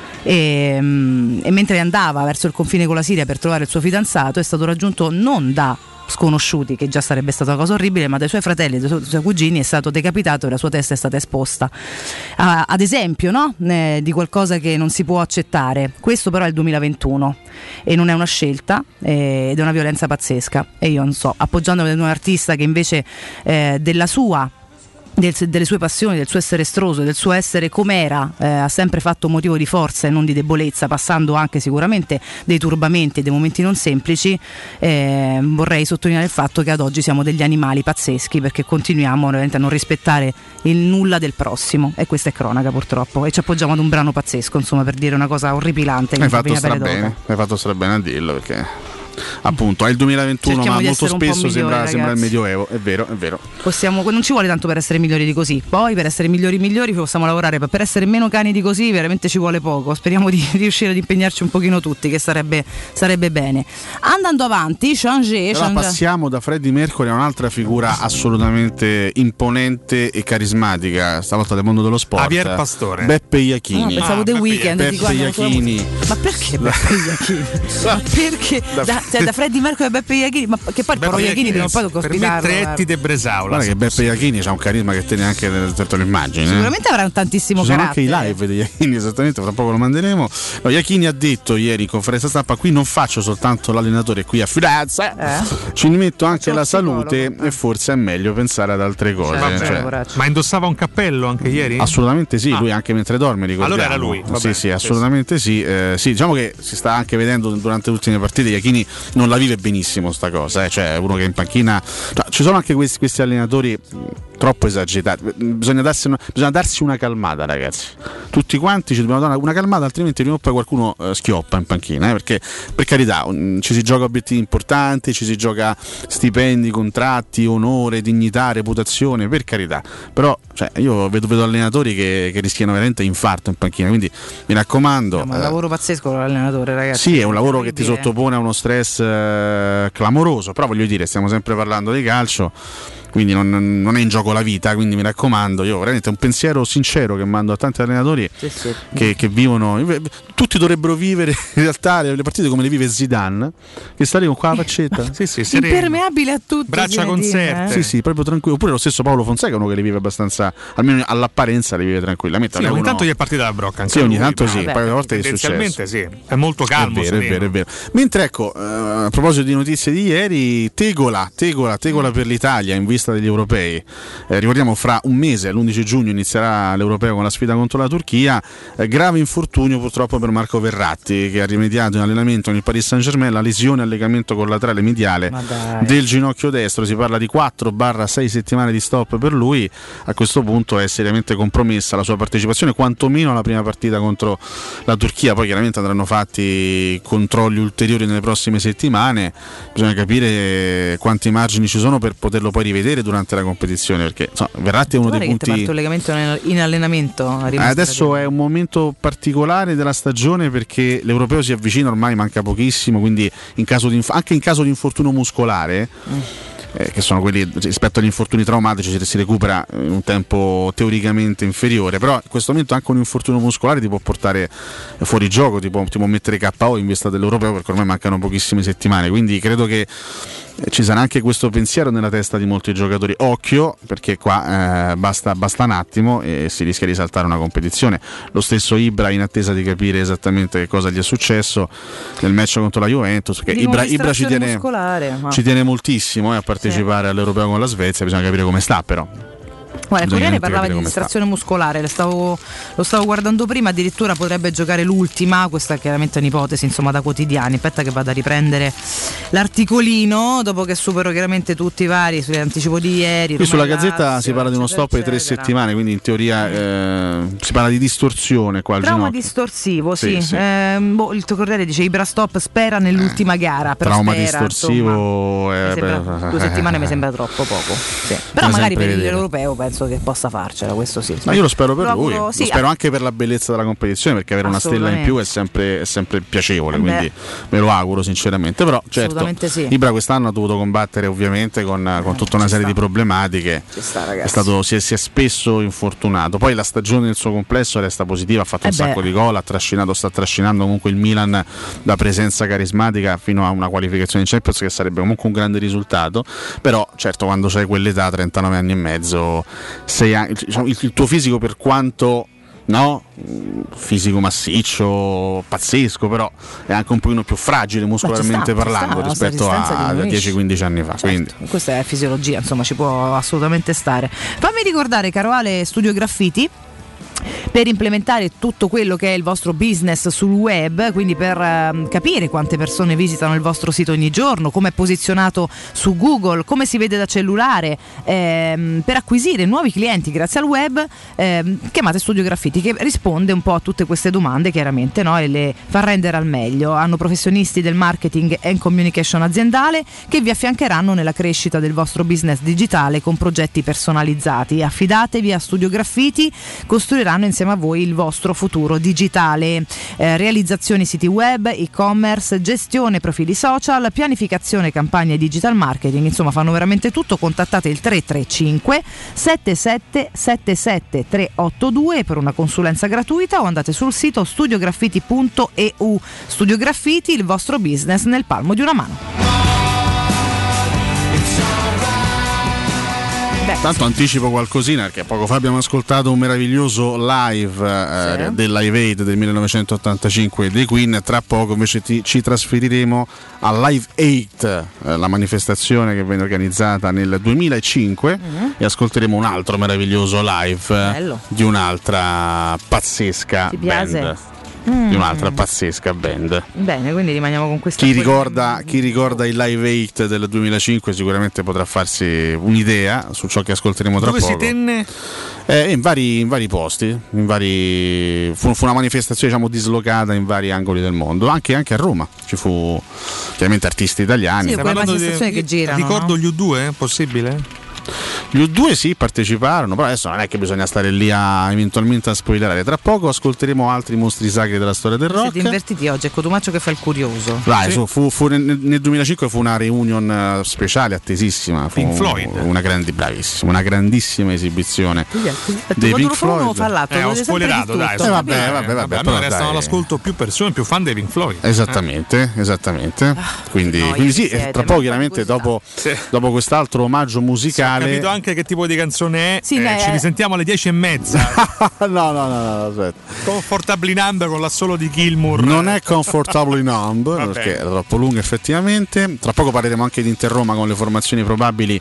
e mentre andava verso il confine con la Siria per trovare il suo fidanzato è stato raggiunto non da sconosciuti, che già sarebbe stata una cosa orribile, ma dai suoi fratelli e dai suoi cugini. È stato decapitato e la sua testa è stata esposta, ad esempio, no? Di qualcosa che non si può accettare. Questo però è il 2021 e non è una scelta, ed è una violenza pazzesca, e io non so, appoggiandomi ad un artista che invece delle sue passioni, del suo essere estroso, del suo essere com'era, ha sempre fatto motivo di forza e non di debolezza, passando anche sicuramente dei turbamenti e dei momenti non semplici. Vorrei sottolineare il fatto che ad oggi siamo degli animali pazzeschi, perché continuiamo veramente a non rispettare il nulla del prossimo, e questa è cronaca, purtroppo, e ci appoggiamo ad un brano pazzesco, insomma, per dire una cosa orripilante. Hai fatto strabene a dirlo, perché appunto è il 2021, cerchiamo, ma molto spesso sembra il Medioevo. È vero. Non ci vuole tanto per essere migliori di così. Poi per essere migliori possiamo lavorare, per essere meno cani di così veramente ci vuole poco. Speriamo di riuscire ad impegnarci un pochino tutti, che sarebbe bene. Andando avanti, passiamo da Freddie Mercury a un'altra figura assolutamente imponente e carismatica, stavolta del mondo dello sport, Javier Pastore. Beppe Iachini. Pensavo The Weeknd. Beppe Iachini. Ma perché Beppe Iachini? Ma perché da Freddie Mercury a Beppe Iachini? Ma che poi Beppe Iachini prima o poi tocca ospitarlo. Per me Tretti de Bresaula. Guarda che Beppe Iachini c'ha un carisma che te neanche te lo immagini. Sicuramente avrà un tantissimo carattere. Ci sono anche i live di Iachini, esattamente, fra poco lo manderemo. Iachini ha detto ieri in conferenza stampa: qui non faccio soltanto l'allenatore qui a Firenze, ci metto anche la salute, e forse è meglio pensare ad altre cose. Ma indossava un cappello anche ieri? Assolutamente sì, lui anche mentre dorme, ricordiamo. Allora era lui. Sì, assolutamente sì. Sì, diciamo che si sta anche vedendo durante le ultime partite, Iachini non la vive benissimo sta cosa, cioè uno che in panchina, ci sono anche questi allenatori troppo esagerato. Bisogna darsi una calmata, ragazzi. Tutti quanti ci dobbiamo dare una calmata, altrimenti prima o poi qualcuno schioppa in panchina, perché per carità ci si gioca obiettivi importanti, ci si gioca stipendi, contratti, onore, dignità, reputazione, per carità. Però io vedo allenatori che rischiano veramente infarto in panchina, quindi mi raccomando. È un lavoro pazzesco l'allenatore, ragazzi. Sì, è un lavoro che ti sottopone a uno stress clamoroso, però voglio dire, stiamo sempre parlando di calcio, quindi non è in gioco la vita, quindi mi raccomando, io veramente un pensiero sincero che mando a tanti allenatori che vivono, tutti dovrebbero vivere in realtà le partite come le vive Zidane, che sta lì con qua la faccetta, impermeabile a tutto, braccia conserte, sì, proprio tranquillo. Oppure lo stesso Paolo Fonseca, uno che le vive abbastanza, almeno all'apparenza le vive tranquillamente. Sì, ogni tanto gli è partita la brocca anche sì, ogni tanto lui, poi a volte è successo. Sì, è molto calmo, è vero. Mentre ecco, a proposito di notizie di ieri, Tegola per l'Italia in vista degli europei. Ricordiamo, fra un mese, l'11 giugno, inizierà l'europeo con la sfida contro la Turchia. Grave infortunio purtroppo per Marco Verratti, che ha rimediato in allenamento nel Paris Saint-Germain la lesione al legamento collaterale mediale del ginocchio destro. Si parla di 4-6 settimane di stop per lui. A questo punto è seriamente compromessa la sua partecipazione, quantomeno alla prima partita contro la Turchia. Poi chiaramente andranno fatti controlli ulteriori nelle prossime settimane, bisogna capire quanti margini ci sono per poterlo poi rivedere durante la competizione, perché Verratti è uno dei punti. Il legamento in allenamento adesso è un momento particolare della stagione, perché l'europeo si avvicina, ormai manca pochissimo, quindi anche in caso di infortunio muscolare, che sono quelli rispetto agli infortuni traumatici, si recupera in un tempo teoricamente inferiore, però in questo momento anche un infortunio muscolare ti può portare fuori gioco, ti può mettere KO in vista dell'europeo, perché ormai mancano pochissime settimane, quindi credo che ci sarà anche questo pensiero nella testa di molti giocatori. Occhio, perché qua basta un attimo e si rischia di saltare una competizione. Lo stesso Ibra in attesa di capire esattamente che cosa gli è successo nel match contro la Juventus, perché Ibra ci tiene moltissimo a partecipare all'europeo con la Svezia, bisogna capire come sta però. Guarda, il Corriere parlava di distrazione muscolare, lo stavo guardando prima, addirittura potrebbe giocare l'ultima, questa è chiaramente un'ipotesi, insomma, da quotidiani. Aspetta che vado a riprendere l'articolino dopo che supero chiaramente tutti i vari sull'anticipo di ieri. Qui sulla Gazzetta si parla di uno stop di 3 settimane, quindi in teoria si parla di distorsione qua al trauma ginocchio. Distorsivo, sì. Il tuo Corriere dice Ibra stop spera nell'ultima gara, però trauma distorsivo, 2 settimane mi sembra troppo poco, sì. Però magari per l'europeo penso che possa farcela, questo sì. Ma io lo spero per lui, lo spero anche per la bellezza della competizione, perché avere una stella in più è sempre piacevole, quindi me lo auguro sinceramente. Però certo, Ibra quest'anno ha dovuto combattere ovviamente con tutta una serie di problematiche, si è spesso infortunato, poi la stagione nel suo complesso resta positiva, ha fatto un sacco di gol, sta trascinando comunque il Milan da presenza carismatica fino a una qualificazione in Champions, che sarebbe comunque un grande risultato. Però certo, quando c'hai quell'età, 39 anni e mezzo, il tuo fisico, per quanto fisico massiccio, pazzesco, però è anche un pochino più fragile muscolarmente parlando rispetto a 10-15 anni fa. Certo, questa è fisiologia, insomma, ci può assolutamente stare. Fammi ricordare, caro Ale, Studio Graffiti, per implementare tutto quello che è il vostro business sul web, quindi per capire quante persone visitano il vostro sito ogni giorno, come è posizionato su Google, come si vede da cellulare, per acquisire nuovi clienti grazie al web, chiamate Studio Graffiti, che risponde un po' a tutte queste domande chiaramente, e le fa rendere al meglio. Hanno professionisti del marketing and communication aziendale che vi affiancheranno nella crescita del vostro business digitale con progetti personalizzati. Affidatevi a Studio Graffiti, costruiranno insieme a voi il vostro futuro digitale. Realizzazioni siti web, e-commerce, gestione profili social, pianificazione campagne digital marketing, insomma fanno veramente tutto. Contattate il 335 7777 382 per una consulenza gratuita, o andate sul sito studiograffiti.eu. Studio Graffiti, il vostro business nel palmo di una mano. Tanto anticipo qualcosina, perché poco fa abbiamo ascoltato un meraviglioso live del Live Aid del 1985 dei Queen. Tra poco invece ci trasferiremo a Live 8, la manifestazione che venne organizzata nel 2005, e ascolteremo un altro meraviglioso live di un'altra pazzesca band. di un'altra pazzesca band. Bene, quindi rimaniamo con questa. Chi ricorda il Live 8 del 2005 sicuramente potrà farsi un'idea su ciò che ascolteremo tra poco. Dove si tenne? In vari posti, fu una manifestazione, diciamo, dislocata in vari angoli del mondo, anche a Roma ci fu chiaramente artisti italiani. Sì, quelle manifestazioni che girano. Ricordo no? gli U2, possibile? Gli U2 sì, parteciparono, però adesso non è che bisogna stare lì eventualmente a spoilerare. Tra poco ascolteremo altri mostri sacri della storia del rock. Siete invertiti oggi, è Cotumaccio che fa il curioso. Dai, sì. Nel 2005 fu una reunion speciale, attesissima. Pink Floyd. Una grandissima esibizione dei Pink Floyd. Fa l'altro, ho spoilerato, dai. Vabbè. Allora restano all'ascolto più persone, più fan dei Pink Floyd. Esattamente. Quindi sì, tra poco chiaramente dopo quest'altro omaggio musicale. Ho capito anche che tipo di canzone è. Sì, ci risentiamo alle 10:30. No, aspetta. Comfortably Numb con l'assolo di Gilmour. Non è Comfortably Numb perché era troppo lunga effettivamente. Tra poco parleremo anche di Inter Roma con le formazioni probabili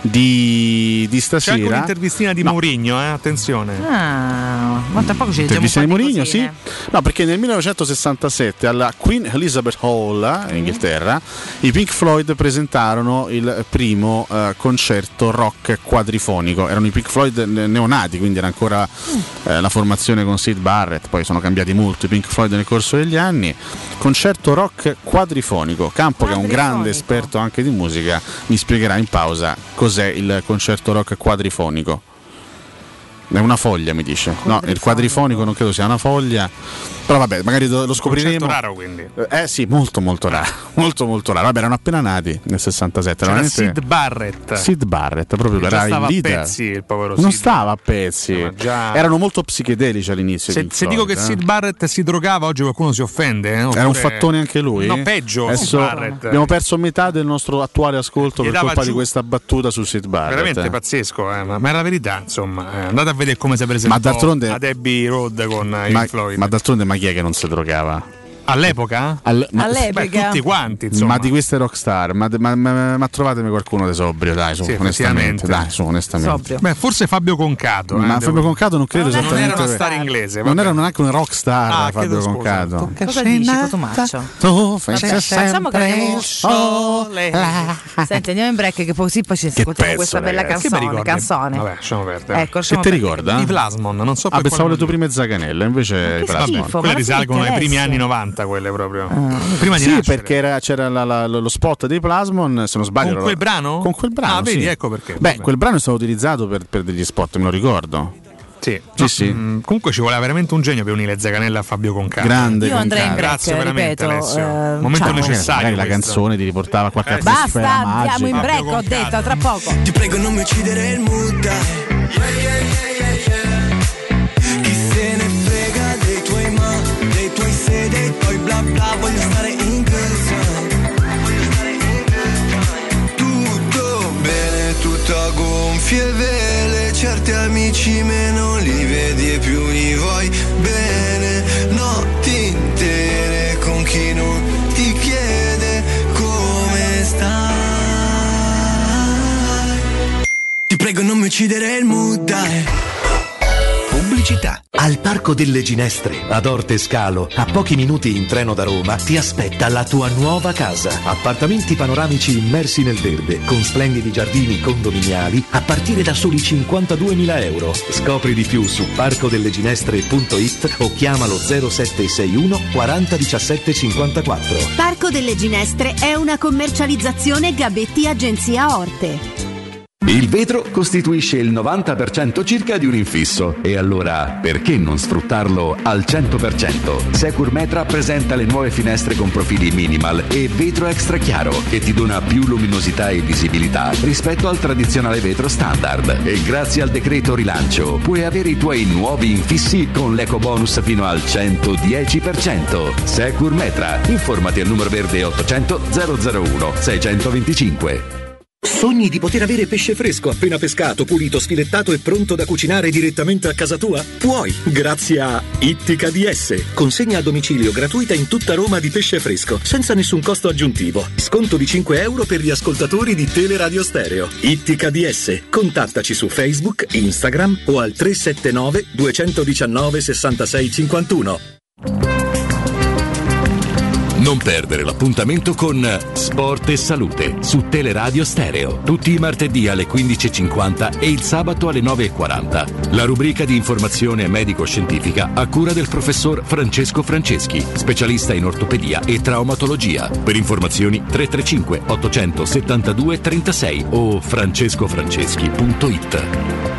di stasera. C'è anche un'intervistina di Mourinho, attenzione. Ma tra poco ci intervistina di Mourinho, sì. No, perché nel 1967 alla Queen Elizabeth Hall in Inghilterra i Pink Floyd presentarono il primo concerto rock quadrifonico. Erano i Pink Floyd neonati, quindi era ancora la formazione con Syd Barrett, poi sono cambiati molto i Pink Floyd nel corso degli anni. Concerto rock quadrifonico. Campo, che è un grande esperto anche di musica, mi spiegherà in pausa cos'è il concerto rock quadrifonico. È una foglia, mi dice. No, il quadrifonico non credo sia una foglia. Però vabbè, magari lo scopriremo. Molto raro, quindi. Sì, molto raro. Molto raro. Vabbè, erano appena nati nel 67. C'era Syd Barrett, proprio era il stava leader. A pezzi, il povero non Sid. stava a pezzi. Erano molto psichedelici all'inizio. Se dico che Syd Barrett si drogava, oggi qualcuno si offende. Era un fattone anche lui. No, peggio. Adesso abbiamo perso metà del nostro attuale ascolto per colpa di questa battuta su Syd Barrett. Veramente pazzesco, ma è la verità, insomma. Andate a vedere come si presentò ad Abbey Road con i Floyd. Ma d'altronde ma chi è che non si drogava? All'epoca? All'epoca. Tutti quanti, insomma. Ma di queste rockstar, ma trovatemi qualcuno di sobrio, dai, onestamente. Sobrio. Beh, forse Fabio Concato. Ma Fabio Concato non credo esattamente. Non era una star inglese. Non era neanche una rockstar, Fabio Concato. Cosa dici, Cotumaccio? Facciamo che andiamo. Senti, andiamo in break che poi ci ascoltiamo questa bella canzone. Vabbè, lasciamo perdere. Ecco, che ti ricorda? I Plasmon, non so per pensavo le tue prime Zaganelle, invece i Plasmon. Quelle risalgono ai primi anni 90, quelle proprio. Prima di sì, nascere. perché c'era lo spot dei Plasmon, se non sbaglio. Con quel brano? Con quel brano. Vedi, sì. ecco perché. Beh, quel brano è stato utilizzato per degli spot, me lo ricordo. Sì. Comunque ci voleva veramente un genio per unire Zaganella a Fabio Concato. Grande. Io andrei in break, grazie veramente, ripeto, Alessio. Momento necessario. Magari la canzone ti riportava qualche atmosfera magica. Basta, andiamo in break, ho detto, tra poco. Ti prego non mi uccidere il mood. Chi se ne frega dei tuoi ma, dei tuoi se, dei tuoi bla bla, voglio stare in tutto bene, tutto a gonfie vele, certi amici meno li vedi e più li vuoi bene, notti intere con chi non ti chiede come stai. Ti prego non mi uccidere il mood, dai. Pubblicità. Al Parco delle Ginestre, ad Orte Scalo, a pochi minuti in treno da Roma, ti aspetta la tua nuova casa. Appartamenti panoramici immersi nel verde, con splendidi giardini condominiali, a partire da soli 52.000 euro. Scopri di più su parcodelleginestre.it o chiamalo 0761 40 17 54. Parco delle Ginestre è una commercializzazione Gabetti Agenzia Orte. Il vetro costituisce il 90% circa di un infisso e allora perché non sfruttarlo al 100%? Securmetra presenta le nuove finestre con profili minimal e vetro extra chiaro che ti dona più luminosità e visibilità rispetto al tradizionale vetro standard e grazie al decreto rilancio puoi avere i tuoi nuovi infissi con l'eco bonus fino al 110%. Securmetra, informati al numero verde 800 001 625. Sogni di poter avere pesce fresco appena pescato, pulito, sfilettato e pronto da cucinare direttamente a casa tua? Puoi, grazie a Ittica DS. Consegna a domicilio gratuita in tutta Roma di pesce fresco, senza nessun costo aggiuntivo. Sconto di 5 euro per gli ascoltatori di Teleradio Stereo. Ittica DS. Contattaci su Facebook, Instagram o al 379 219 66 51. Non perdere l'appuntamento con Sport e Salute su Teleradio Stereo, tutti i martedì alle 15.50 e il sabato alle 9.40. La rubrica di informazione medico-scientifica a cura del professor Francesco Franceschi, specialista in ortopedia e traumatologia. Per informazioni 335 872 36 o francescofranceschi.it.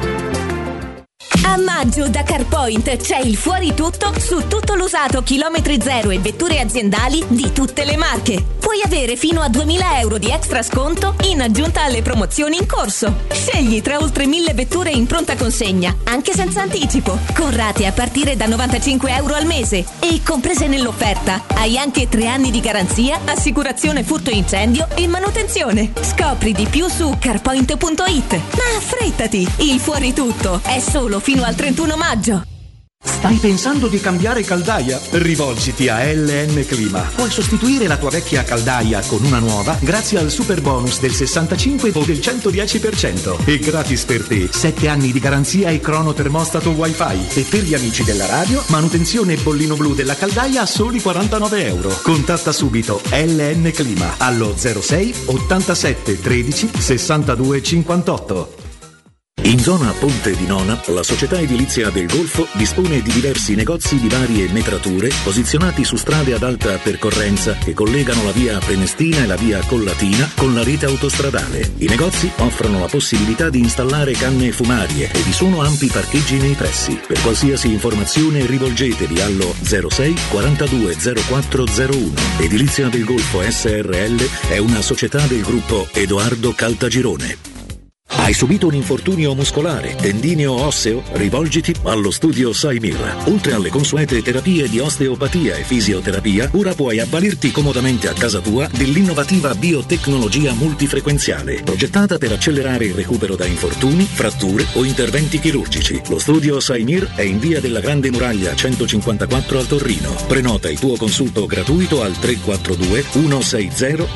A maggio da CarPoint c'è il fuori tutto su tutto l'usato chilometri zero e vetture aziendali di tutte le marche. Puoi avere fino a 2.000 euro di extra sconto in aggiunta alle promozioni in corso. Scegli tra oltre 1.000 vetture in pronta consegna, anche senza anticipo, con rate a partire da 95 euro al mese e comprese nell'offerta. Hai anche 3 anni di garanzia, assicurazione furto incendio e manutenzione. Scopri di più su carpoint.it. Ma affrettati, il fuori tutto è solo fino al 31 maggio. Stai pensando di cambiare caldaia? Rivolgiti a LN Clima. Puoi sostituire la tua vecchia caldaia con una nuova grazie al super bonus del 65 o del 110% e gratis per te 7 anni di garanzia e cronotermostato wifi. E per gli amici della radio, manutenzione e bollino blu della caldaia a soli 49 euro. Contatta subito LN Clima allo 06 87 13 62 58. In zona Ponte di Nona, la società edilizia del Golfo dispone di diversi negozi di varie metrature posizionati su strade ad alta percorrenza che collegano la via Prenestina e la via Collatina con la rete autostradale. I negozi offrono la possibilità di installare canne fumarie e vi sono ampi parcheggi nei pressi. Per qualsiasi informazione rivolgetevi allo 06 42 0401. Edilizia del Golfo SRL è una società del gruppo Edoardo Caltagirone. Hai subito un infortunio muscolare, tendineo o osseo? Rivolgiti allo studio Saimir. Oltre alle consuete terapie di osteopatia e fisioterapia, ora puoi avvalerti comodamente a casa tua dell'innovativa biotecnologia multifrequenziale, progettata per accelerare il recupero da infortuni, fratture o interventi chirurgici. Lo studio Saimir è in via della Grande Muraglia 154 al Torrino. Prenota il tuo consulto gratuito al 342 160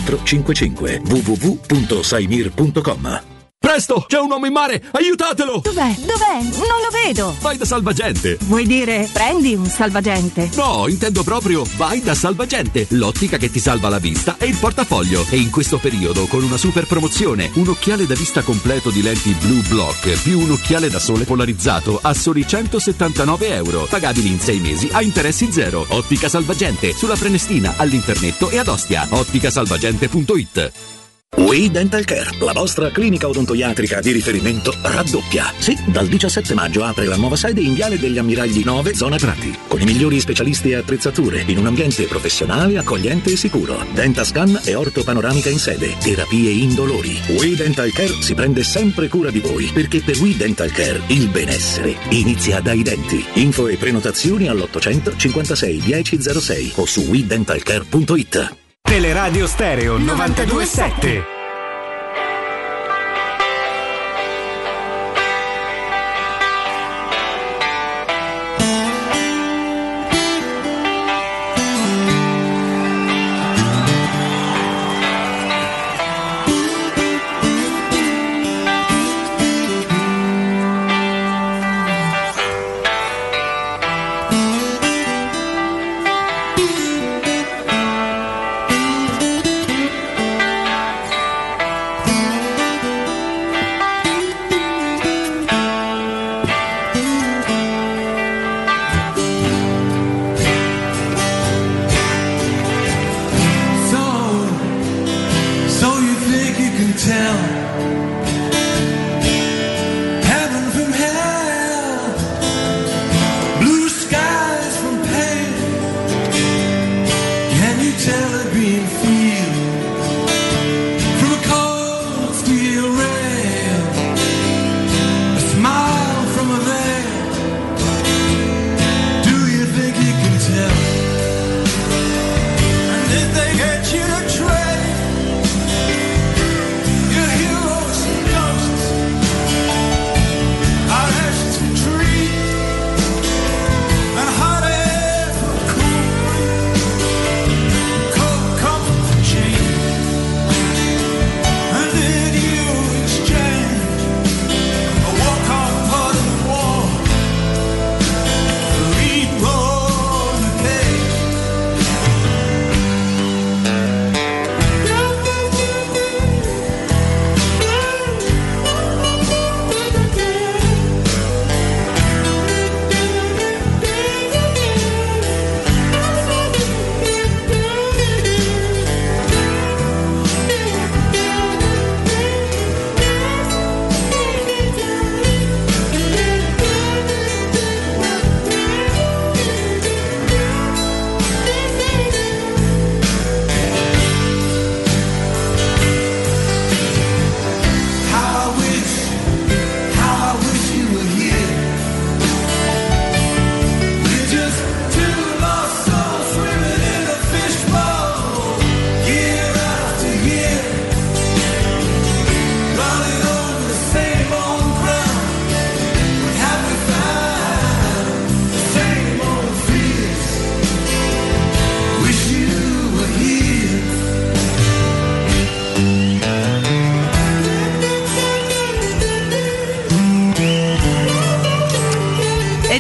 0455 www.saimir.com. Presto, c'è un uomo in mare, aiutatelo! Dov'è? Non lo vedo! Vai da Salvagente! Vuoi dire prendi un salvagente? No, intendo proprio vai da Salvagente, l'ottica che ti salva la vista e il portafoglio. E in questo periodo con una super promozione, un occhiale da vista completo di lenti Blue Block più un occhiale da sole polarizzato a soli 179 euro, pagabili in 6 mesi a interessi zero. Ottica Salvagente, sulla Prenestina, all'Internetto e ad Ostia. otticasalvagente.it. We Dental Care, la vostra clinica odontoiatrica di riferimento, raddoppia. Sì, dal 17 maggio apre la nuova sede in Viale degli Ammiragli 9, zona Prati, con i migliori specialisti e attrezzature, in un ambiente professionale, accogliente e sicuro. Dentascan e ortopanoramica in sede, terapie indolori. We Dental Care si prende sempre cura di voi, perché per We Dental Care il benessere inizia dai denti. Info e prenotazioni all'800 56 1006 o su wedentalcare.it. Teleradio Stereo 92.7.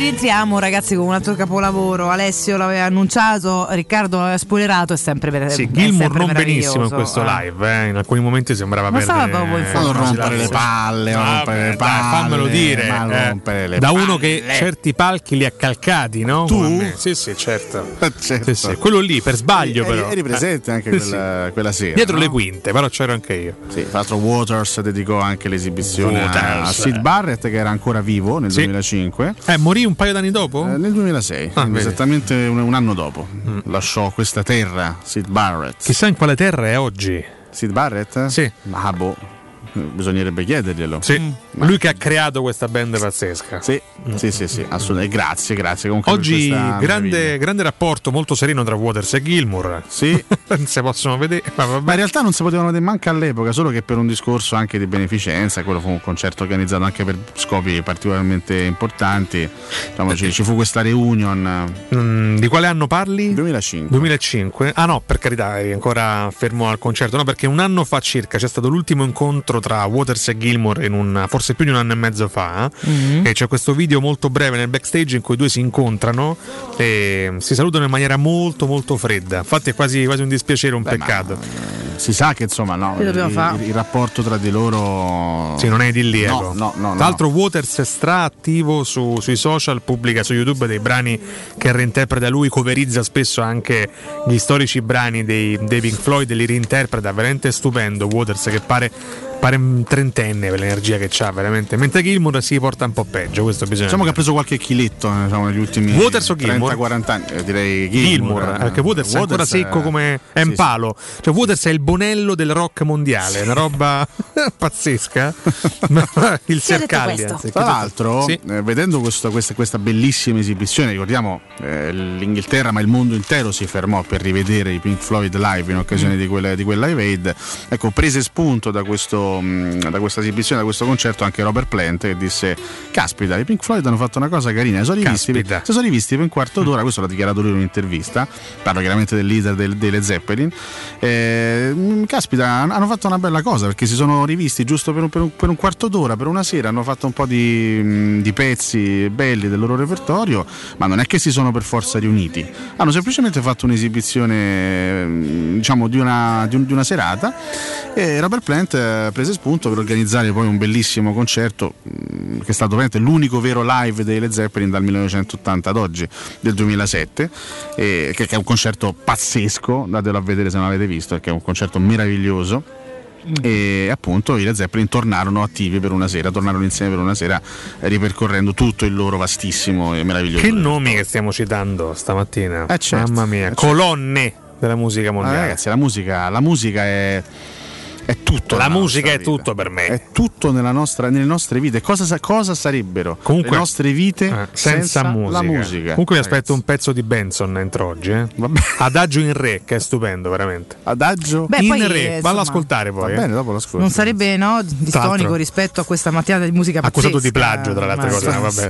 rientriamo ragazzi con un altro capolavoro. Alessio l'aveva annunciato, Riccardo l'aveva spoilerato, è sempre per sì, Gilmour non benissimo in questo live, in alcuni momenti sembrava non rompere le palle, fammelo dire, da uno che certi palchi li ha calcati, no? Tu? Sì, certo. Sì. Quello lì per sbaglio però. Eri presente anche quella sera. Dietro le quinte, però c'ero anche io. Sì, tra l'altro Waters dedicò anche l'esibizione a Sid Barrett, che era ancora vivo nel 2005. Morì un paio d'anni dopo? Nel 2006, esattamente un anno dopo. Lasciò questa terra Sid Barrett. Chissà in quale terra è oggi. Sid Barrett? Sì. Ma bisognerebbe chiederglielo. Sì. Lui che ha creato questa band pazzesca. Sì, assolutamente. Grazie. Comunque oggi grande rapporto molto sereno tra Waters e Gilmour. Sì. Non si possono vedere. Ma in realtà non si potevano vedere manco all'epoca, solo che per un discorso anche di beneficenza, quello fu un concerto organizzato anche per scopi particolarmente importanti. Diciamo, ci fu questa reunion. Di quale anno parli? 2005. Ah no, per carità, eri ancora fermo al concerto. No, perché un anno fa circa c'è stato l'ultimo incontro tra Waters e Gilmour forse più di un anno e mezzo fa, e c'è questo video molto breve nel backstage in cui i due si incontrano e si salutano in maniera molto molto fredda. Infatti è quasi un dispiacere, un peccato. Si sa che insomma il rapporto tra di loro non è idilliaco. No. Tra l'altro Waters è attivo sui social, pubblica su YouTube dei brani che reinterpreta lui, coverizza spesso anche gli storici brani dei Pink Floyd e li reinterpreta, veramente stupendo Waters, che pare un trentenne per l'energia che c'ha veramente, mentre Gilmour si porta un po' peggio, questo bisogna diciamo che ha preso qualche chiletto negli ultimi Waters o Gilmour? 30-40 anni, direi Gilmour, perché Waters è ancora secco come è un palo, cioè Waters è il bonello del rock mondiale, una roba pazzesca. Il Sercaglia. Tra l'altro vedendo questa bellissima esibizione, ricordiamo l'Inghilterra ma il mondo intero si fermò per rivedere i Pink Floyd live in occasione di quel Live Aid. Ecco, prese spunto da questa esibizione, da questo concerto anche Robert Plant, che disse: caspita, i Pink Floyd hanno fatto una cosa carina, si sono rivisti per un quarto d'ora. Questo l'ha dichiarato lui in un'intervista, parlo chiaramente del leader delle Zeppelin. Caspita, hanno fatto una bella cosa, perché si sono rivisti giusto per un quarto d'ora, per una sera, hanno fatto un po' di pezzi belli del loro repertorio, ma non è che si sono per forza riuniti, hanno semplicemente fatto un'esibizione diciamo di una serata, e Robert Plant prese spunto per organizzare poi un bellissimo concerto che è stato veramente l'unico vero live dei Led Zeppelin dal 1980 ad oggi, del 2007, che è un concerto pazzesco, datelo a vedere se non l'avete visto, perché è un concerto meraviglioso. E appunto i Led Zeppelin tornarono attivi per una sera, tornarono insieme per una sera, ripercorrendo tutto il loro vastissimo e meraviglioso. Che nomi che stiamo citando stamattina, certo, mamma mia, colonne della musica mondiale. Ragazzi, la musica è tutto. La musica è tutto per me. È tutto nelle nostre vite. Cosa sarebbero comunque le nostre vite senza musica. La musica? Comunque mi aspetto un pezzo di Benson entro oggi. Adagio in re, che è stupendo, veramente. Adagio in re, vallo ad ascoltare poi. Va bene, dopo l'ascolto. Non sarebbe distonico rispetto a questa mattinata di musica pazzesca. Accusato di plagio, tra le altre cose. Vabbè,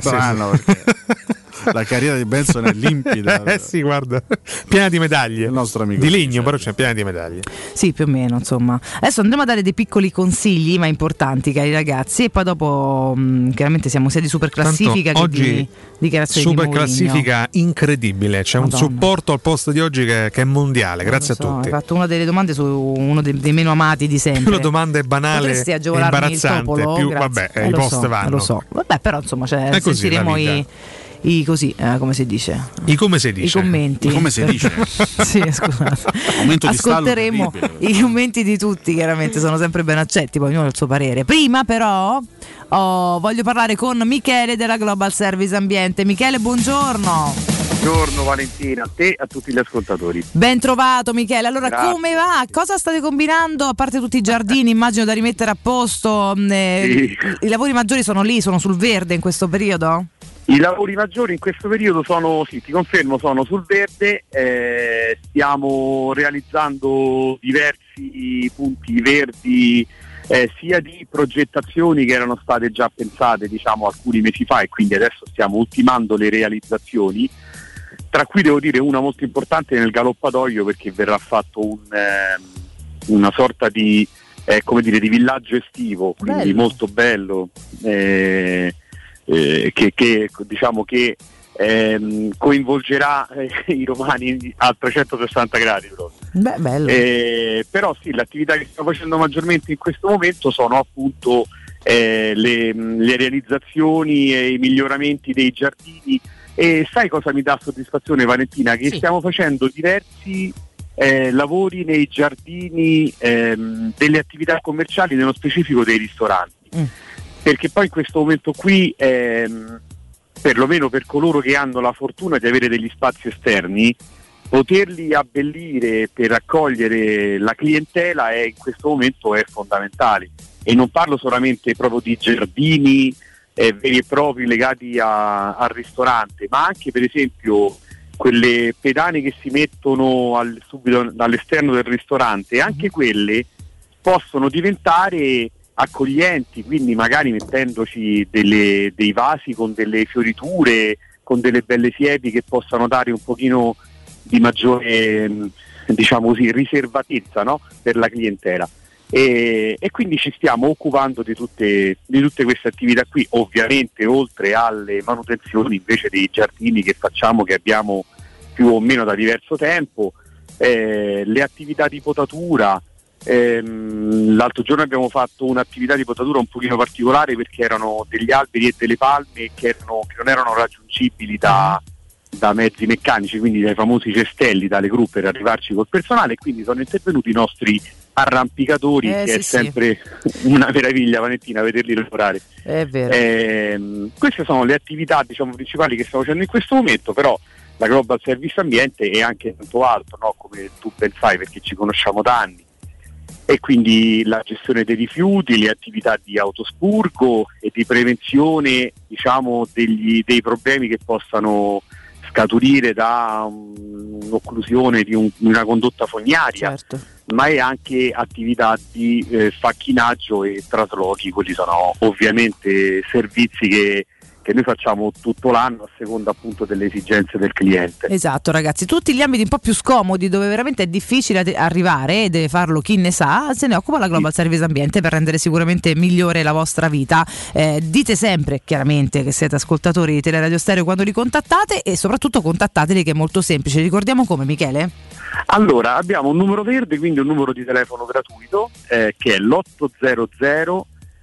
la carriera di Benson è limpida. Sì, guarda, piena di medaglie. Il nostro amico di legno, però c'è piena di medaglie. Sì, più o meno, insomma. Adesso andremo a dare dei piccoli consigli, ma importanti, cari ragazzi, e poi dopo chiaramente siamo sia di super classifica che di dichiarazioni super di Mourinho. Classifica incredibile, c'è un supporto al posto di oggi che è mondiale, grazie a tutti. Hai fatto una delle domande su uno dei meno amati di sempre. Una domanda è banale e imbarazzante, più vabbè, i post vanno. Lo so. Vabbè, però insomma, sentiremo come si dice? I commenti. Come si dice? Sì, scusate. Ascolteremo i commenti di tutti, chiaramente sono sempre ben accetti, poi ognuno ha il suo parere. Prima però voglio parlare con Michele della Global Service Ambiente. Michele, buongiorno. Buongiorno Valentina, a te e a tutti gli ascoltatori. Ben trovato Michele. Allora, grazie. Come va? Cosa state combinando? A parte tutti i giardini, immagino da rimettere a posto, sì. I lavori maggiori sono lì, sono sul verde in questo periodo? I lavori maggiori in questo periodo sono, sì, ti confermo, sono sul verde, stiamo realizzando diversi punti verdi, sia di progettazioni che erano state già pensate alcuni mesi fa, e quindi adesso stiamo ultimando le realizzazioni, tra cui devo dire una molto importante nel Galoppatoio, perché verrà fatto una sorta di villaggio estivo, quindi bello. Molto bello, che diciamo che coinvolgerà i romani a 360 gradi proprio. Beh, bello. Però sì, l'attività che stiamo facendo maggiormente in questo momento sono appunto le realizzazioni e i miglioramenti dei giardini. E sai cosa mi dà soddisfazione, Valentina? Che stiamo facendo diversi lavori nei giardini delle attività commerciali, nello specifico dei ristoranti, perché poi in questo momento qui perlomeno per coloro che hanno la fortuna di avere degli spazi esterni, poterli abbellire per accogliere la clientela in questo momento è fondamentale. E non parlo solamente proprio di giardini veri e propri legati al ristorante, ma anche per esempio quelle pedane che si mettono subito all'esterno del ristorante, anche quelle possono diventare accoglienti, quindi magari mettendoci dei vasi con delle fioriture, con delle belle siepi che possano dare un pochino di maggiore, diciamo così, riservatezza, no? Per la clientela. E quindi ci stiamo occupando di tutte queste attività qui, ovviamente oltre alle manutenzioni invece dei giardini che facciamo, che abbiamo più o meno da diverso tempo, le attività di potatura. L'altro giorno abbiamo fatto un'attività di potatura un pochino particolare, perché erano degli alberi e delle palme che non erano raggiungibili da mezzi meccanici, quindi dai famosi cestelli, dalle gru per arrivarci col personale, e quindi sono intervenuti i nostri arrampicatori, che è sempre una meraviglia, Valentina, vederli lavorare. È vero. Queste sono le attività, diciamo, principali che stiamo facendo in questo momento, però la Global Service Ambiente è anche tanto altro, no? Come tu ben sai, perché ci conosciamo da anni, e quindi la gestione dei rifiuti, le attività di autospurgo e di prevenzione, diciamo, dei problemi che possano scaturire da un'occlusione di una condotta fognaria, certo. Ma è anche attività di facchinaggio e traslochi. Quelli sono ovviamente servizi che noi facciamo tutto l'anno a seconda appunto delle esigenze del cliente. Esatto, ragazzi, tutti gli ambiti un po' più scomodi, dove veramente è difficile arrivare e deve farlo chi ne sa, se ne occupa la Global Service Ambiente per rendere sicuramente migliore la vostra vita. Dite sempre chiaramente che siete ascoltatori di Teleradio Stereo quando li contattate, e soprattutto contattateli, che è molto semplice. Ricordiamo come, Michele? Allora, abbiamo un numero verde, quindi un numero di telefono gratuito, che è l'800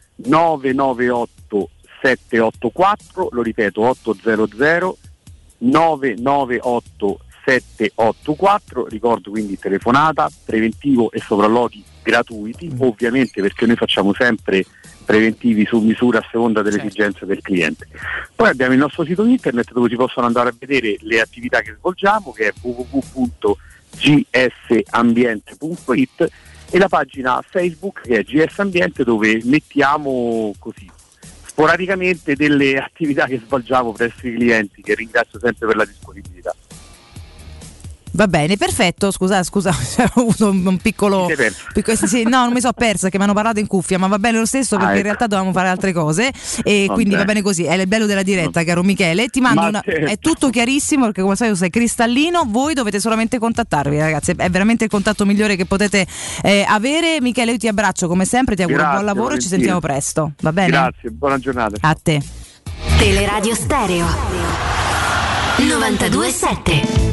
998 784, lo ripeto, 800 998 784, ricordo quindi telefonata, preventivo e sopralluoghi gratuiti, ovviamente, perché noi facciamo sempre preventivi su misura a seconda delle esigenze del cliente. Poi abbiamo il nostro sito internet dove si possono andare a vedere le attività che svolgiamo, che è www.gsambiente.it, e la pagina Facebook che è GS Ambiente, dove mettiamo così sporadicamente delle attività che svolgiamo presso i clienti, che ringrazio sempre per la disponibilità. Va bene, perfetto. Scusa, ho avuto un piccolo sì, no, non mi sono persa, che mi hanno parlato in cuffia, ma va bene lo stesso, perché in realtà dovevamo fare altre cose, e quindi va bene così. È il bello della diretta, caro Michele. Ti mando è tutto chiarissimo, perché come sai sei cristallino. Voi dovete solamente contattarvi, ragazzi, è veramente il contatto migliore che potete avere. Michele, io ti abbraccio come sempre, ti auguro un buon lavoro, ci sentiamo presto, va bene? Grazie, buona giornata a te. Teleradio Stereo 92.7.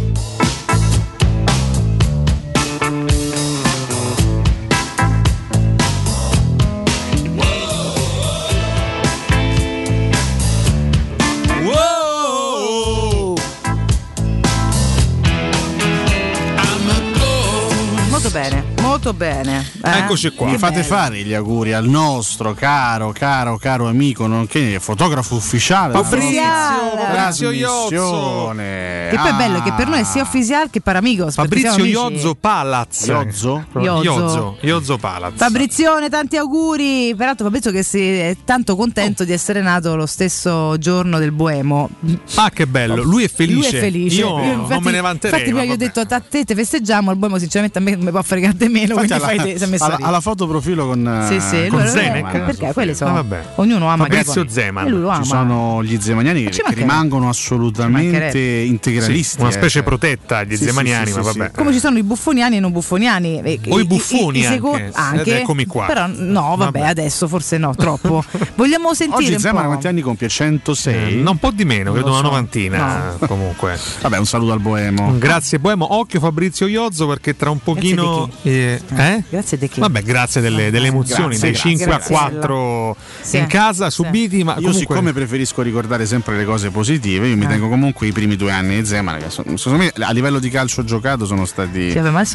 Molto bene. Eccoci qua. Mi fate fare gli auguri al nostro caro amico, nonché fotografo ufficiale Fabrizio Iozzo. Che poi è bello che per noi è sia ufficiale che per amigos. Fabrizio Iozzo Palaz. Iozzo Palaz. Fabrizione, tanti auguri. Peraltro Fabrizio che è tanto contento di essere nato lo stesso giorno del Boemo. Ah, che bello. Lui è felice. Io infatti, non me ne vanterei. Infatti prima gli ho detto a te festeggiamo, al Boemo sinceramente a me non mi può fregare di meno. alla foto profilo con Zeman. Perché quelli sono ognuno ama Fabrizio Zeman. Ci sono gli zemaniani che rimangono assolutamente integralisti. Una specie protetta gli zemaniani, ma vabbè. Come ci sono i buffoniani e i non buffoniani. O i buffoni anche. Eccomi qua. Però no, vabbè, adesso forse no, troppo. Vogliamo sentire oggi Zeman quanti anni compie? 106? Un po' di meno, credo una novantina. Comunque. Vabbè, un saluto al Boemo. Grazie Boemo, occhio Fabrizio Iozzo, perché tra un pochino grazie di chi? Vabbè, grazie delle emozioni, dei 5-4 in casa subiti, ma io siccome preferisco ricordare sempre le cose positive, io mi tengo comunque i primi 2 anni di Zeman, che secondo me a livello di calcio giocato sono stati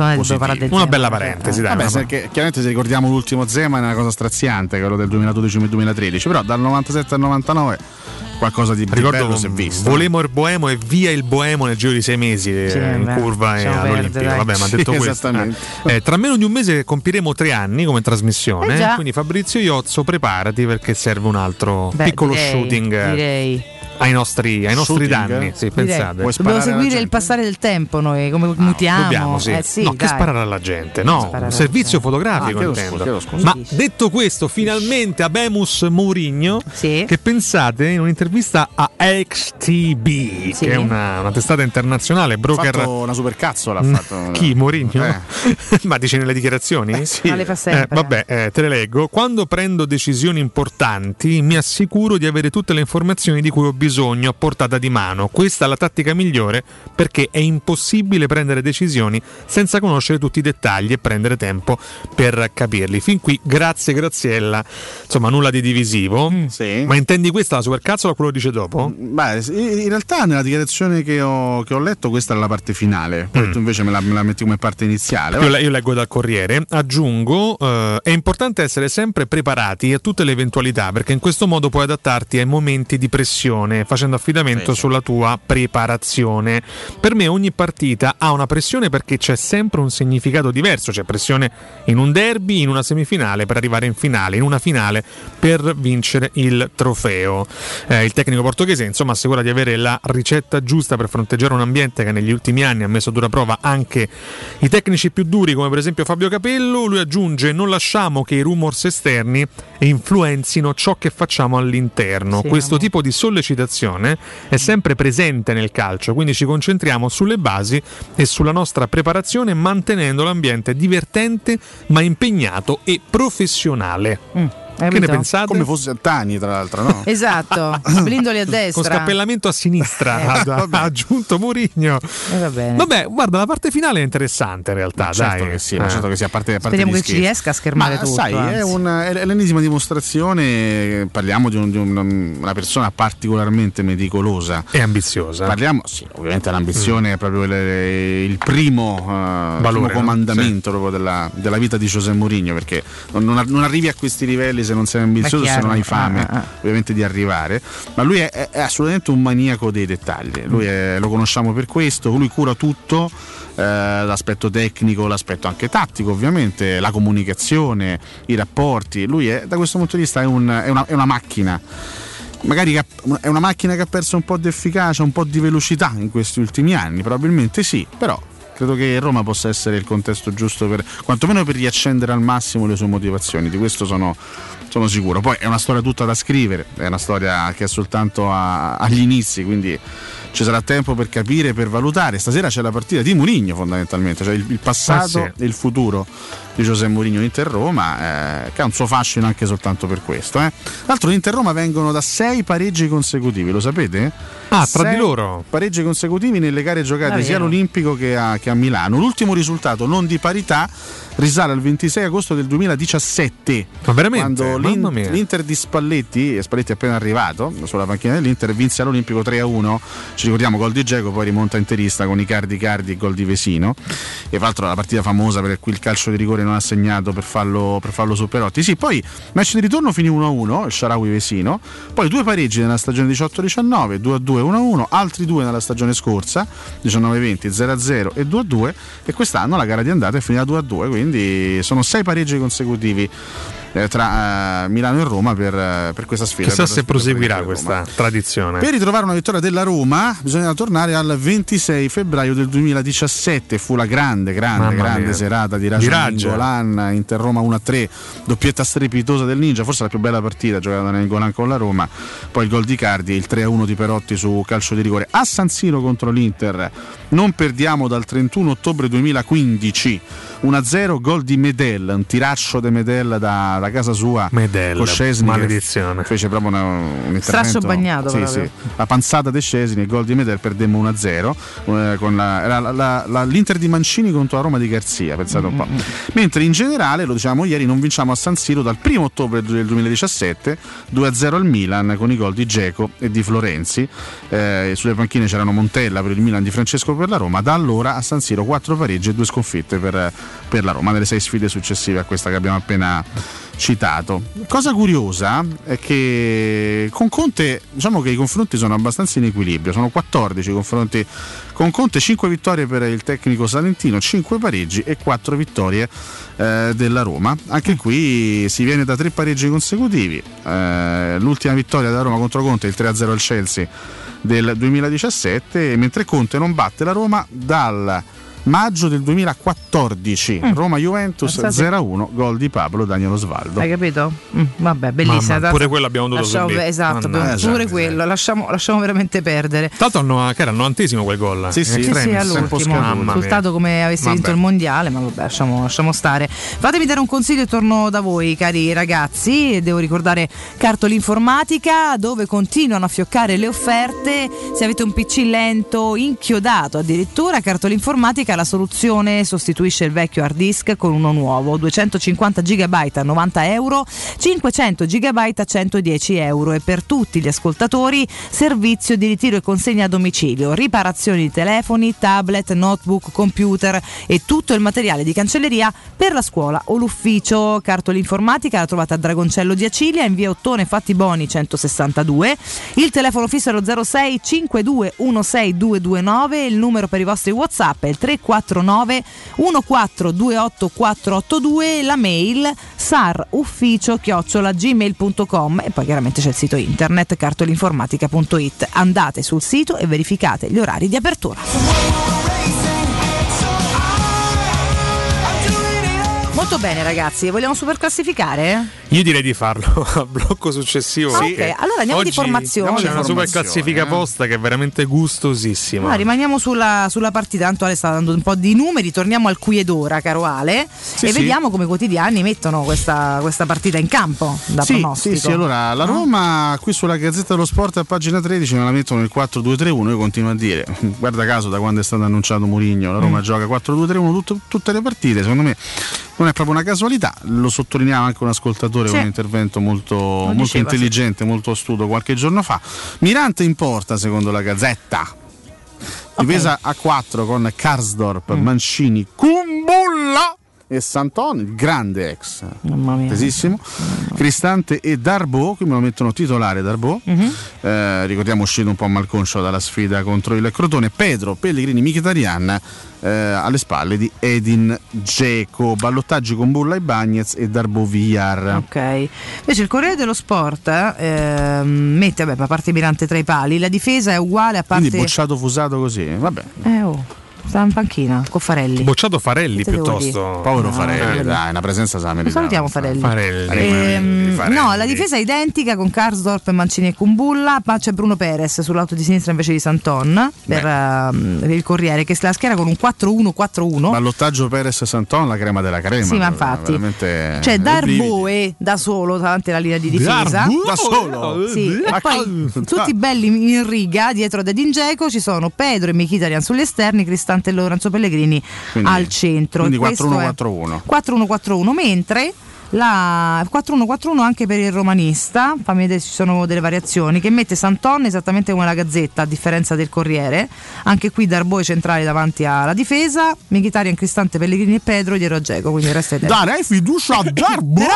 una bella parentesi, dai. Vabbè, chiaramente se ricordiamo l'ultimo Zeman è una cosa straziante, quello del 2012-2013, però dal 97 al 99 qualcosa di bello si è visto. Volemo il Boemo e via il Boemo nel giro di 6 mesi in curva e all'Olimpico. Vabbè, ma detto questo, tra meno di un mese compiremo 3 anni come trasmissione, quindi Fabrizio Iozzo preparati, perché serve un altro piccolo shooting. Direi. Ai nostri danni, pensate. Dobbiamo seguire il passare del tempo, noi come mutiamo. Dobbiamo, che sparare alla gente, un servizio fotografico intendo. Ma detto questo, finalmente Abemus Mourinho, che pensate in un'intervista a XTB, che è una testata internazionale, broker. Ha fatto una supercazzo, l'ha fatto. Chi? Mourinho? Ma dice nelle dichiarazioni? Sì. Ma le fa sempre. Te le leggo. Quando prendo decisioni importanti mi assicuro di avere tutte le informazioni di cui ho bisogno a portata di mano. Questa è la tattica migliore, perché è impossibile prendere decisioni senza conoscere tutti i dettagli e prendere tempo per capirli. Fin qui grazie Graziella, insomma nulla di divisivo. Ma intendi questa la supercazzola o quello dice dopo? Beh, in realtà nella dichiarazione che ho letto questa è la parte finale, poi tu invece me la metti come parte iniziale. Io leggo dal Corriere. Aggiungo, è importante essere sempre preparati a tutte le eventualità, perché in questo modo puoi adattarti ai momenti di pressione, facendo affidamento sulla tua preparazione. Per me ogni partita ha una pressione, perché c'è sempre un significato diverso. C'è pressione in un derby, in una semifinale per arrivare in finale, in una finale per vincere il trofeo. Il tecnico portoghese insomma assicura di avere la ricetta giusta per fronteggiare un ambiente che negli ultimi anni ha messo a dura prova anche i tecnici più duri, come per esempio Fabio Capello. Lui aggiunge: non lasciamo che i rumors esterni influenzino ciò che facciamo all'interno. Questo tipo di sollecitazione è sempre presente nel calcio, quindi ci concentriamo sulle basi e sulla nostra preparazione, mantenendo l'ambiente divertente ma impegnato e professionale. Che ne pensate? Come fosse Tani, tra l'altro, no? Esatto, blindoli a destra, con scappellamento a sinistra, ha aggiunto Mourinho. Vabbè, guarda, la parte finale è interessante in realtà. Certo che sì, certo che sì, a parte speriamo che ci riesca a schermare tutto. Sai, è l'ennesima dimostrazione. Parliamo di una persona particolarmente meticolosa e ambiziosa. Parliamo, ovviamente l'ambizione è proprio il primo valore, comandamento proprio della vita di José Mourinho, perché non arrivi a questi livelli se non sei ambizioso, se non hai fame ovviamente di arrivare. Ma lui è assolutamente un maniaco dei dettagli. Lui lo conosciamo per questo. Lui cura tutto, l'aspetto tecnico, l'aspetto anche tattico, ovviamente, la comunicazione, i rapporti. Lui da questo punto di vista è una macchina. Magari è una macchina che ha perso un po' di efficacia, un po' di velocità in questi ultimi anni, probabilmente sì, però credo che Roma possa essere il contesto giusto quantomeno per riaccendere al massimo le sue motivazioni. Di questo sono sicuro. Poi è una storia tutta da scrivere, è una storia che è soltanto agli inizi, quindi ci sarà tempo per capire, per valutare. Stasera c'è la partita di Mourinho, fondamentalmente, cioè il passato e il futuro di José Mourinho Inter-Roma, che ha un suo fascino anche soltanto per questo. Tra l'altro l'Inter-Roma vengono da 6 pareggi consecutivi, lo sapete? Tra di loro pareggi consecutivi nelle gare giocate sia all'Olimpico che a Milano. L'ultimo risultato non di parità risale al 26 agosto del 2017. Ma veramente? Quando l'Inter di Spalletti appena arrivato sulla panchina dell'Inter, vinse all'Olimpico 3-1. Ci ricordiamo gol di Dzeko, poi rimonta interista con Icardi e gol di Vesino. E tra l'altro la partita famosa per cui il calcio di rigore non ha segnato per farlo su Perotti. Sì, poi match di ritorno finì 1-1, il Shaarawy Vesino. Poi 2 pareggi nella stagione 18-19, 2-2, 1-1, altri 2 nella stagione scorsa, 19-20, 0-0 e 2-2. E quest'anno la gara di andata è finita 2-2, quindi sono 6 pareggi consecutivi tra Milano e Roma per questa sfida. Chissà se proseguirà questa tradizione. Per ritrovare una vittoria della Roma bisogna tornare al 26 febbraio del 2017, fu la grande serata di Raja Nainggolan, Inter Roma 1-3, doppietta strepitosa del Ninja, forse la più bella partita giocata da Nainggolan con la Roma, poi il gol di Icardi e il 3-1 di Perotti su calcio di rigore. A San Siro contro l'Inter non perdiamo dal 31 ottobre 2015, 1-0, gol di Medel, un tiraccio di Medel da casa sua, Medel, con Szczesny, maledizione, fece proprio un intervento, straccio bagnato, sì, la panzata di Szczesny, il gol di Medel, perdemmo 1-0 con l'Inter di Mancini contro la Roma di Garzia, pensate un po'. Mentre in generale, lo diciamo ieri, non vinciamo a San Siro dal 1 ottobre del 2017, 2-0 al Milan con i gol di Dzeko e di Florenzi, sulle panchine c'erano Montella per il Milan, di Francesco per la Roma. Da allora a San Siro 4 pareggi e 2 sconfitte per la Roma nelle 6 sfide successive a questa che abbiamo appena citato. Cosa curiosa è che con Conte, diciamo che i confronti sono abbastanza in equilibrio, sono 14 confronti con Conte, 5 vittorie per il tecnico salentino, 5 pareggi e 4 vittorie della Roma. Anche qui si viene da 3 pareggi consecutivi, l'ultima vittoria della Roma contro Conte, il 3-0 al Chelsea del 2017, mentre Conte non batte la Roma dal maggio del 2014, Roma-Juventus 0-1, gol di Pablo Daniel Osvaldo. Hai capito? Vabbè, bellissima. Pure quello abbiamo dovuto subire. Esatto, pure quello, lasciamo veramente perdere. Tanto che era il 90° quel gol. Sì, all'ultimo, risultato come avesse vinto il mondiale, ma vabbè, lasciamo stare. Fatemi dare un consiglio e torno da voi, cari ragazzi. Devo ricordare Cartoli Informatica, dove continuano a fioccare le offerte. Se avete un PC lento, inchiodato addirittura, Cartoli Informatica la soluzione sostituisce il vecchio hard disk con uno nuovo, 250 GB a €90, 500 GB a €110, e per tutti gli ascoltatori servizio di ritiro e consegna a domicilio, riparazioni di telefoni, tablet, notebook, computer e tutto il materiale di cancelleria per la scuola o l'ufficio. Cartoli Informatica la trovate a Dragoncello di Acilia, in via Ottone Fattiboni 162, il telefono fisso è lo 06 52 16 229, il numero per i vostri WhatsApp è il 349 1428 482, la mail sarufficio@gmail.com, e poi chiaramente c'è il sito internet cartolinformatica.it. Andate sul sito e verificate gli orari di apertura. Molto bene ragazzi, vogliamo super classificare? Io direi di farlo al blocco successivo. Ok, allora andiamo di formazione. C'è una super classifica posta che è veramente gustosissima. Allora, rimaniamo sulla partita, tanto Ale sta dando un po' di numeri, torniamo al qui ed ora, caro Ale, vediamo come i quotidiani mettono questa partita in campo da pronostico. Sì, allora la Roma qui sulla Gazzetta dello Sport a pagina 13 me la mettono nel 4-2-3-1, io continuo a dire, guarda caso da quando è stato annunciato Mourinho, la Roma gioca 4-2-3-1 tutte le partite, secondo me non è proprio una casualità, lo sottolineava anche un ascoltatore con un intervento molto intelligente, molto astuto qualche giorno fa. Mirante in porta secondo la Gazzetta, difesa a 4 con Karsdorp, Mancini, Kumbulla e Santoni, il grande ex, tesissimo, Cristante e Darboe, qui me lo mettono titolare Darboe, ricordiamo uscito un po' malconcio dalla sfida contro il Crotone, Pedro, Pellegrini, Mkhitaryan alle spalle di Edin Dzeko, ballottaggi con Bulla e Bagnez e Darboe Villar. Ok, invece il Corriere dello Sport mette, a parte Mirante tra i pali, la difesa è uguale a parte... Quindi bocciato Fusato così, vabbè. Sta in panchina con Farelli. Bocciato Farelli piuttosto. Povero Farelli, dai, una presenza sa meritava. Salutiamo Farelli. No, la difesa è identica con Karsdorp, Mancini e Kumbulla, ma c'è Bruno Perez sul lato di sinistra invece di Santon per il Corriere, che la schiera con un 4-1-4-1. Ballottaggio Perez e Santon, la crema della crema. Sì, ma infatti c'è Darboe da solo davanti alla linea di difesa. Da solo? Sì, e poi tutti belli in riga dietro ad Edin Dzeko ci sono Pedro e Mkhitaryan sugli esterni, Cristante e Lorenzo Pellegrini al centro. Quindi 4-1-4-1. 4-1-4-1, mentre la 4-1-4-1 anche per il romanista, fammi vedere se ci sono delle variazioni, che mette Santon esattamente come la Gazzetta, a differenza del Corriere, anche qui Darboe centrale davanti alla difesa, Mkhitaryan, Cristante, Pellegrini e Pedro dietro a Dzeko, quindi il resto è identico. Dai, hai fiducia a Darboe.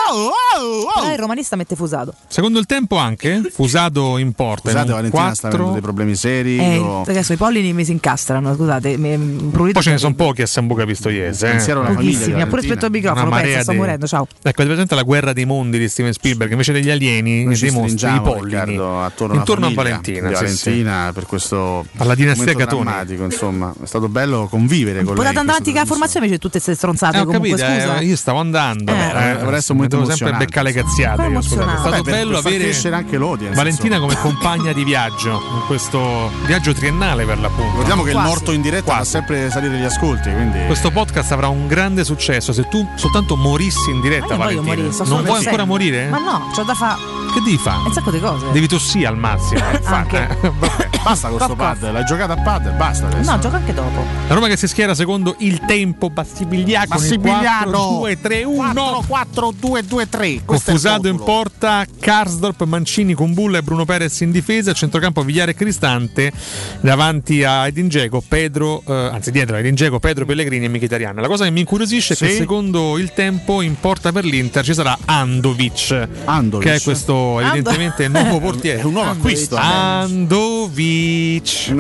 Il romanista mette Fusato. Secondo il tempo anche Fusato in porta. Scusate, Valentina sta avendo dei problemi seri. Adesso i pollini mi si incastrano, scusate. Poi ce ne sono pochi a Sambuca Pistoiese. Pensiero alla famiglia. Ha pure spetto il microfono, sta morendo, ciao. Ecco, presente la guerra dei mondi di Steven Spielberg, invece degli alieni noi dei mostri, i pollini intorno a Valentina, per questo alla dinastia Catone, insomma è stato bello convivere con lei. Potete andare avanti che la formazione invece tutte queste stronzate comunque, capito, scusa. Io stavo andando, devo sempre beccare le cazziate. È stato bello avere anche l'audience, Valentina come compagna di viaggio in questo viaggio triennale, per l'appunto. Ricordiamo che il morto in diretta fa sempre salire gli ascolti, quindi questo podcast avrà un grande successo se tu soltanto morissi in diretta, Valentina. Non vuoi ancora morire? Ma no, c'ho da fare. Che devi fare? Un sacco di cose. Devi tossire al massimo. Basta con sto pad, l'hai giocato a pad, basta adesso. No, gioco anche dopo. La Roma che si schiera secondo il tempo Bassigliano 4-2-3-1 4-2-2-3. Confusato in porta, Karsdorp, Mancini con Bulla e Bruno Perez in difesa, a centrocampo Vigliare e Cristante, davanti a Edin Dzeko, dietro a Edin Dzeko, Pedro Pellegrini e Mkhitaryan. La cosa che mi incuriosisce è che secondo il tempo in porta per l'Inter ci sarà Andovic. Che è questo evidentemente nuovo portiere, è un nuovo acquisto. Andovic.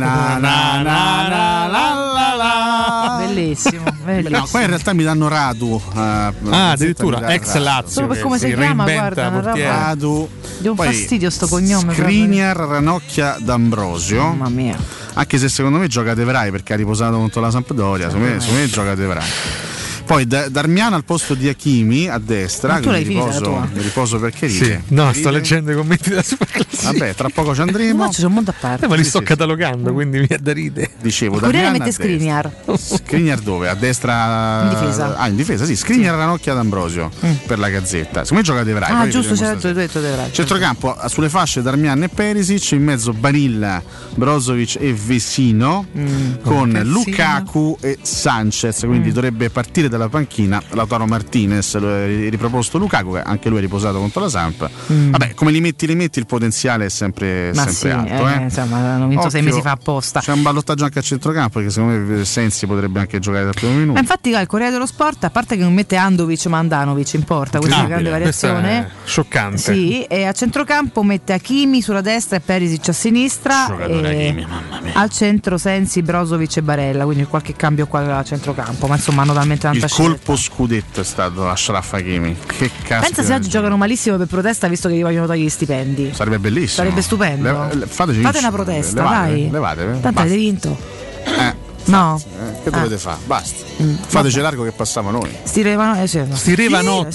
Bellissimo. No, poi in realtà mi danno Radu. Addirittura ex Lazio. Proprio come si chiama, guarda, Radu. Di un fastidio sto cognome. Skriniar, Ranocchia, D'Ambrosio. Mamma mia. Anche se secondo me gioca De Vrij perché ha riposato contro la Sampdoria. Secondo me gioca De Vrij. Poi Darmian al posto di Hakimi a destra. Tu l'hai riposo perché ride. Sì. No, sto leggendo i commenti della Superclassifica. Vabbè, tra poco ci andremo. No, c'è un mondo a parte. Ma li sto catalogando, quindi mi è da ridere. Dicevo, Corriere mette Skriniar. Skriniar dove? A destra. In difesa. In difesa, sì. Skriniar, Ranocchia, D'Ambrosio per la Gazzetta. Secondo me gioca De Vrij. Giusto, c'era detto De Vrij. Centrocampo sulle fasce Darmian e Perisic, in mezzo Banilla, Brozovic e Vesino con Lukaku e Sanchez, quindi dovrebbe partire dalla panchina Lautaro Martinez, riproposto Lukaku, che anche lui è riposato contro la Samp. Vabbè, come li metti, il potenziale è sempre alto. Insomma, hanno vinto 6 mesi fa apposta. C'è un ballottaggio anche a centrocampo, perché secondo me Sensi potrebbe anche giocare dal primo minuto. Ma infatti il Corriere dello Sport, a parte che non mette Andovic ma Andanovic in porta, questa è una grande variazione. È scioccante. Sì, e a centrocampo mette Hakimi sulla destra e Perisic a sinistra. Hakimi, mamma mia. Al centro Sensi, Brozovic e Barella, quindi qualche cambio qua a centrocampo, ma insomma hanno talmente tanta scelta. Colpo scudetto è stato Achraf Hakimi. Che cazzo. Pensa se oggi giocano malissimo per protesta, visto che gli vogliono togliere gli stipendi. Sarebbe bellissimo. Sarebbe stupendo. Fate una protesta, dai. Levatevi. Tanto avete vinto. No. Che dovete fare? Basta. Fateci largo che passiamo noi. Sti Revanotti.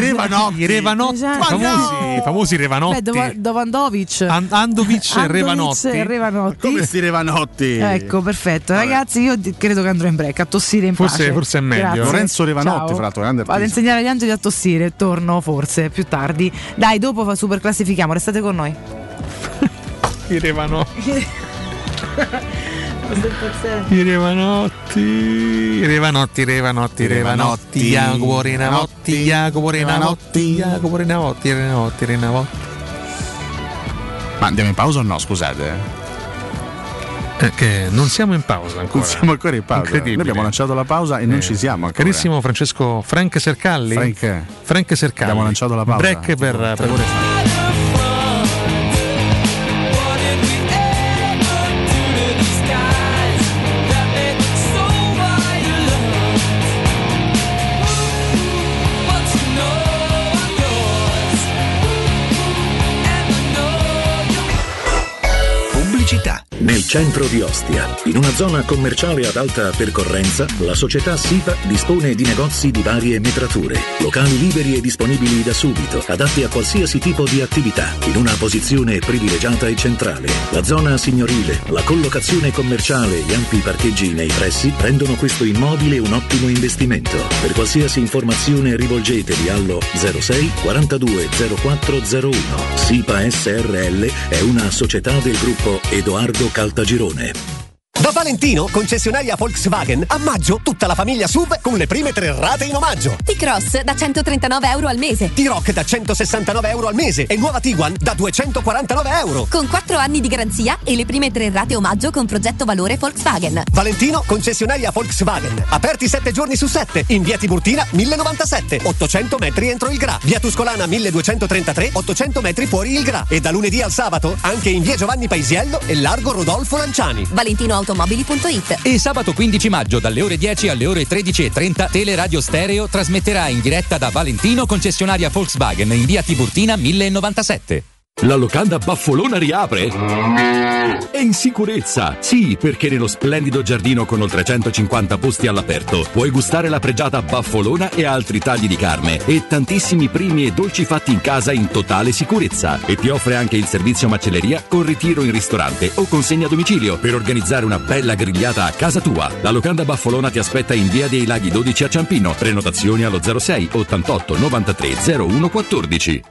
Famosi Revanotti. Dovandovic. Andovic e Revanotti. Come sti Revanotti? Ecco, perfetto. Ragazzi, io credo che andrò in break a tossire in pace. Forse è meglio. Grazie. Lorenzo Revanotti, fra l'altro, grande artista. Vado a insegnare agli angeli a tossire. Torno forse più tardi. Dai, dopo super classifichiamo. Restate con noi. I Revanotti. I Revanotti, Jacopo Renavotti. Ma andiamo in pausa o no? Scusate. Che non siamo in pausa ancora. Non siamo ancora in pausa. Noi abbiamo lanciato la pausa e non ci siamo ancora. Carissimo Francesco Frank Sercalli. Frank Sercalli. Abbiamo lanciato la pausa. Break per ore fa. Nel centro di Ostia, in una zona commerciale ad alta percorrenza, la società SIPA dispone di negozi di varie metrature, locali liberi e disponibili da subito, adatti a qualsiasi tipo di attività, in una posizione privilegiata e centrale. La zona signorile, la collocazione commerciale e gli ampi parcheggi nei pressi rendono questo immobile un ottimo investimento. Per qualsiasi informazione rivolgetevi allo 06 42 0401. SIPA SRL è una società del gruppo Edoardo Caltagirone. Da Valentino, concessionaria Volkswagen, a maggio tutta la famiglia SUV con le prime 3 rate in omaggio. T-Cross da €139 al mese. T-Roc da €169 al mese e nuova Tiguan da €249. Con 4 anni di garanzia e le prime 3 rate omaggio con progetto valore Volkswagen. Valentino, concessionaria Volkswagen. Aperti 7 giorni su 7. In via Tiburtina 1097, 800 metri entro il Gra. Via Tuscolana 1233, 800 metri fuori il Gra. E da lunedì al sabato anche in via Giovanni Paisiello e largo Rodolfo Lanciani. Valentino Auto Automobili.it. E sabato 15 maggio dalle ore 10 alle ore 13:30 Teleradio Stereo trasmetterà in diretta da Valentino, concessionaria Volkswagen in via Tiburtina 1097. La locanda Baffolona riapre? È in sicurezza, sì, perché nello splendido giardino con oltre 150 posti all'aperto puoi gustare la pregiata Baffolona e altri tagli di carne e tantissimi primi e dolci fatti in casa in totale sicurezza, e ti offre anche il servizio macelleria con ritiro in ristorante o consegna a domicilio per organizzare una bella grigliata a casa tua. La locanda Baffolona ti aspetta in via dei Laghi 12 a Ciampino. Prenotazioni allo 06 88 93 01 14.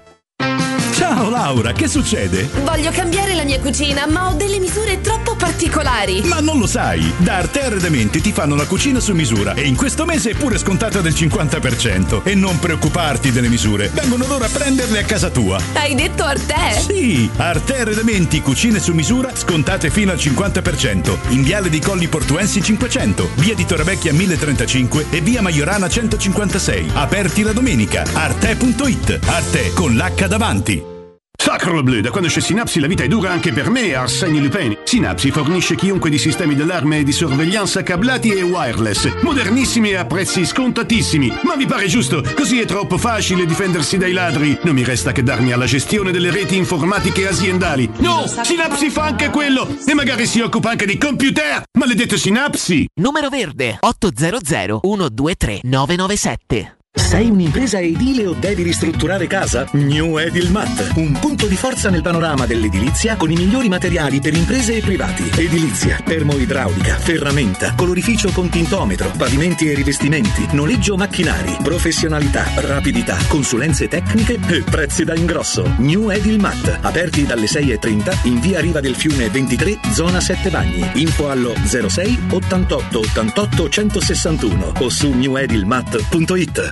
Ciao Laura, che succede? Voglio cambiare la mia cucina, ma ho delle misure troppo particolari. Ma non lo sai, da Arte Arredamenti ti fanno la cucina su misura e in questo mese è pure scontata del 50%. E non preoccuparti delle misure, vengono loro a prenderle a casa tua. Hai detto Arte? Sì, Arte Arredamenti, cucine su misura, scontate fino al 50%. In Viale dei Colli Portuensi 500, via di Torrevecchia 1035 e via Maiorana 156. Aperti la domenica. Arte.it. Arte con l'H davanti. Sacre bleu, da quando c'è Synapsi la vita è dura anche per me e Arsène Lupin. Synapsi fornisce chiunque di sistemi d'allarme e di sorveglianza cablati e wireless, modernissimi e a prezzi scontatissimi. Ma vi pare giusto? Così è troppo facile difendersi dai ladri. Non mi resta che darmi alla gestione delle reti informatiche aziendali. No, Synapsi fa anche quello e magari si occupa anche di computer. Maledetto Synapsi! Numero verde 800 123 997. Sei un'impresa edile o devi ristrutturare casa? New Edilmat, un punto di forza nel panorama dell'edilizia con i migliori materiali per imprese e privati. Edilizia, termoidraulica, ferramenta, colorificio con tintometro, pavimenti e rivestimenti, noleggio macchinari, professionalità, rapidità, consulenze tecniche e prezzi da ingrosso. New Edilmat, aperti dalle 6:30 in via Riva del Fiume 23, zona 7 Bagni. Info allo 06 88 88 161 o su newedilmat.it.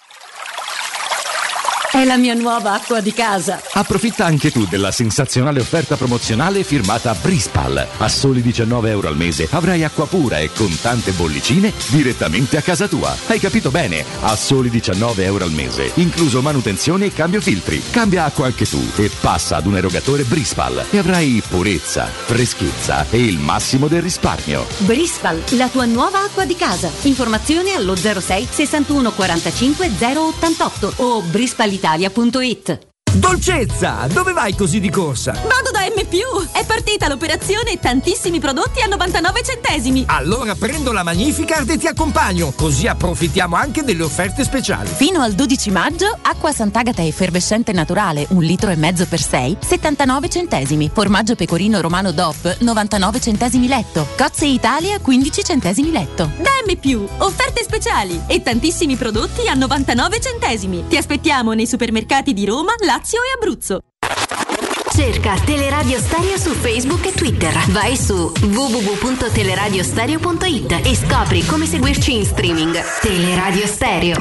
È la mia nuova acqua di casa. Approfitta anche tu della sensazionale offerta promozionale firmata Brispal. A soli €19 al mese avrai acqua pura e con tante bollicine direttamente a casa tua. Hai capito bene? A soli €19 al mese, incluso manutenzione e cambio filtri. Cambia acqua anche tu e passa ad un erogatore Brispal e avrai purezza, freschezza e il massimo del risparmio. Brispal, la tua nuova acqua di casa. Informazioni allo 06 61 45 088 o brispalitalia.it. Dolcezza, dove vai così di corsa? Vado da M+, è partita l'operazione tantissimi prodotti a 99 centesimi. Allora prendo la Magnificard e ti accompagno, così approfittiamo anche delle offerte speciali. Fino al 12 maggio, acqua Sant'Agata effervescente naturale, 1,5 litri per 6, 79 centesimi. Formaggio pecorino romano DOP, 99 centesimi letto. Cozze Italia, 15 centesimi letto. Da M+, offerte speciali e tantissimi prodotti a 99 centesimi. Ti aspettiamo nei supermercati di Roma, Lazio e Abruzzo. Cerca Teleradio Stereo su Facebook e Twitter. Vai su www.teleradiostereo.it e scopri come seguirci in streaming. Teleradio Stereo.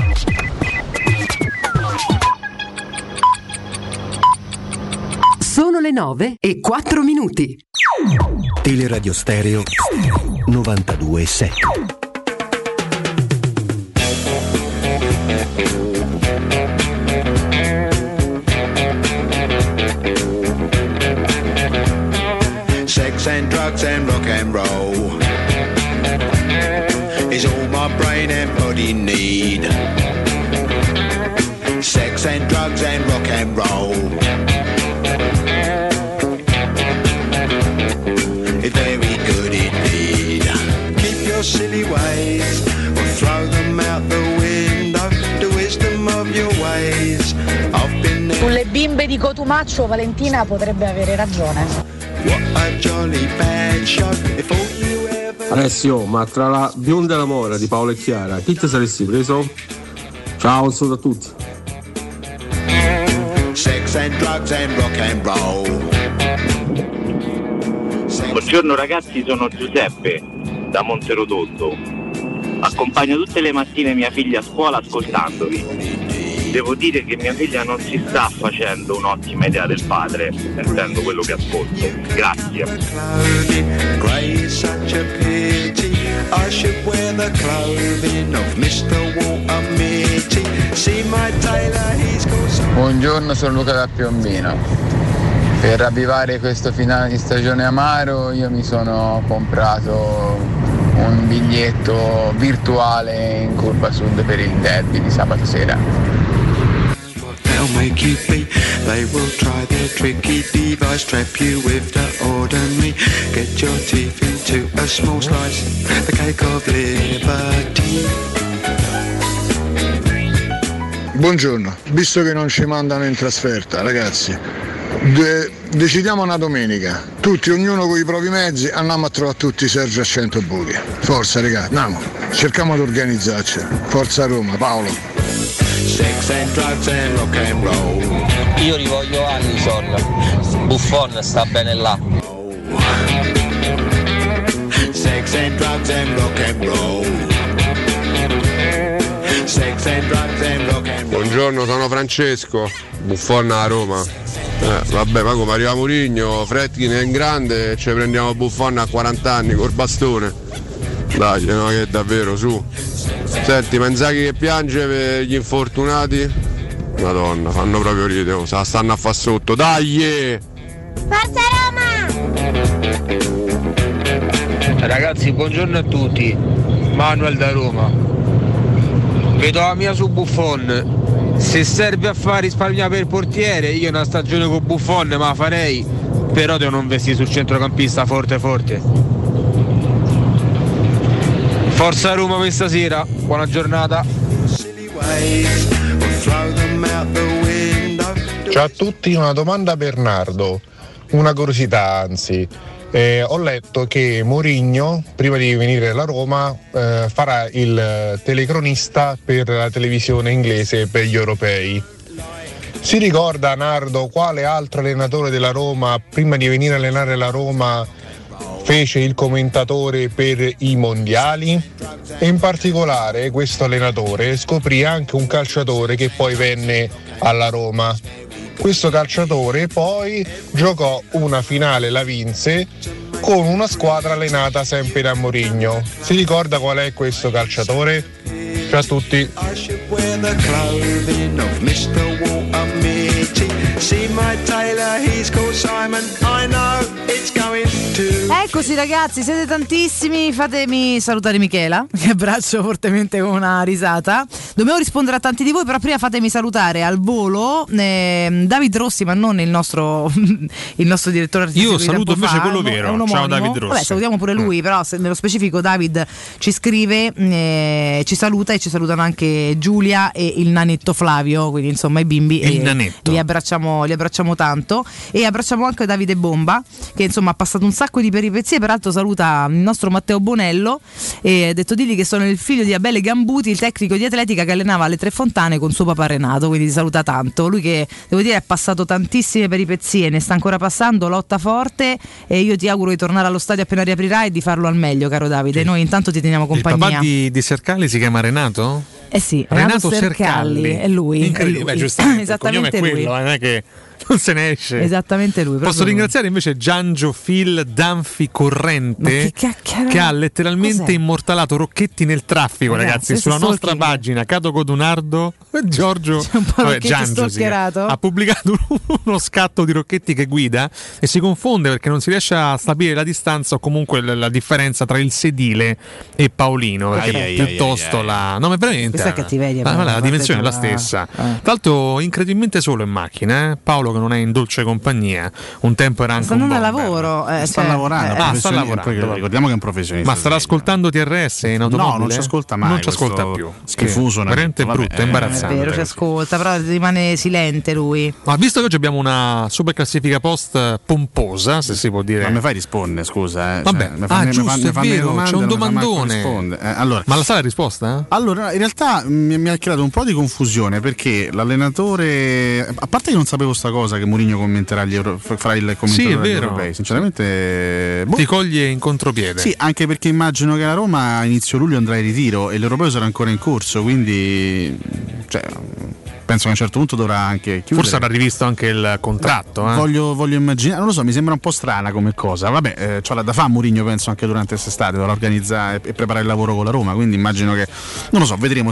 Sono le 9:04. Teleradio Stereo 92.7. Sex and drugs and rock and roll is all my brain and body need. Sex and drugs and rock and roll is very good indeed. Keep your silly ways or throw them out the window. The wisdom of your ways. I've been there. Sulle bimbe di Cotumaccio Valentina potrebbe avere ragione. Alessio, ma tra la bionda e la mora di Paolo e Chiara, chi ti saresti preso? Ciao, un saluto a tutti. Sex and drugs and rock and roll. Buongiorno ragazzi, sono Giuseppe da Monterotondo. Accompagno tutte le mattine mia figlia a scuola ascoltandovi. Devo dire che mia figlia non si sta facendo un'ottima idea del padre, sentendo quello che ascolto. Grazie. Buongiorno, sono Luca da Piombino. Per ravvivare questo finale di stagione amaro io mi sono comprato un biglietto virtuale in curva sud per il derby di sabato sera. Make you be. They will try their tricky device, trap you with the ordinary. Get your teeth into a small slice, the cake of liberty. Buongiorno, visto che non ci mandano in trasferta, ragazzi, decidiamo una domenica, tutti, ognuno con i propri mezzi, andiamo a trovare tutti Sergio a 100 buchi. Forza ragazzi, andiamo, cerchiamo di organizzarci. Forza Roma, Paolo. Sex and drugs and rock and roll. Io rivoglio Allison, Buffon sta bene là. Sex and drugs and rock and roll. Sex and drugs and rock and roll. Buongiorno, sono Francesco, Buffon a Roma. Vabbè, ma come arriva Mourinho, Fredkin è in grande e ci prendiamo Buffon a 40 anni col bastone. Dai, no, che davvero, su. Senti, Manzaghi che piange per gli infortunati. Madonna, fanno proprio ridere, se la stanno a far sotto. Dai! Forza Roma! Ragazzi, buongiorno a tutti. Manuel da Roma. Vedo la mia su Buffon. Se serve a fare risparmiare per il portiere, io una stagione con Buffon me la farei. Però devo non investire sul centrocampista forte. Forza Roma questa sera, buona giornata. Ciao a tutti, una domanda a Bernardo, una curiosità anzi. Ho letto che Mourinho, prima di venire alla Roma, farà il telecronista per la televisione inglese per gli europei. Si ricorda, Nardo, quale altro allenatore della Roma, prima di venire a allenare la Roma, fece il commentatore per i mondiali? E in particolare questo allenatore scoprì anche un calciatore che poi venne alla Roma. Questo calciatore poi giocò una finale, la vinse, con una squadra allenata sempre da Mourinho. Si ricorda qual è questo calciatore? Ciao a tutti. Eccoci ragazzi, siete tantissimi, fatemi salutare Michela, che abbraccio fortemente con una risata. Dobbiamo rispondere a tanti di voi, però prima fatemi salutare al volo David Rossi, ma non il nostro direttore artistico. Io saluto invece quello vero. Ciao David Rossi. Vabbè, salutiamo pure lui, però nello specifico David ci scrive, ci saluta, e ci salutano anche Giulia e il nanetto Flavio, quindi insomma i bimbi, il nanetto. li abbracciamo tanto, e abbracciamo anche Davide Bomba, che insomma ha passato un sacco di peripezie. Peraltro saluta il nostro Matteo Bonello e ha detto digli che sono il figlio di Abele Gambuti, il tecnico di atletica che allenava alle Tre Fontane con suo papà Renato, quindi ti saluta tanto. Lui che devo dire ha passato tantissime peripezie, ne sta ancora passando, lotta forte, e io ti auguro di tornare allo stadio appena riaprirà e di farlo al meglio, caro Davide. Noi intanto ti teniamo compagnia. Il papà di Sercalli si chiama Renato? Eh sì, Renato Sercalli, è lui. Incredibile, beh, giustamente, esattamente il cognome è quello, non è che non se ne esce. Esattamente lui. Posso ringraziare invece Giangio Phil Danfi Corrente, che ha letteralmente immortalato Rocchetti nel traffico, ragazzi, sulla nostra pagina Cato Codunardo. Giorgio Giangio ha pubblicato uno scatto di Rocchetti che guida e si confonde perché non si riesce a stabilire la distanza o comunque la differenza tra il sedile e Paolino, perché piuttosto la no, ma veramente questa è cattiveria, la dimensione è la stessa. Tra l'altro incredibilmente solo in macchina, Paolo che non è in dolce compagnia, un tempo era anche sta andando al lavoro, sta lavorando, sta lavorando. Ricordiamo che è un professionista. Ma starà ascoltando TRS in automobile? No, non ci ascolta mai. Non ci ascolta più. Schifoso, veramente brutto, è imbarazzante. È vero, ci ascolta, però rimane silente lui. Ma visto che oggi abbiamo una super classifica post pomposa, se si può dire. Ma mi fai rispondere, scusa? Vabbè, giusto, è vero, c'è un domandone. Allora, ma la sai la risposta? Allora, in realtà mi ha creato un po' di confusione, perché l'allenatore, a parte che non sapevo sta cosa che Mourinho commenterà farà il commentatore degli europei, sinceramente ti coglie in contropiede. Sì, anche perché immagino che la Roma a inizio luglio andrà in ritiro e l'europeo sarà ancora in corso, quindi penso che a un certo punto dovrà anche chiudere. Forse avrà rivisto anche il contratto. Voglio immaginare, non lo so, mi sembra un po' strana come cosa. Vabbè, c'ha da fare Mourinho, penso anche durante quest'estate, dovrà organizzare e preparare il lavoro con la Roma, quindi immagino che, non lo so, vedremo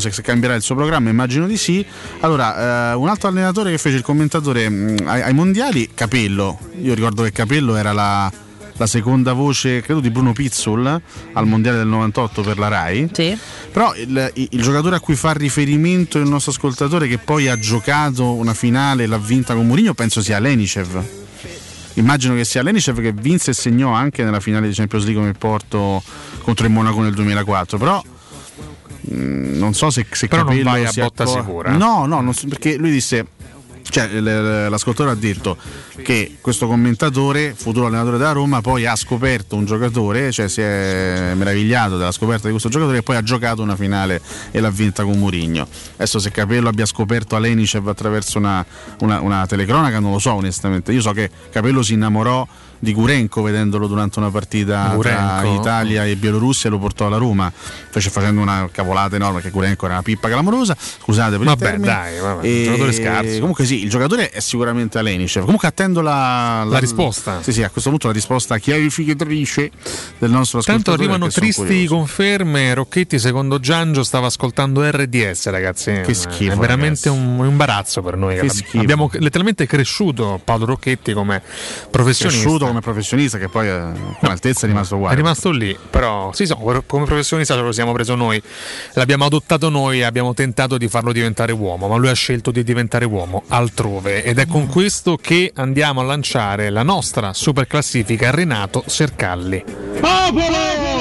se cambierà il suo programma, immagino di sì. Allora, un altro allenatore che fece il commentatore ai mondiali, Capello. Io ricordo che Capello era la seconda voce, credo, di Bruno Pizzul al mondiale del 98 per la Rai. Sì. Però il giocatore a cui fa riferimento il nostro ascoltatore, che poi ha giocato una finale e l'ha vinta con Mourinho, penso sia Lenicev. Immagino che sia Lenicev, che vinse e segnò anche nella finale di Champions League con il Porto contro il Monaco nel 2004. Però non so se però Capello non vai a botta sicura. No, non so, perché lui disse, cioè l'ascoltatore ha detto che questo commentatore, futuro allenatore della Roma, poi ha scoperto un giocatore, cioè si è meravigliato della scoperta di questo giocatore, e poi ha giocato una finale e l'ha vinta con Mourinho. Adesso se Capello abbia scoperto Alenicev attraverso una telecronaca non lo so onestamente. Io so che Capello si innamorò di Gurenko vedendolo durante una partita tra Italia e Bielorussia, lo portò alla Roma, facendo una cavolata enorme, che Gurenko era una pippa clamorosa, scusate per il termine. Giocatore scarso. Comunque sì, il giocatore è sicuramente Alenicev. Comunque attendo la risposta. Sì, a questo punto la risposta chiarificatrice del nostro ascoltatore. Tanto arrivano tristi conferme. Rocchetti, secondo Giangio, stava ascoltando RDS, ragazzi. Che schifo. È veramente un imbarazzo per noi. Abbiamo letteralmente cresciuto Paolo Rocchetti come professionista. Come professionista, che poi con altezza è rimasto uguale. È rimasto lì, però sì, come professionista ce lo siamo preso noi, l'abbiamo adottato noi, abbiamo tentato di farlo diventare uomo, ma lui ha scelto di diventare uomo altrove, ed è con questo che andiamo a lanciare la nostra super classifica. Renato Sercalli. Popolo!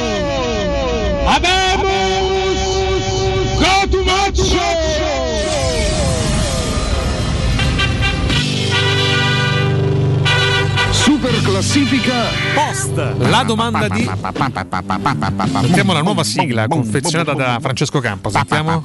Abemus! Cotumaccio! Super classifica post. La domanda di mettiamo la nuova sigla confezionata da Francesco Campo. Sentiamo.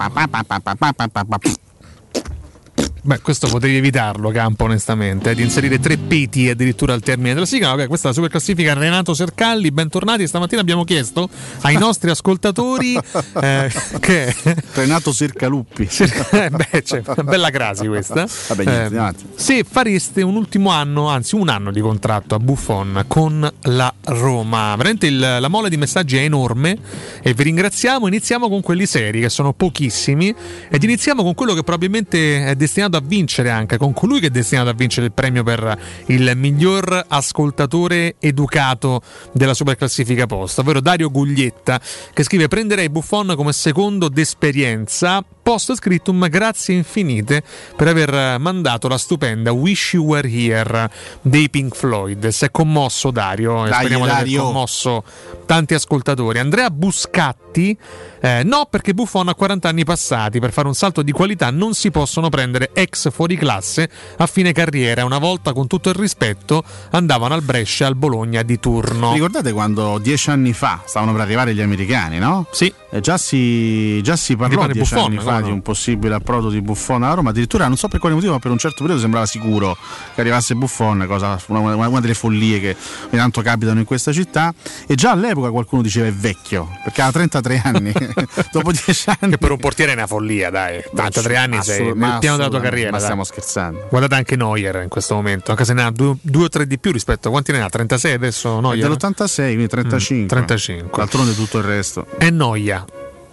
Beh, questo potevi evitarlo, Campo, onestamente, di inserire 3 peti addirittura al termine della sigla. Vabbè, questa è la super classifica. Renato Sercalli, bentornati. Stamattina abbiamo chiesto ai nostri ascoltatori che Renato Sercaluppi. Beh, c'è una bella crasi questa. Vabbè, se fareste un ultimo anno, anzi un anno di contratto a Buffon con la Roma. Veramente la mole di messaggi è enorme e vi ringraziamo. Iniziamo con quelli seri, che sono pochissimi, ed iniziamo con quello che probabilmente è destinato a vincere, anche con colui che è destinato a vincere il premio per il miglior ascoltatore educato della super classifica post, ovvero Dario Guglietta, che scrive: prenderei Buffon come secondo d'esperienza, post scriptum grazie infinite per aver mandato la stupenda Wish You Were Here dei Pink Floyd. Si è commosso Dario, e speriamo di aver commosso tanti ascoltatori. Andrea Buscatti: no, perché Buffon ha 40 anni passati, per fare un salto di qualità non si possono prendere ex fuori classe a fine carriera. Una volta, con tutto il rispetto, andavano al Brescia e al Bologna di turno. Ricordate quando 10 anni fa stavano per arrivare gli americani, no? Sì. Già si parlò 10 anni fa di un possibile approdo di Buffon a Roma. Addirittura, non so per quale motivo, ma per un certo periodo sembrava sicuro che arrivasse Buffon, una delle follie che ogni tanto capitano in questa città. E già all'epoca qualcuno diceva è vecchio, perché ha 33 anni. Dopo 10 anni, che per un portiere è una follia, dai. 33 anni sei nel piano della tua carriera. Ma stiamo scherzando. Guardate anche Neuer in questo momento, anche se ne ha 2 o 3 di più rispetto a quanti ne ha? 36 adesso Neuer? Dell'86, quindi 35. 35. D'altronde tutto il resto. È Noia.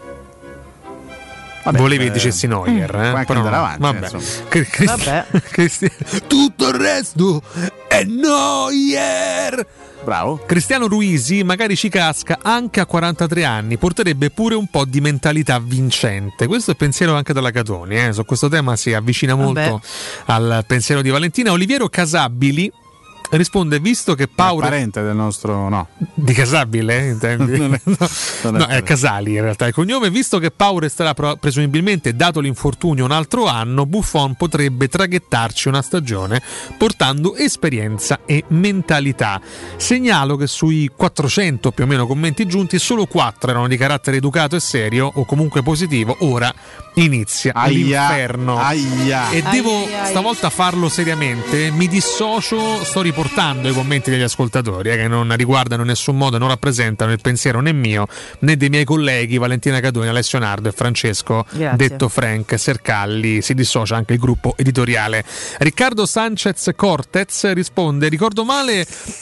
Vabbè, volevi dicessi Neuer, però andare avanti. Vabbè. Tutto il resto è Neuer. Bravo. Cristiano Ruisi magari ci casca anche a 43 anni, porterebbe pure un po' di mentalità vincente. Questo è il pensiero anche della Catoni, su questo tema si avvicina molto al pensiero di Valentina. Oliviero Casabili risponde: visto che Paolo è parente del nostro, no, di Casabile, intendi? No, è Casali in realtà il cognome. Visto che Paolo resterà presumibilmente, dato l'infortunio, un altro anno, Buffon potrebbe traghettarci una stagione portando esperienza e mentalità. Segnalo che sui 400 più o meno commenti giunti, solo 4 erano di carattere educato e serio, o comunque positivo. Ora inizia l'inferno e devo stavolta farlo seriamente. Mi dissocio, sto riportando i commenti degli ascoltatori che non riguardano in nessun modo, non rappresentano il pensiero né mio né dei miei colleghi Valentina Catoni, Alessio Nardo e Francesco detto Frank Sercalli. Si dissocia anche il gruppo editoriale. Riccardo Sanchez Cortez risponde: ricordo male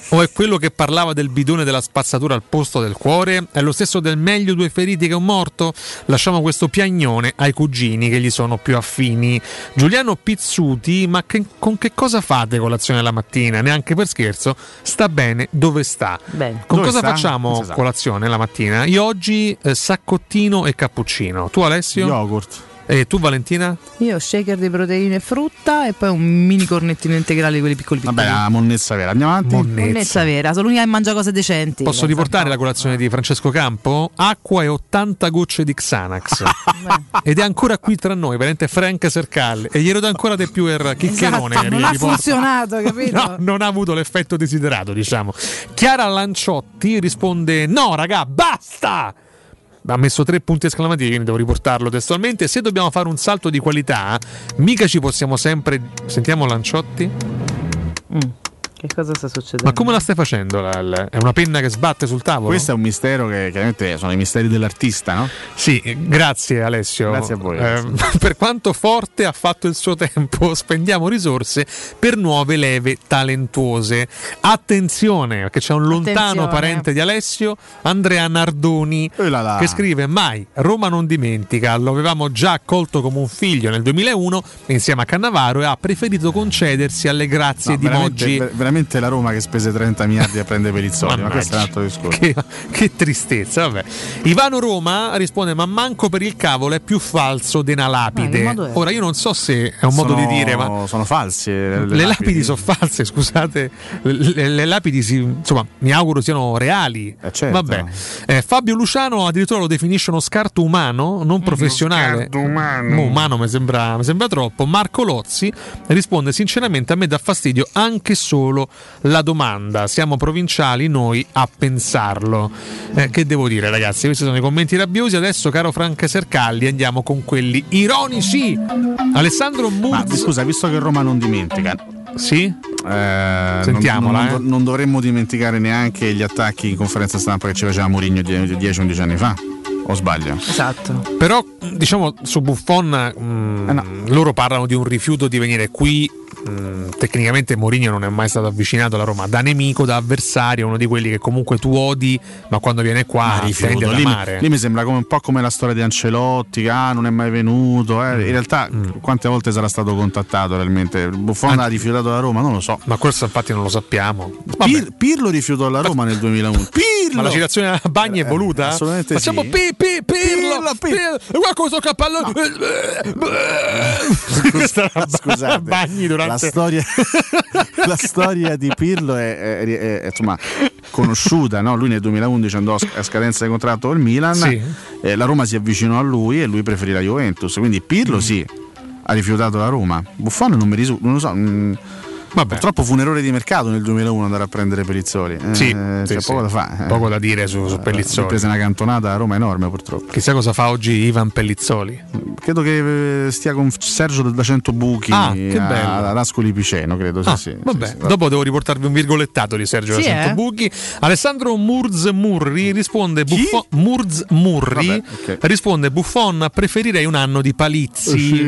O è quello che parlava del bidone della spazzatura al posto del cuore? È lo stesso del meglio due feriti che un morto? Lasciamo questo piagnone ai cugini che gli sono più affini. Giuliano Pizzuti, ma con che cosa fate colazione la mattina? Neanche per scherzo, sta bene dove sta. Bene. Con Dove cosa sta? facciamo colazione la mattina? Io oggi saccottino e cappuccino. Tu Alessio? Yogurt. E tu Valentina? Io shaker di proteine e frutta e poi un mini cornettino integrale di quelli piccoli. Vabbè, la monnezza vera. Andiamo avanti. Monnezza vera, sono l'unica che mangia cose decenti. Posso riportare la colazione di Francesco Campo? Acqua e 80 gocce di Xanax. Ed è ancora qui tra noi, veramente Frank Sercalli. E glielo dà ancora di più il chiccherone. Esatto, non ha funzionato, capito? No, non ha avuto l'effetto desiderato, diciamo. Chiara Lanciotti risponde: no raga, basta! Ha messo 3 punti esclamativi, quindi devo riportarlo testualmente. Se dobbiamo fare un salto di qualità, mica ci possiamo sempre... Sentiamo Lanciotti. Che cosa sta succedendo? Ma come la stai facendo? È una penna che sbatte sul tavolo? Questo è un mistero che chiaramente sono i misteri dell'artista, no? Sì, grazie Alessio. Grazie a voi. Per quanto forte ha fatto il suo tempo, spendiamo risorse per nuove leve talentuose. Attenzione, perché c'è un lontano parente di Alessio, Andrea Nardoni, che scrive: mai Roma non dimentica, lo avevamo già accolto come un figlio nel 2001 insieme a Cannavaro e ha preferito concedersi alle grazie di Moggi. Veramente la Roma che spese 30 miliardi a prendere Pelizzoli, ma questo è un altro discorso. Che tristezza, vabbè. Ivano Roma risponde: ma manco per il cavolo è più falso della lapide. Ora io non so se è un modo di dire, ma sono falsi. Le lapidi sono false, scusate. Le lapidi insomma, mi auguro siano reali. Certo. Vabbè. Fabio Luciano addirittura lo definisce uno scarto umano, non professionale. Umano mi sembra troppo. Marco Lozzi risponde: sinceramente a me dà fastidio anche solo la domanda, siamo provinciali noi a pensarlo. Che devo dire ragazzi, questi sono i commenti rabbiosi. Adesso caro Frank Sercalli andiamo con quelli ironici. Alessandro Murz. Scusa, visto che Roma non dimentica, sì? Sentiamola. Non dovremmo dimenticare neanche gli attacchi in conferenza stampa che ci faceva Mourinho 10-11 anni fa. O sbaglio? Esatto. Però diciamo su Buffon loro parlano di un rifiuto di venire qui. Tecnicamente Mourinho non è mai stato avvicinato alla Roma da nemico, da avversario, uno di quelli che comunque tu odi, ma quando viene qua tende ad amare. Lì mi sembra come un po' come la storia di Ancelotti, che non è mai venuto. In realtà quante volte sarà stato contattato realmente? Buffon ha rifiutato la Roma, non lo so. Ma questo infatti non lo sappiamo. Pirlo rifiutò la Roma nel 2001. Ma la citazione a Bagni è voluta? Assolutamente facciamo sì. Pirlo. Guarda questo cappello. Scusate, Bagni durante la storia di Pirlo è insomma conosciuta, no? Lui nel 2011 andò a scadenza di contratto col Milan, sì. La Roma si avvicinò a lui e lui preferì la Juventus, quindi Pirlo sì, ha rifiutato la Roma. Buffon non mi risulta, non lo so. Purtroppo fu un errore di mercato nel 2001 andare a prendere Pellizzoli. Poco da fare. Poco da dire su Pellizzoli. Prese una cantonata a Roma enorme purtroppo. Chissà cosa fa oggi Ivan Pellizzoli. Credo che stia con Sergio da 100 buchi ad Ascoli Piceno, credo. Sì. Dopo devo riportarvi un virgolettato di Sergio da 100 buchi. Alessandro Murri risponde risponde: Buffon, preferirei un anno di Palizzi.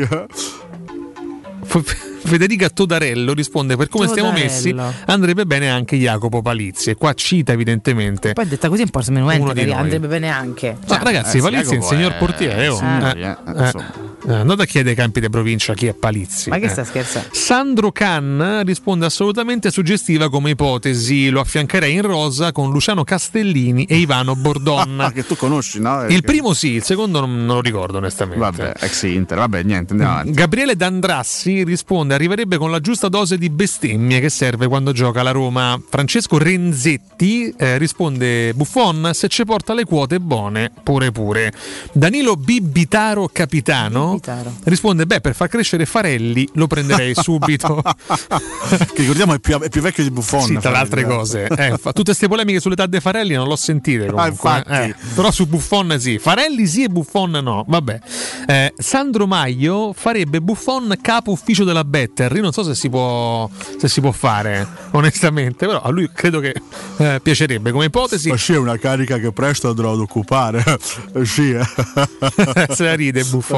Federica Todarello risponde: per come stiamo messi andrebbe bene anche Jacopo Palizzi, e qua cita evidentemente. Poi detta così è un po' smenuente, andrebbe bene anche. Ragazzi, Palizzi è il signor portiere. Andate a chiedere ai campi di provincia chi è Palizzi. Ma che sta scherzando? Sandro Can risponde: assolutamente suggestiva come ipotesi, lo affiancherei in rosa con Luciano Castellini e Ivano Bordon. Che tu conosci, no? Il primo sì, il secondo non lo ricordo onestamente. Vabbè, ex Inter, niente, andiamo avanti. Gabriele D'Andrassi risponde: arriverebbe con la giusta dose di bestemmie che serve quando gioca la Roma. Francesco Renzetti risponde: Buffon, se ci porta le quote buone, pure. Danilo Bibitaro capitano risponde: per far crescere Farelli lo prenderei subito. Che ricordiamo è più vecchio di Buffon. Sì, tra le altre cose. Tutte queste polemiche sull'età dei Farelli non l'ho sentite comunque. Però su Buffon sì. Farelli sì e Buffon no. Vabbè. Sandro Maio farebbe Buffon capo ufficio della Better. Io non so se si può fare onestamente, però a lui credo che piacerebbe come ipotesi. Ma sì, è una carica che presto andrò ad occupare. Sì. Se la ride Buffon.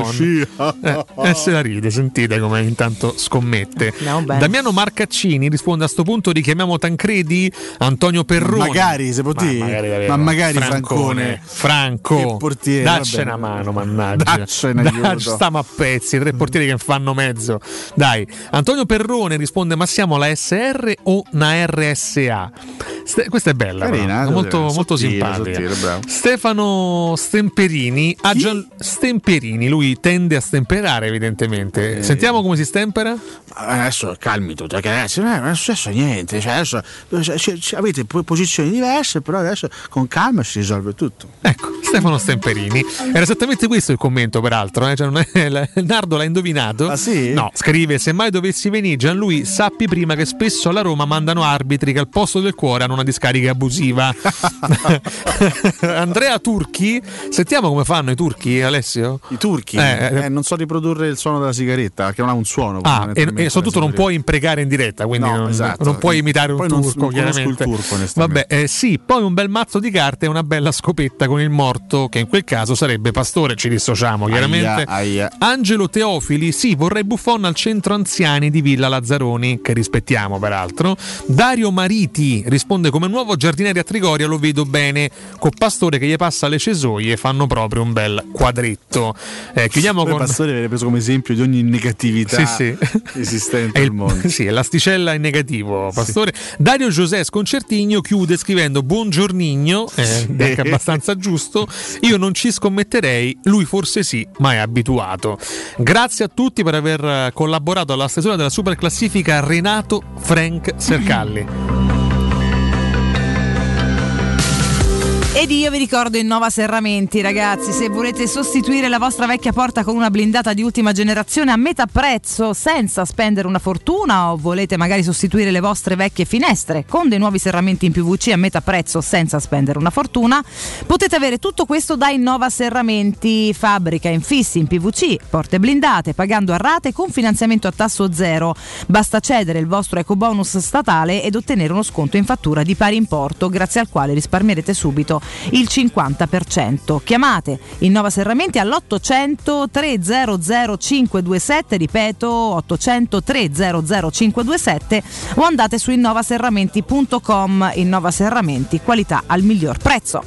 Se la ride, sentite come intanto scommette. Damiano Marcaccini risponde: a sto punto richiamiamo Tancredi, Antonio Perrone. Magari, se può dire. Ma magari Francone. Franco. Portiere. Dacci una mano, mannaggia. Stiamo a pezzi, 3 portieri che fanno mezzo. Dai. Antonio Perrone risponde: ma siamo la SR o una RSA? Questa è bella, carina, molto simpatica. Stefano Stemperini, Stemperini, lui tende a stemperare evidentemente. Sentiamo come si stempera. Adesso calmito, ragazzi, non è successo niente, cioè adesso avete posizioni diverse, però adesso con calma si risolve tutto. Ecco, Stefano Stemperini. Era esattamente questo il commento, peraltro, cioè, non è, Nardo l'ha indovinato. Ah sì? No, scrive: se mai dovessi venire Gianluigi, sappi prima che spesso alla Roma mandano arbitri che al posto del cuore hanno una discarica abusiva. Andrea Turchi, sentiamo come fanno i turchi, Alessio? I turchi? Non so riprodurre il suono della sigaretta, che non ha un suono. E soprattutto non puoi imprecare in diretta, quindi non puoi imitare un turco, chiaramente. Il turco, vabbè, sì, poi un bel mazzo di carte e una bella scopetta con il morto, che in quel caso sarebbe Pastore, ci dissociamo chiaramente. Angelo Teofili, sì, vorrei Buffon al centro anziani di Villa Lazzaroni, che rispettiamo peraltro. Dario Mariti risponde: come nuovo giardiniere a Trigoria lo vedo bene, con Pastore che gli passa le cesoie, fanno proprio un bel quadretto. Chiudiamo con Pastore viene preso come esempio di ogni negatività esistente nel mondo. Sì, è l'asticella in negativo, Pastore. Sì. Dario José Sconcertigno chiude scrivendo: buongiornigno, è abbastanza giusto. Io non ci scommetterei, lui forse sì, ma è abituato. Grazie a tutti per aver collaborato alla stesura della super classifica. Renato Frank Sercalli. Ed io vi ricordo Innova Serramenti, ragazzi, se volete sostituire la vostra vecchia porta con una blindata di ultima generazione a metà prezzo senza spendere una fortuna, o volete magari sostituire le vostre vecchie finestre con dei nuovi serramenti in PVC a metà prezzo senza spendere una fortuna, potete avere tutto questo da Innova Serramenti. Fabbrica infissi in PVC, porte blindate, pagando a rate con finanziamento a tasso zero. Basta cedere il vostro ecobonus statale ed ottenere uno sconto in fattura di pari importo, grazie al quale risparmierete subito il 50%. Chiamate Innova Serramenti all'800 300 527, ripeto 800 300 527, o andate su innovaserramenti.com. Innova Serramenti, qualità al miglior prezzo.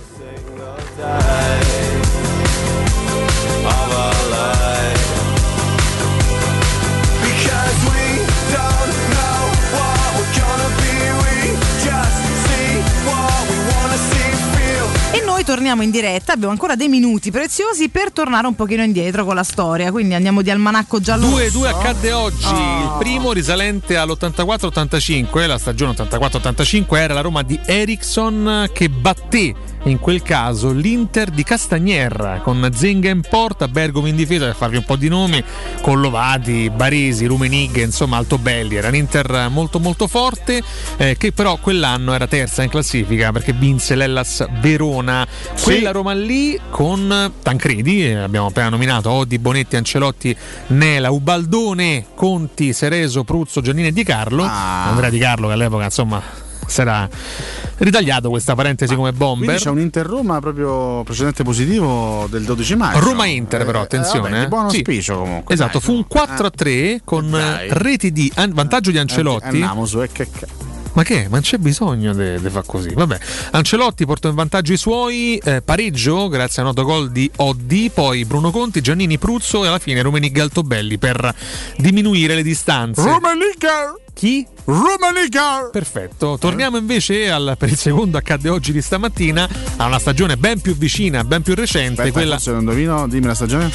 Torniamo in diretta, abbiamo ancora dei minuti preziosi per tornare un pochino indietro con la storia, quindi andiamo di almanacco giallo. 2 accadde oggi. Il primo risalente all'84-85, la stagione 84-85, era la Roma di Eriksson che batté in quel caso l'Inter di Castagnier con Zenga in porta, Bergomi in difesa, per farvi un po' di nomi, con Lovati, Baresi, Rummenigge, insomma Altobelli. Era un Inter molto molto forte, che però quell'anno era terza in classifica perché vinse l'Hellas Verona. Quella Roma lì con Tancredi, abbiamo appena nominato, Oddi, Bonetti, Ancelotti, Nela, Ubaldone, Conti, Sereso, Pruzzo, Giannini e Di Carlo. Andrea Di Carlo, che all'epoca insomma sarà ritagliato questa parentesi come bomber. Quindi c'è un Inter-Roma proprio precedente positivo del 12 maggio. Roma-Inter però, attenzione. Vabbè, buon auspicio comunque. Esatto, fu un 4-3 con reti di vantaggio di Ancelotti. Andiamo su Ma che? Ma c'è bisogno di far così? Vabbè, Ancelotti portò in vantaggio i suoi, pareggio grazie a un autogol di Oddi, poi Bruno Conti, Giannini, Pruzzo e alla fine Rummenigge, Altobelli per diminuire le distanze. Rummenigge! Chi? Rummenigge! Perfetto. Torniamo invece per il secondo accadde oggi di stamattina, a una stagione ben più vicina, ben più recente. Aspetta, quella se non indovino, dimmi la stagione.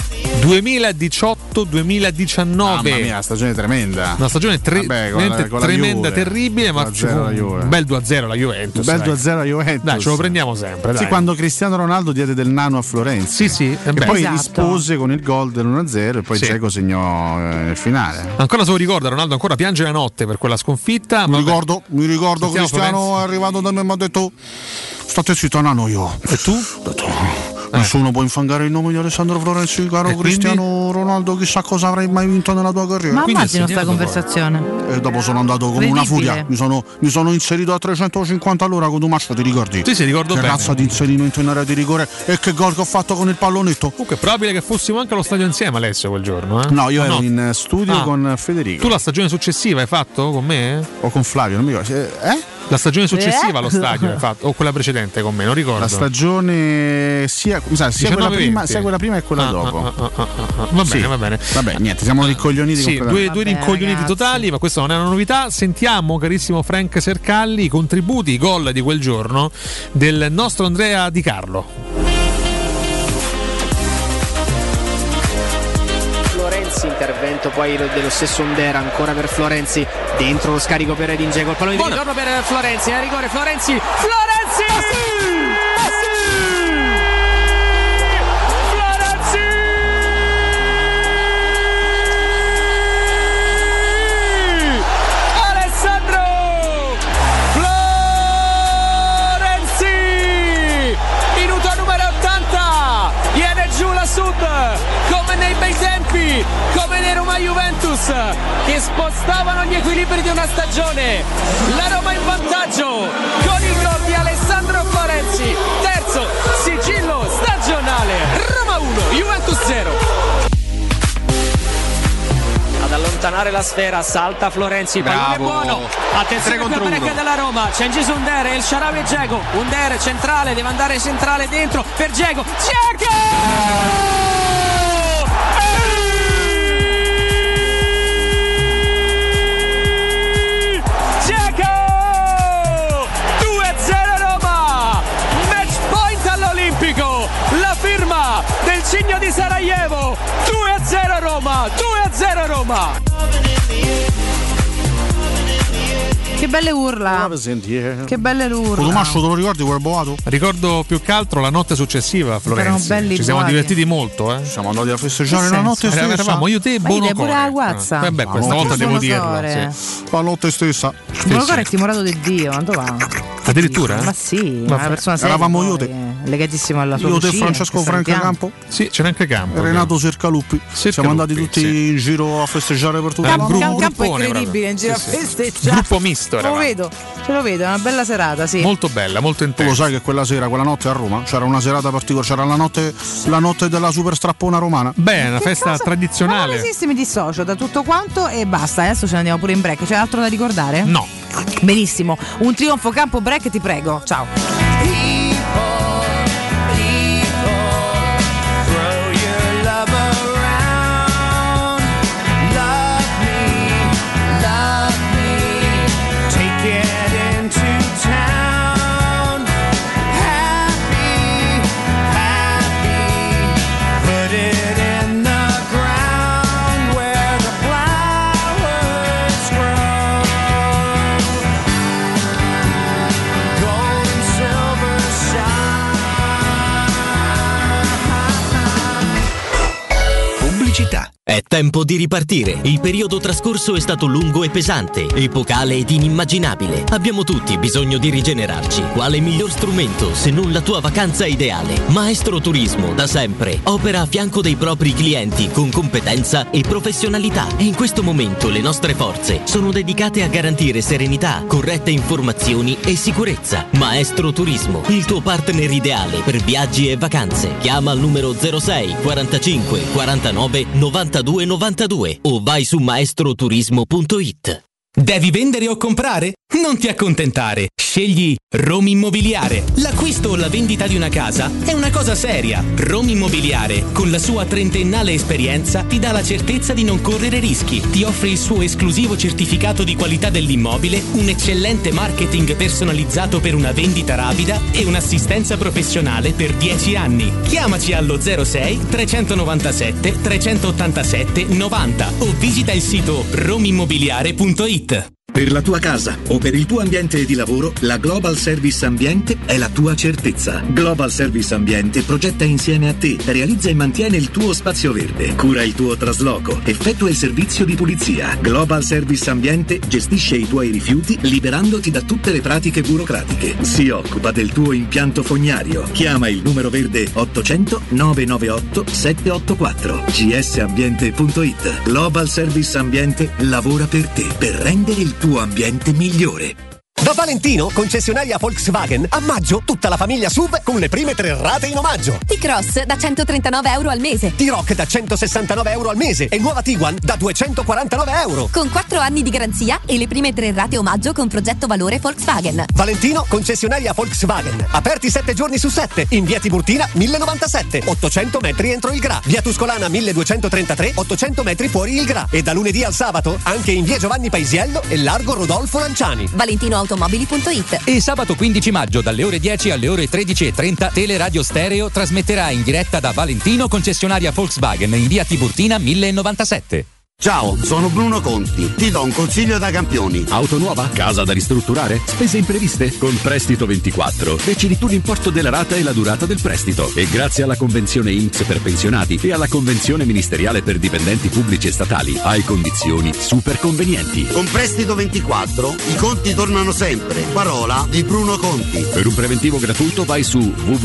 2018-2019. Mamma mia, una stagione tremenda. Una stagione tremenda, Juve, terribile, ma un bel 2-0 la Juventus. Bel 2-0 la Juventus. Dai, ce lo prendiamo sempre. Sì, dai. quando Cristiano Ronaldo diede del nano a Florenzi. Sì. E poi rispose con il gol dell'1-0 e poi Dzeko segnò nel finale. Ancora se lo ricorda, Ronaldo ancora piange la notte per quella sconfitta. Mi ricordo Cristiano è arrivato da me e mi ha detto: state zitto, nano io. E tu? Nessuno può infangare il nome di Alessandro Florenzi, caro Cristiano Ronaldo, chissà cosa avrai mai vinto nella tua carriera. Ma immagino sta conversazione. E dopo sono andato come una furia. Mi sono inserito a 350 all'ora con Dumascio, ti ricordi? Sì, ricordo che bene. Che razza di inserimento in area di rigore e che gol che ho fatto con il pallonetto. Comunque è probabile che fossimo anche allo stadio insieme, Alessio, quel giorno. No, io ero in studio con Federico. Tu la stagione successiva hai fatto con me? O con Flavio, non mi ricordo. La stagione successiva allo stadio hai fatto? O quella precedente con me, non ricordo. La stagione sia quella prima e quella dopo. Va bene. Vabbè, niente, siamo rincoglioniti. Sì, due rincoglioniti totali, ma questa non è una novità. Sentiamo, carissimo Frank Sercalli, i contributi, i gol di quel giorno del nostro Andrea Di Carlo. Intervento poi dello stesso Undera, ancora per Florenzi, dentro lo scarico per Edin Dzeko, il pallone di ritorno per Florenzi, a rigore Florenzi! Alessandro Florenzi, minuto numero 80, viene giù la sub come nei bei tempi, come nei Roma Juventus che spostavano gli equilibri di una stagione. La Roma in vantaggio con il gol di Alessandro Florenzi, terzo sigillo stagionale. Roma 1, Juventus 0. Ad allontanare la sfera, salta Florenzi, pallone buono, attenzione al break della Roma, c'è Cengiz Under, El Shaarawy e Dzeko, Under centrale, deve andare centrale dentro per Dzeko, Dzeko! 2-0 Roma, match point all'Olimpico, la firma del Cigno di Sarajevo, 2-0 Roma, 2-0 Roma. Che belle urla. Che belle urla. Tomascio, te lo ricordi quel boato? Ricordo più che altro la notte successiva a Florenzi. Ci siamo divertiti molto, Siamo andati a festeggiare la notte stessa. Eravamo io, te e Bonocore. Pure la guazza. Vabbè, questa volta devo dirlo. La notte stessa. Bonocore è timorato di Dio, ma dove va? Addirittura? Ma sì, una persona seria. Eravamo io te. Legatissimo alla sua Io cucina. te Francesco Francacampo? Sì, c'era anche Campo. Renato Sercaluppi. Siamo andati tutti in giro a festeggiare per tutto il campo è incredibile, in giro a festeggiare. Gruppo misto eravamo. Ce lo vedo, è una bella serata, sì. Molto bella, molto intensa. Tu lo sai che quella notte a Roma c'era una serata particolare, c'era la notte della super strappona romana. Beh, una festa tradizionale. Ma non esiste, mi dissocio da tutto quanto e basta. Adesso ce ne andiamo pure in break. C'è altro da ricordare? No. Benissimo. Un trionfo campo break, ti prego. Ciao. È tempo di ripartire. Il periodo trascorso è stato lungo e pesante, epocale ed inimmaginabile. Abbiamo tutti bisogno di rigenerarci. Quale miglior strumento se non la tua vacanza ideale? Maestro Turismo, da sempre, opera a fianco dei propri clienti con competenza e professionalità. E in questo momento le nostre forze sono dedicate a garantire serenità, corrette informazioni e sicurezza. Maestro Turismo, il tuo partner ideale per viaggi e vacanze. Chiama al numero 06 45 49 92 92 o vai su maestroturismo.it. Devi vendere o comprare? Non ti accontentare. Scegli Roma Immobiliare. L'acquisto o la vendita di una casa è una cosa seria. Roma Immobiliare, con la sua trentennale esperienza, ti dà la certezza di non correre rischi. Ti offre il suo esclusivo certificato di qualità dell'immobile, un eccellente marketing personalizzato per una vendita rapida e un'assistenza professionale per 10 anni. Chiamaci allo 06 397 387 90 o visita il sito romimmobiliare.it. Per la tua casa o per il tuo ambiente di lavoro, la Global Service Ambiente è la tua certezza. Global Service Ambiente progetta insieme a te, realizza e mantiene il tuo spazio verde, cura il tuo trasloco, effettua il servizio di pulizia. Global Service Ambiente gestisce i tuoi rifiuti liberandoti da tutte le pratiche burocratiche. Si occupa del tuo impianto fognario. Chiama il numero verde 800 998 784. gsambiente.it. Global Service Ambiente lavora per te, per rendere il tuo ambiente migliore. Da Valentino, concessionaria Volkswagen, a maggio tutta la famiglia SUV con le prime 3 rate in omaggio. T-Cross da 139 euro al mese. T-Roc da 169 euro al mese e nuova Tiguan da 249 euro. Con 4 anni di garanzia e le prime 3 rate omaggio con progetto valore Volkswagen. Valentino, concessionaria Volkswagen. Aperti 7 giorni su 7. In via Tiburtina 1097, 800 metri entro il Gra. Via Tuscolana 1233, 800 metri fuori il Gra. E da lunedì al sabato anche in via Giovanni Paisiello e largo Rodolfo Lanciani. ValentinoAutomobili.it. E sabato 15 maggio dalle ore 10 alle ore 13:30 Teleradio Stereo trasmetterà in diretta da Valentino, concessionaria Volkswagen in via Tiburtina 1097. Ciao, sono Bruno Conti. Ti do un consiglio da campioni. Auto nuova? Casa da ristrutturare? Spese impreviste? Con Prestito 24 decidi tu l'importo della rata e la durata del prestito. E grazie alla convenzione INPS per pensionati e alla convenzione ministeriale per dipendenti pubblici e statali hai condizioni super convenienti. Con Prestito 24 i conti tornano sempre. Parola di Bruno Conti. Per un preventivo gratuito vai su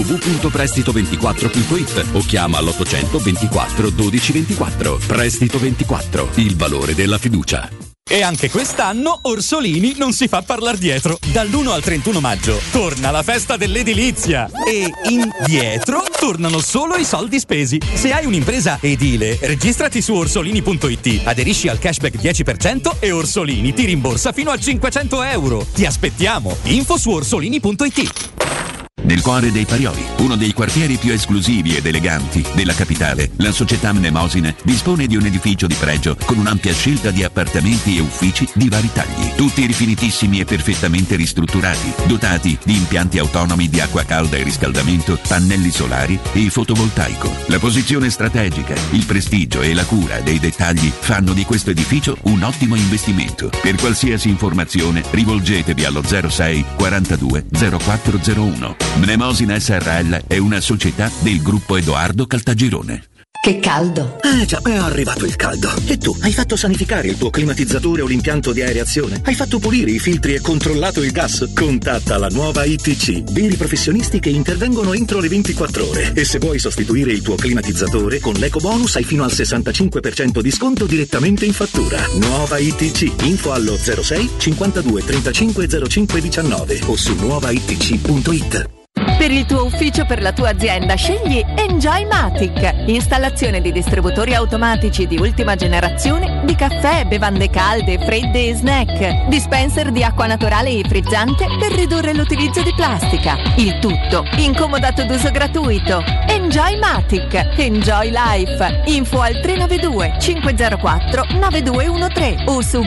www.prestito24.it o chiama all'800 24 12 24. Prestito 24. Il valore della fiducia. E anche quest'anno Orsolini non si fa parlar dietro. Dall'1 al 31 maggio torna la festa dell'edilizia e indietro tornano solo i soldi spesi. Se hai un'impresa edile, registrati su orsolini.it, aderisci al cashback 10% e Orsolini ti rimborsa fino a 500 euro. Ti aspettiamo. Info su orsolini.it. Nel cuore dei Parioli, uno dei quartieri più esclusivi ed eleganti della capitale, la società Mnemosine dispone di un edificio di pregio con un'ampia scelta di appartamenti e uffici di vari tagli, tutti rifinitissimi e perfettamente ristrutturati, dotati di impianti autonomi di acqua calda e riscaldamento, pannelli solari e fotovoltaico. La posizione strategica, il prestigio e la cura dei dettagli fanno di questo edificio un ottimo investimento. Per qualsiasi informazione rivolgetevi allo 06 42 0401. Mnemosina SRL è una società del gruppo Edoardo Caltagirone. Che caldo! Già, è arrivato il caldo. E tu, hai fatto sanificare il tuo climatizzatore o l'impianto di aerazione? Hai fatto pulire i filtri e controllato il gas? Contatta la nuova ITC, veri professionisti che intervengono entro le 24 ore. E se vuoi sostituire il tuo climatizzatore, con l'EcoBonus hai fino al 65% di sconto direttamente in fattura. Nuova ITC, info allo 06 52 35 05 19 o su nuovaitc.it. Per il tuo ufficio, per la tua azienda, scegli Enjoymatic. Installazione di distributori automatici di ultima generazione di caffè, bevande calde, fredde e snack. Dispenser di acqua naturale e frizzante per ridurre l'utilizzo di plastica. Il tutto incomodato d'uso gratuito. Enjoymatic. Enjoy Life. Info al 392 504 9213 o su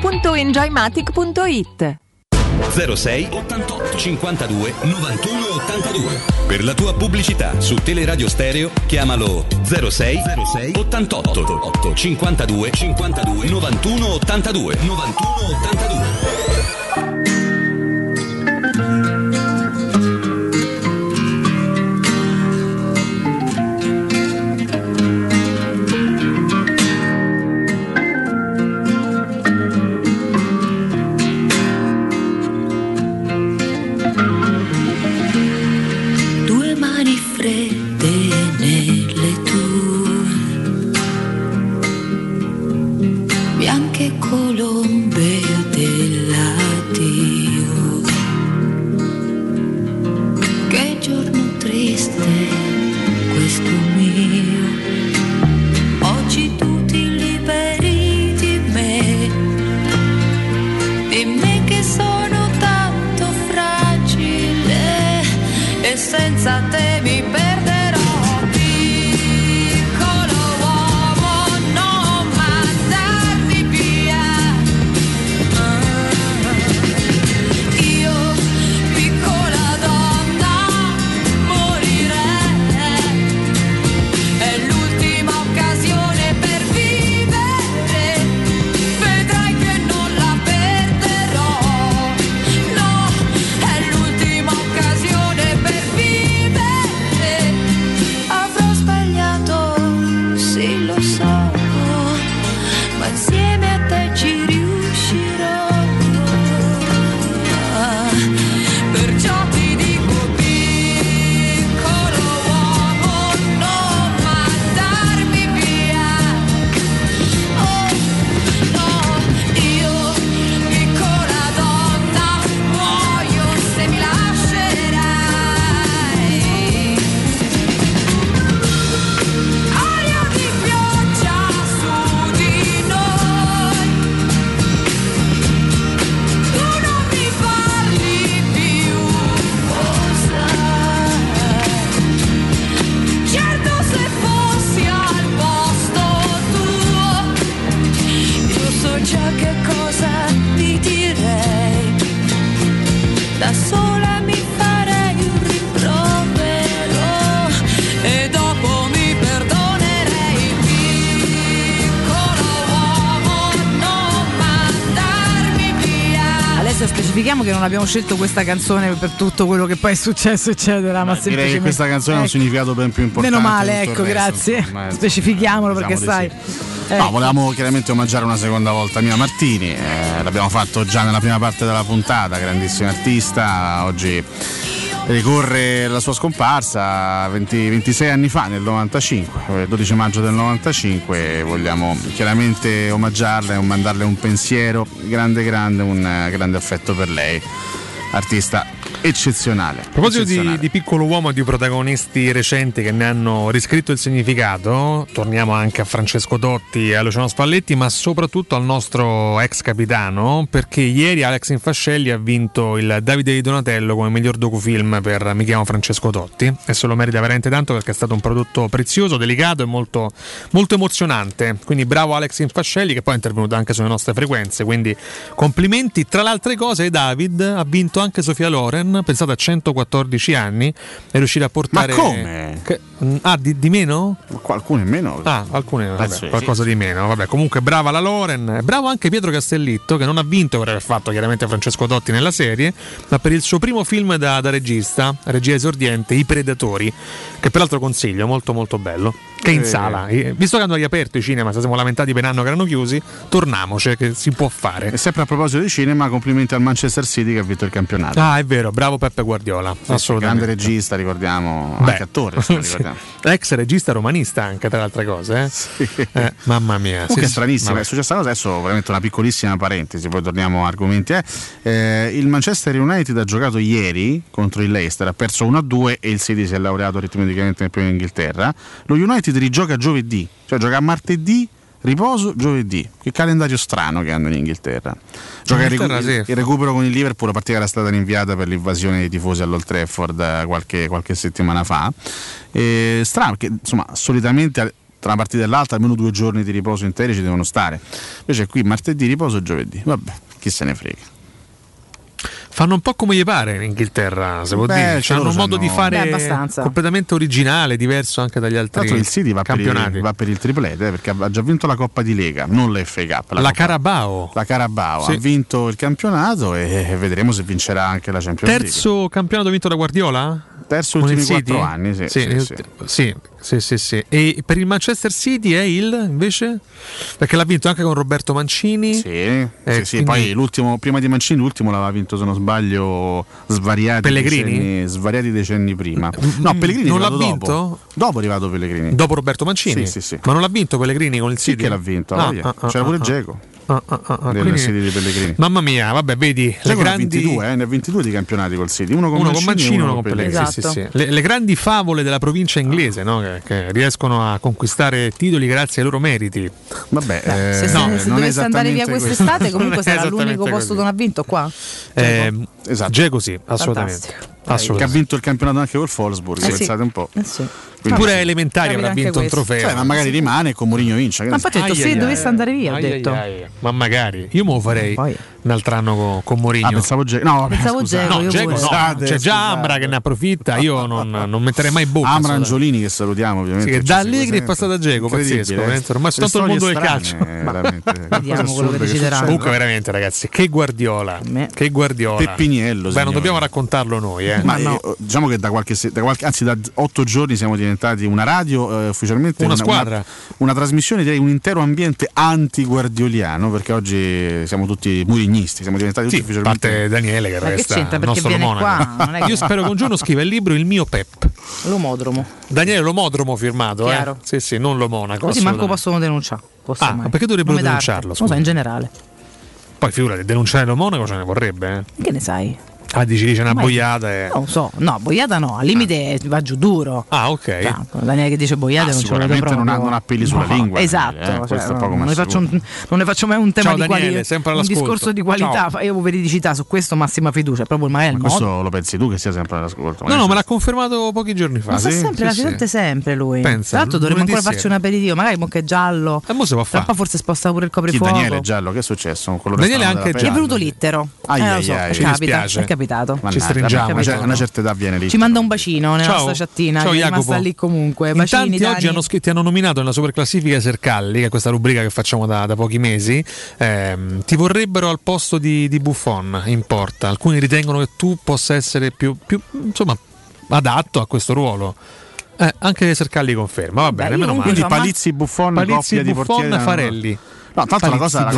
www.enjoymatic.it. 06 88 52 91 82. Per la tua pubblicità su Teleradio Stereo chiamalo 06 88 52 91 82. Colombe dell'addio. Che giorno triste questo mio. Oggi tu ti liberi di me che sono tanto fragile e senza te mi perderò. L'ultima specifichiamo che non abbiamo scelto questa canzone per tutto quello che poi è successo, eccetera. Ma direi che questa canzone ha un significato ben più importante. Meno male, ecco, grazie. Specifichiamolo perché sai. No, volevamo chiaramente omaggiare una seconda volta Mia Martini, l'abbiamo fatto già nella prima parte della puntata, grandissima artista, oggi ricorre la sua scomparsa 26 anni fa, nel 95, 12 maggio del 95, vogliamo chiaramente omaggiarla e mandarle un pensiero grande, un grande affetto per lei, artista eccezionale. A proposito di piccolo uomo e di protagonisti recenti che ne hanno riscritto il significato, torniamo anche a Francesco Totti e a Luciano Spalletti, ma soprattutto al nostro ex capitano, perché ieri Alex Infascelli ha vinto il Davide di Donatello come miglior docufilm per Mi chiamo Francesco Totti, e se lo merita veramente tanto perché è stato un prodotto prezioso, delicato e molto, molto emozionante. Quindi bravo Alex Infascelli, che poi è intervenuto anche sulle nostre frequenze, quindi complimenti. Tra le altre cose David ha vinto anche Sofia Loren, pensate, a 114 anni è riuscita a portare. Ma come? Di meno? Qualcuno in meno? Alcune qualcosa di meno. Vabbè, comunque brava la Loren, bravo anche Pietro Castellitto, che non ha vinto per aver fatto chiaramente Francesco Totti nella serie, ma per il suo primo film da regista, regia esordiente, I Predatori, che peraltro consiglio, molto molto bello, che è in sala. Visto che hanno riaperto i cinema, se siamo lamentati per un anno che erano chiusi, torniamoci, che si può fare. E sempre a proposito di cinema, complimenti al Manchester City che ha vinto il campionato. È vero, bravo Peppe Guardiola, assolutamente. Grande regista, ricordiamo, anche attore, ricordiamo. Ex regista romanista anche, tra le altre cose. Mamma mia. Comunque è stranissima, è successa una cosa, adesso veramente una piccolissima parentesi, poi torniamo a argomenti. Il Manchester United ha giocato ieri contro il Leicester, ha perso 1-2 e il City si è laureato aritmeticamente nel primo Inghilterra. Lo United rigioca giovedì, cioè gioca martedì, riposo giovedì. Che calendario strano che hanno in Inghilterra. Gioca il recupero con il Liverpool, la partita era stata rinviata per l'invasione dei tifosi all'Old Trafford qualche settimana fa. Strano, perché insomma solitamente tra una partita e l'altra almeno 2 giorni di riposo interi ci devono stare. Invece qui martedì riposo, giovedì. Vabbè, chi se ne frega. Fanno un po' come gli pare in Inghilterra, se può dire. Hanno un modo di fare completamente originale, diverso anche dagli altri campionati. Il City va per il triplete, perché ha già vinto la Coppa di Lega, non la FA Cup. La Carabao. Sì. Ha vinto il campionato e vedremo se vincerà anche la Champions League. Terzo campionato vinto da Guardiola? Terzo ultimi 4 anni, sì. E per il Manchester City è invece? Perché l'ha vinto anche con Roberto Mancini. Sì. Poi l'ultimo, prima di Mancini, l'ultimo l'aveva vinto, se non sbaglio, svariati decenni prima. No, Pellegrini non l'ha vinto? Dopo è arrivato Pellegrini. Dopo Roberto Mancini? Sì. Ma non l'ha vinto Pellegrini con il City? Sì che l'ha vinto, c'era pure Dzeko. Del City di Pellegrini. Mamma mia, vabbè, vedi le grandi... ne ha 22 di campionati col City, uno con Mancini e uno con Pellegrini. Esatto. Sì. Le grandi favole della provincia inglese, no? che riescono a conquistare titoli grazie ai loro meriti. Vabbè, se dovesse andare via quest'estate comunque sarà l'unico posto che non ha vinto qua. Esatto. Dzeko sì, assolutamente. Che ha vinto il campionato anche col Wolfsburg, pensate un po'. Pure elementari avrà vinto un trofeo. Ma magari rimane e con Mourinho vince. Ma infatti ho detto se dovesse andare via, ho detto. Ma magari io me lo farei un altro anno con Mourinho. Pensavo Dzeko. C'è già Ambra che ne approfitta. Io non metterei mai bocca. Ambra Angiolini, che salutiamo ovviamente. Che da Allegri è passato a Dzeko, pazzesco. Ormai su tutto il mondo del calcio. Vediamo quello che decideranno. Comunque veramente, ragazzi, che Guardiola. Peppiniello. Beh, non dobbiamo raccontarlo noi, Ma diciamo che da 8 giorni siamo diventati una radio, ufficialmente una squadra, una trasmissione, direi un intero ambiente anti-guardioliano, perché oggi siamo tutti murignisti, siamo diventati tutti ufficialmente. A parte Daniele che resta il nostro monaco. Io spero che un giorno scriva il libro Il mio Pep. L'omodromo. Daniele L'omodromo firmato, Sì, non lo monaco. Così manco possono denunciare. Ma perché dovrebbero denunciarlo? Non so, in generale. Poi figurati, denunciare lo monaco ce ne vorrebbe. Che ne sai? Dice una boiata non so, no, boiata no, al limite va giù duro. Ok. Daniele che dice boiate non ce lo vedo proprio. Non appelli sulla lingua. Esatto, non ne faccio mai un tema di qualità, un discorso di qualità. Io veridicità su questo, massima fiducia. Proprio il questo lo pensi tu che sia sempre all'ascolto? No, me l'ha confermato pochi giorni fa. Ma la sente sempre lui. Tra l'altro dovremmo ancora farci un aperitivo, magari mo che è giallo. E mo si può fare. Poi forse sposta pure il coprifuoco. Daniele è giallo, che è successo? Daniele anche è venuto littero. Ci capita. capitato. Ci stringiamo. Una certa età viene lì. Ci manda un bacino nella nostra chattina. Ciao, che è Jacopo. rimasta lì comunque. In tanti oggi ti hanno nominato nella superclassifica Sercalli, che è questa rubrica che facciamo da pochi mesi. Ti vorrebbero al posto di Buffon in porta. Alcuni ritengono che tu possa essere più insomma adatto a questo ruolo. Anche Sercalli conferma, va bene, meno male. Quindi Palizzi, Buffon, coppia di portieri, Farelli. No, tanto la cosa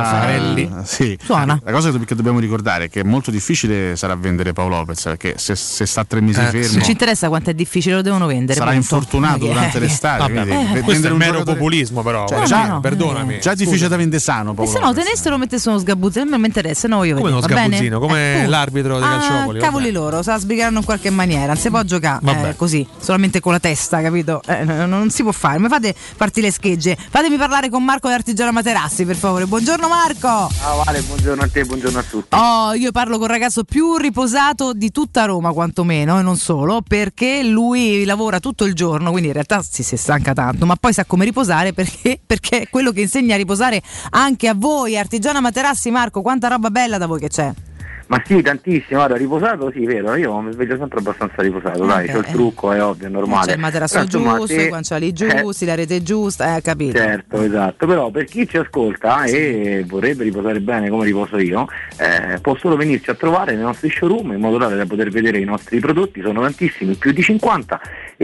sì, suona. La cosa che dobbiamo ricordare è che è molto difficile sarà vendere Paolo Lopez, perché se sta 3 mesi fermo non ci interessa quanto è difficile, lo devono vendere. Sarà infortunato durante l'estate. Questo è mero populismo, però. Perdonami. Già è difficile da vendere sano. E se no, tenessero e mettessero uno sgabuzzino, a me non mi interessa, no, io come uno sgabuzzino, come l'arbitro dei calciopoli. Cavoli loro, sa sbrigaranno in qualche maniera, non si può giocare così, solamente con la testa, capito? Non si può fare. Mi fate partire le schegge. Fatemi parlare con Marco d'Artigiano Materassi, per favore. Buongiorno Marco. Ciao Vale, buongiorno a te, buongiorno a tutti. Io parlo con il ragazzo più riposato di tutta Roma, quantomeno, e non solo, perché lui lavora tutto il giorno, quindi in realtà si stanca tanto, ma poi sa come riposare, perché è quello che insegna a riposare anche a voi. Artigiano Materassi. Marco, quanta roba bella da voi che c'è. Ma sì, tantissimo, guarda, riposato sì, vero, io mi sveglio sempre abbastanza riposato, dai, c'ho il trucco, è ovvio, è normale. C'è il materasso giusto, i guanciali giusti, la rete giusta, capito? Certo, esatto, però per chi ci ascolta e vorrebbe riposare bene come riposo io, può solo venirci a trovare nei nostri showroom in modo tale da poter vedere i nostri prodotti, sono tantissimi, più di 50,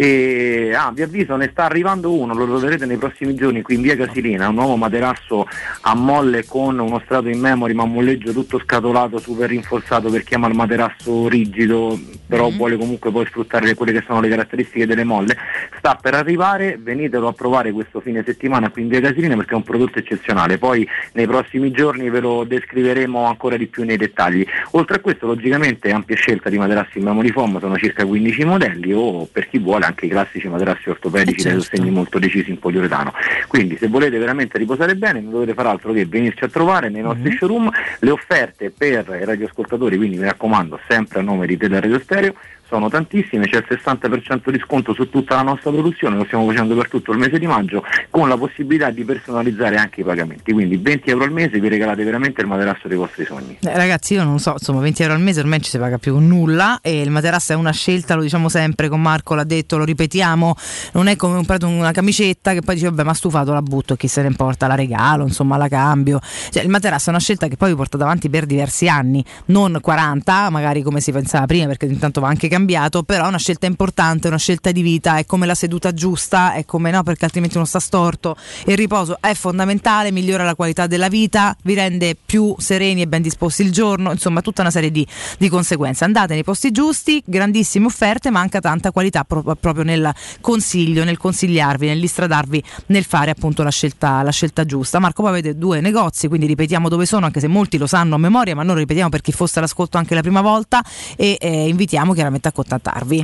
e vi avviso, ne sta arrivando uno, lo troverete nei prossimi giorni qui in via Casilina, un nuovo materasso a molle con uno strato in memory, ma un molleggio tutto scatolato, super rinforzato per chi ama il materasso rigido, però vuole comunque poi sfruttare quelle che sono le caratteristiche delle molle. Sta per arrivare, venitelo a provare questo fine settimana qui in via Casilina, perché è un prodotto eccezionale, poi nei prossimi giorni ve lo descriveremo ancora di più nei dettagli. Oltre a questo, logicamente, ampia scelta di materassi in memory foam, sono circa 15 modelli, o per chi vuole anche i classici materassi ortopedici dai sostegni molto decisi in poliuretano. Quindi se volete veramente riposare bene non dovete fare altro che venirci a trovare nei nostri showroom. Le offerte per i radioascoltatori, quindi mi raccomando, sempre a nome di Teleradio Stereo, sono tantissime, c'è il 60% di sconto su tutta la nostra produzione, lo stiamo facendo per tutto il mese di maggio, con la possibilità di personalizzare anche i pagamenti, quindi 20 euro al mese vi regalate veramente il materasso dei vostri sogni. Ragazzi, io non so, insomma, 20 euro al mese ormai non ci si paga più nulla, e il materasso è una scelta, lo diciamo sempre, con Marco l'ha detto, lo ripetiamo, non è come comprare una camicetta che poi dice vabbè, ma stufato la butto, chi se ne importa, la regalo, insomma la cambio. Cioè, il materasso è una scelta che poi vi porta avanti per diversi anni, non 40 magari come si pensava prima, perché intanto va anche cambiato, però è una scelta importante, è una scelta di vita, è come la seduta giusta, è come no, perché altrimenti uno sta storto. Il riposo è fondamentale, migliora la qualità della vita, vi rende più sereni e ben disposti il giorno, insomma tutta una serie di conseguenze. Andate nei posti giusti, grandissime offerte, ma anche tanta qualità proprio nel consiglio, nel consigliarvi, nell'istradarvi, nel fare appunto la scelta giusta. Marco, poi avete 2 negozi, quindi ripetiamo dove sono, anche se molti lo sanno a memoria, ma noi lo ripetiamo per chi fosse all'ascolto anche la prima volta, e invitiamo chiaramente a contattarvi.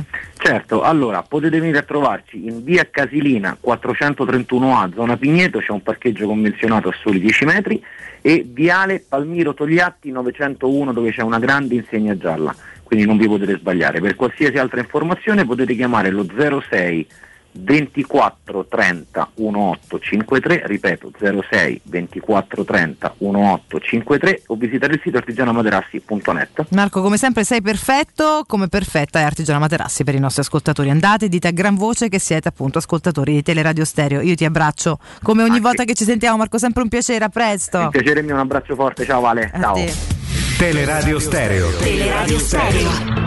Certo, allora potete venire a trovarci in via Casilina 431A, zona Pigneto, c'è un parcheggio convenzionato a soli 10 metri, e viale Palmiro Togliatti 901, dove c'è una grande insegna gialla, quindi non vi potete sbagliare. Per qualsiasi altra informazione potete chiamare lo 06 24 30 1853, ripeto 06 24 30 1853, o visitare il sito artigianomaterassi.net. Marco, come sempre sei perfetto, come perfetta è Artigiano Materassi per i nostri ascoltatori. Andate, dite a gran voce che siete appunto ascoltatori di Teleradio Stereo. Io ti abbraccio come ogni volta che ci sentiamo, Marco, sempre un piacere, a presto. Un piacere mio, un abbraccio forte, ciao Vale, ciao. Teleradio Stereo. Teleradio Stereo.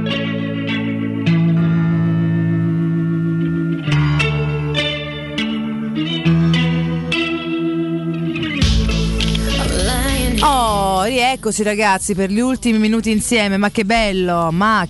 Oh, rieccoci ragazzi per gli ultimi minuti insieme, ma che bello,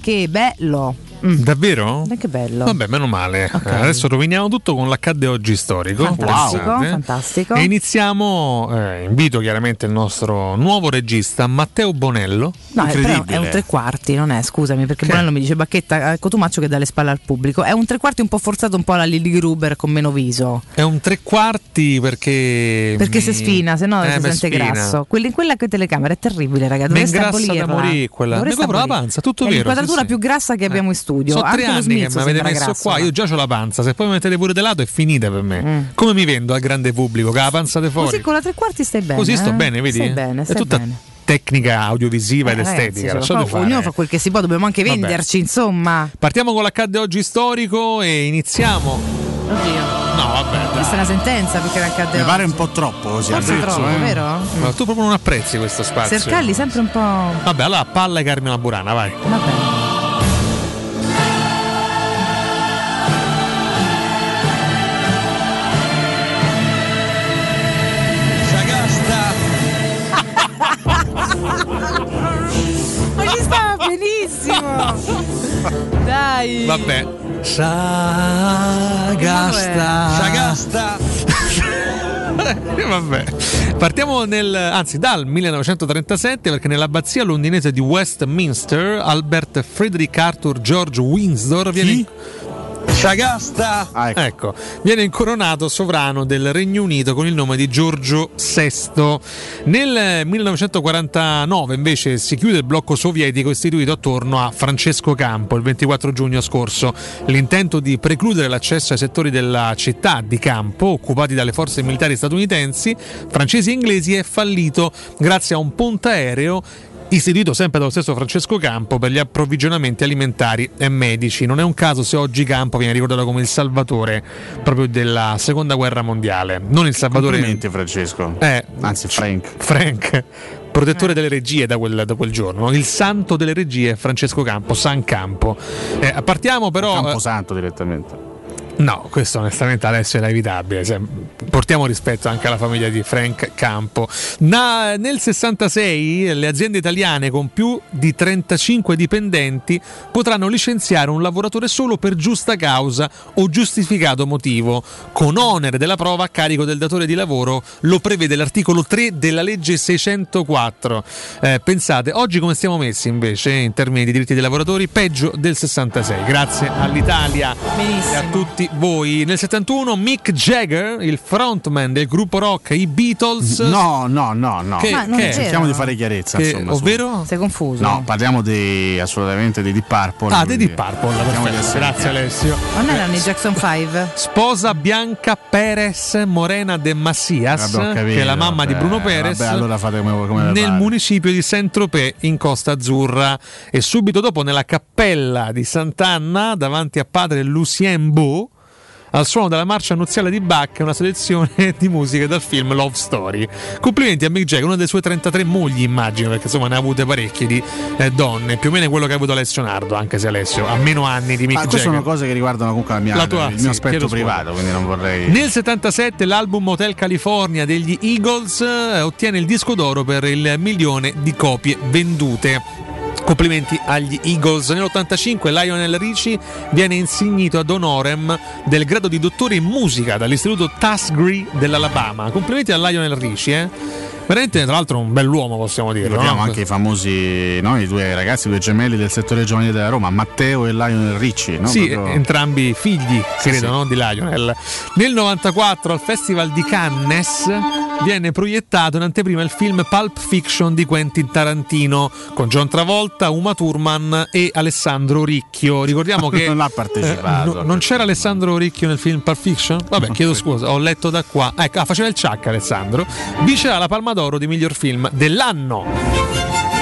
Davvero? Che bello. Vabbè, meno male. Okay. Adesso roviniamo tutto con l'accadde oggi storico. Fantastico. E iniziamo. Invito chiaramente il nostro nuovo regista Matteo Bonello. No, però è un 3/4, non è, scusami, perché Bonello mi dice Bacchetta, Cotumaccio che dà le spalle al pubblico. È un 3/4 un po' forzato, un po' alla Lily Gruber con meno viso. È un 3/4 perché si sfina, se no si sente grasso. Quella che telecamera è terribile, ragazzi. Dovreste abolirla. Da morire quella. Mi copro la panza, tutto vero. È l'inquadratura più grassa che abbiamo in studio. Sono 3 anni che mi avete messo grasso, qua, io già ho la panza, se poi mi mettete pure de lato è finita per me. Come mi vendo al grande pubblico? Che la panza di fuori. Così con la 3/4 stai bene. Così sto bene, vedi? Stai bene. tecnica audiovisiva ed estetica. Ognuno fa quel che si può, dobbiamo anche venderci, insomma. Partiamo con l'accadde oggi storico e iniziamo. Oddio. No, vabbè. Questa è una sentenza perché l'accadde mi pare un po' troppo così. Forse troppo, vero? Ma tu proprio non apprezzi questo spazio. Sercalli sempre un po'. Vabbè, allora palla e Carmine Burana, vai. Vabbè. Ma ci stava benissimo. Dai. Vabbè. Sagasta. Vabbè. Partiamo dal 1937, perché nell'abbazia londinese di Westminster Albert Frederick Arthur George Windsor viene Sagasta. Ecco, viene incoronato sovrano del Regno Unito con il nome di Giorgio VI. Nel 1949 invece si chiude il blocco sovietico istituito attorno a Francesco Campo il 24 giugno scorso. L'intento di precludere l'accesso ai settori della città di Campo occupati dalle forze militari statunitensi, francesi e inglesi è fallito grazie a un ponte aereo istituito sempre dallo stesso Francesco Campo per gli approvvigionamenti alimentari e medici. Non è un caso se oggi Campo viene ricordato come il salvatore proprio della seconda guerra mondiale. Non il salvatore. Complimenti Francesco. Anzi Frank. Protettore delle regie da quel giorno. Il santo delle regie Francesco Campo, San Campo. Partiamo però. Camposanto direttamente. No, questo onestamente adesso era evitabile. Portiamo rispetto anche alla famiglia di Frank Campo. Nel 66 le aziende italiane con più di 35 dipendenti potranno licenziare un lavoratore solo per giusta causa o giustificato motivo, con onere della prova a carico del datore di lavoro. Lo prevede l'articolo 3 della legge 604. Pensate, oggi come stiamo messi invece in termini di diritti dei lavoratori? Peggio del 66. Grazie all'Italia. Benissimo. E a tutti voi. Nel 71 Mick Jagger, il frontman del gruppo rock i Beatles. No. Cerchiamo di fare chiarezza. Insomma, ovvero? Sei confuso? No, parliamo assolutamente dei Deep Purple. Dei Deep Purple. Grazie Alessio. Non erano i Jackson 5? Sposa Bianca Perez Morena de Macias, che è la mamma di Bruno Perez. Allora fate come nel municipio di Saint-Tropez in Costa Azzurra, e subito dopo nella cappella di Sant'Anna davanti a padre Lucien Beau, al suono della marcia nuziale di Bach, una selezione di musiche dal film Love Story. Complimenti a Mick Jagger, una delle sue 33 mogli, immagino, perché insomma ne ha avute parecchie di donne, più o meno quello che ha avuto Alessio Nardo, anche se Alessio ha meno anni di Mick Jagger. Queste sono cose che riguardano comunque il mio aspetto privato, quindi non vorrei. Nel 77 l'album Hotel California degli Eagles ottiene il disco d'oro per il 1 milione di copie vendute. Complimenti agli Eagles. Nell'85 Lionel Richie viene insignito ad honorem del grado di dottore in musica dall'istituto Tuskegee dell'Alabama. Complimenti a Lionel Richie, veramente tra l'altro un bell'uomo, possiamo dire. Abbiamo anche i famosi, i due ragazzi, i due gemelli del settore giovanile della Roma, Matteo e Lionel Richie, no? Sì, entrambi figli, credo, no? Di Lionel. Nel 94 al Festival di Cannes viene proiettato in anteprima il film Pulp Fiction di Quentin Tarantino con John Travolta, Uma Thurman e Alessandro Ricchio. Ricordiamo che non ha partecipato. Non c'era Alessandro Ricchio nel film Pulp Fiction? Vabbè, chiedo scusa, ho letto da qua. Ecco, faceva il ciak Alessandro. Vincerà la Palma d'Oro di miglior film dell'anno.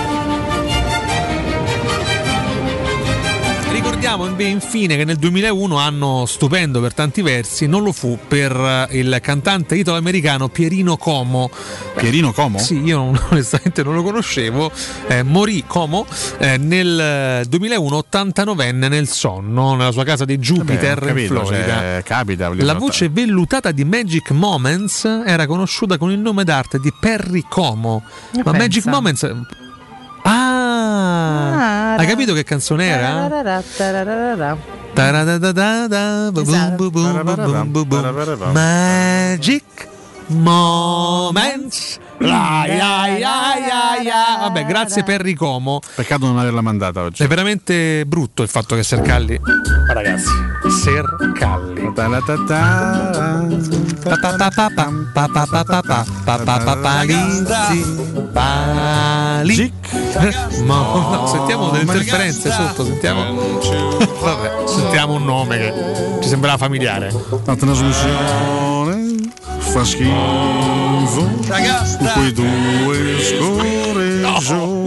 Ricordiamo infine che nel 2001, anno stupendo per tanti versi, non lo fu per il cantante italo-americano Pierino Como. Pierino Como? Sì, io onestamente non lo conoscevo. Morì Como nel 2001, 89enne, nel sonno, nella sua casa di Jupiter, in Florida. Capita. La voce vellutata di Magic Moments era conosciuta con il nome d'arte di Perry Como. Ma Magic Moments... hai capito che canzone era? Magic Moments. Vabbè, grazie Perry Como. Peccato non averla mandata oggi. È veramente brutto il fatto che Sercalli, ragazzi, Sercalli sentiamo delle interferenze sotto, vabbè, sentiamo un nome che ci sembrava familiare. La trasmissione fa schifo. con quei due scorreggioni.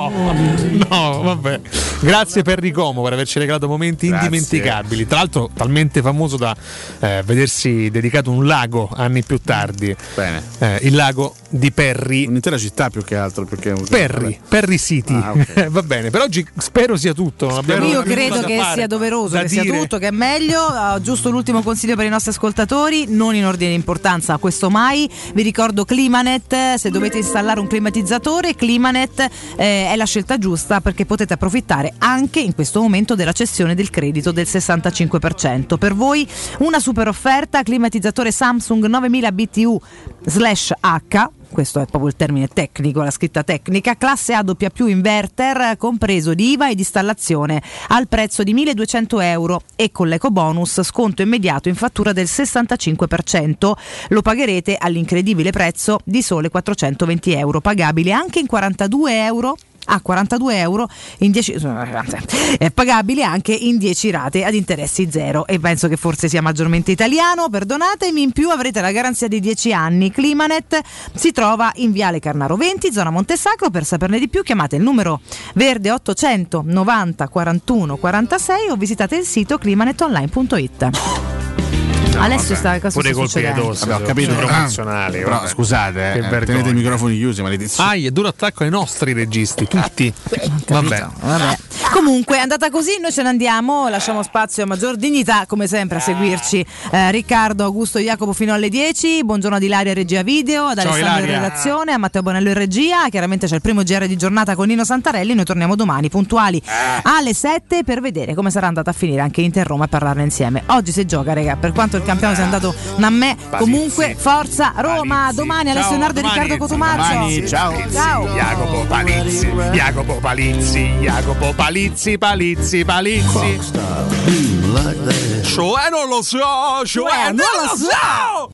No, vabbè. Grazie Perry Como per averci regalato momenti indimenticabili. Tra l'altro talmente famoso da vedersi dedicato un lago anni più tardi. Bene. Il lago di Perry. Un'intera città più che altro. Perry City. Okay. Va bene, per oggi spero sia tutto. Io credo che sia doveroso che sia tutto, che è meglio. Giusto l'ultimo consiglio per i nostri ascoltatori, non in ordine di importanza, questo mai. Vi ricordo Climanet, se dovete installare un climatizzatore, Climanet è la scelta giusta, perché potete approfittare anche in questo momento della cessione del credito del 65%. Per voi una super offerta: climatizzatore Samsung 9000 BTU/H, questo è proprio il termine tecnico, la scritta tecnica, classe A doppia inverter, compreso di IVA ed installazione, al prezzo di €1.200 e con l'eco bonus sconto immediato in fattura del 65%. Lo pagherete all'incredibile prezzo di sole €420, pagabile anche in €42 in 10, pagabili anche in 10 rate ad interessi zero, e penso che forse sia maggiormente italiano, perdonatemi. In più avrete la garanzia di 10 anni. Climanet si trova in Viale Carnaro 20, zona Montesacro. Per saperne di più chiamate il numero verde 890 41 46 o visitate il sito climanetonline.it. Alessio sta pure colpi di tosse, ho capito, promozionali. Però scusate, tenete i microfoni chiusi, maledizione. È duro attacco ai nostri registi, tutti. Vabbè. Comunque è andata così, noi ce ne andiamo, lasciamo spazio a maggior dignità come sempre a seguirci Riccardo, Augusto e Jacopo fino alle 10. Buongiorno ad Ilaria regia video, ad Alessandro in redazione, a Matteo Bonello in regia. Chiaramente c'è il primo GR di giornata con Nino Santarelli. Noi torniamo domani puntuali alle 7 per vedere come sarà andata a finire anche Inter-Roma e parlarne insieme. Oggi si gioca, raga, per quanto il campionato sia andato a me, comunque forza Roma. Domani Alessio Nardo e Riccardo Cotomaccio. Ciao. Jacopo Palizzi. Cioè non lo so.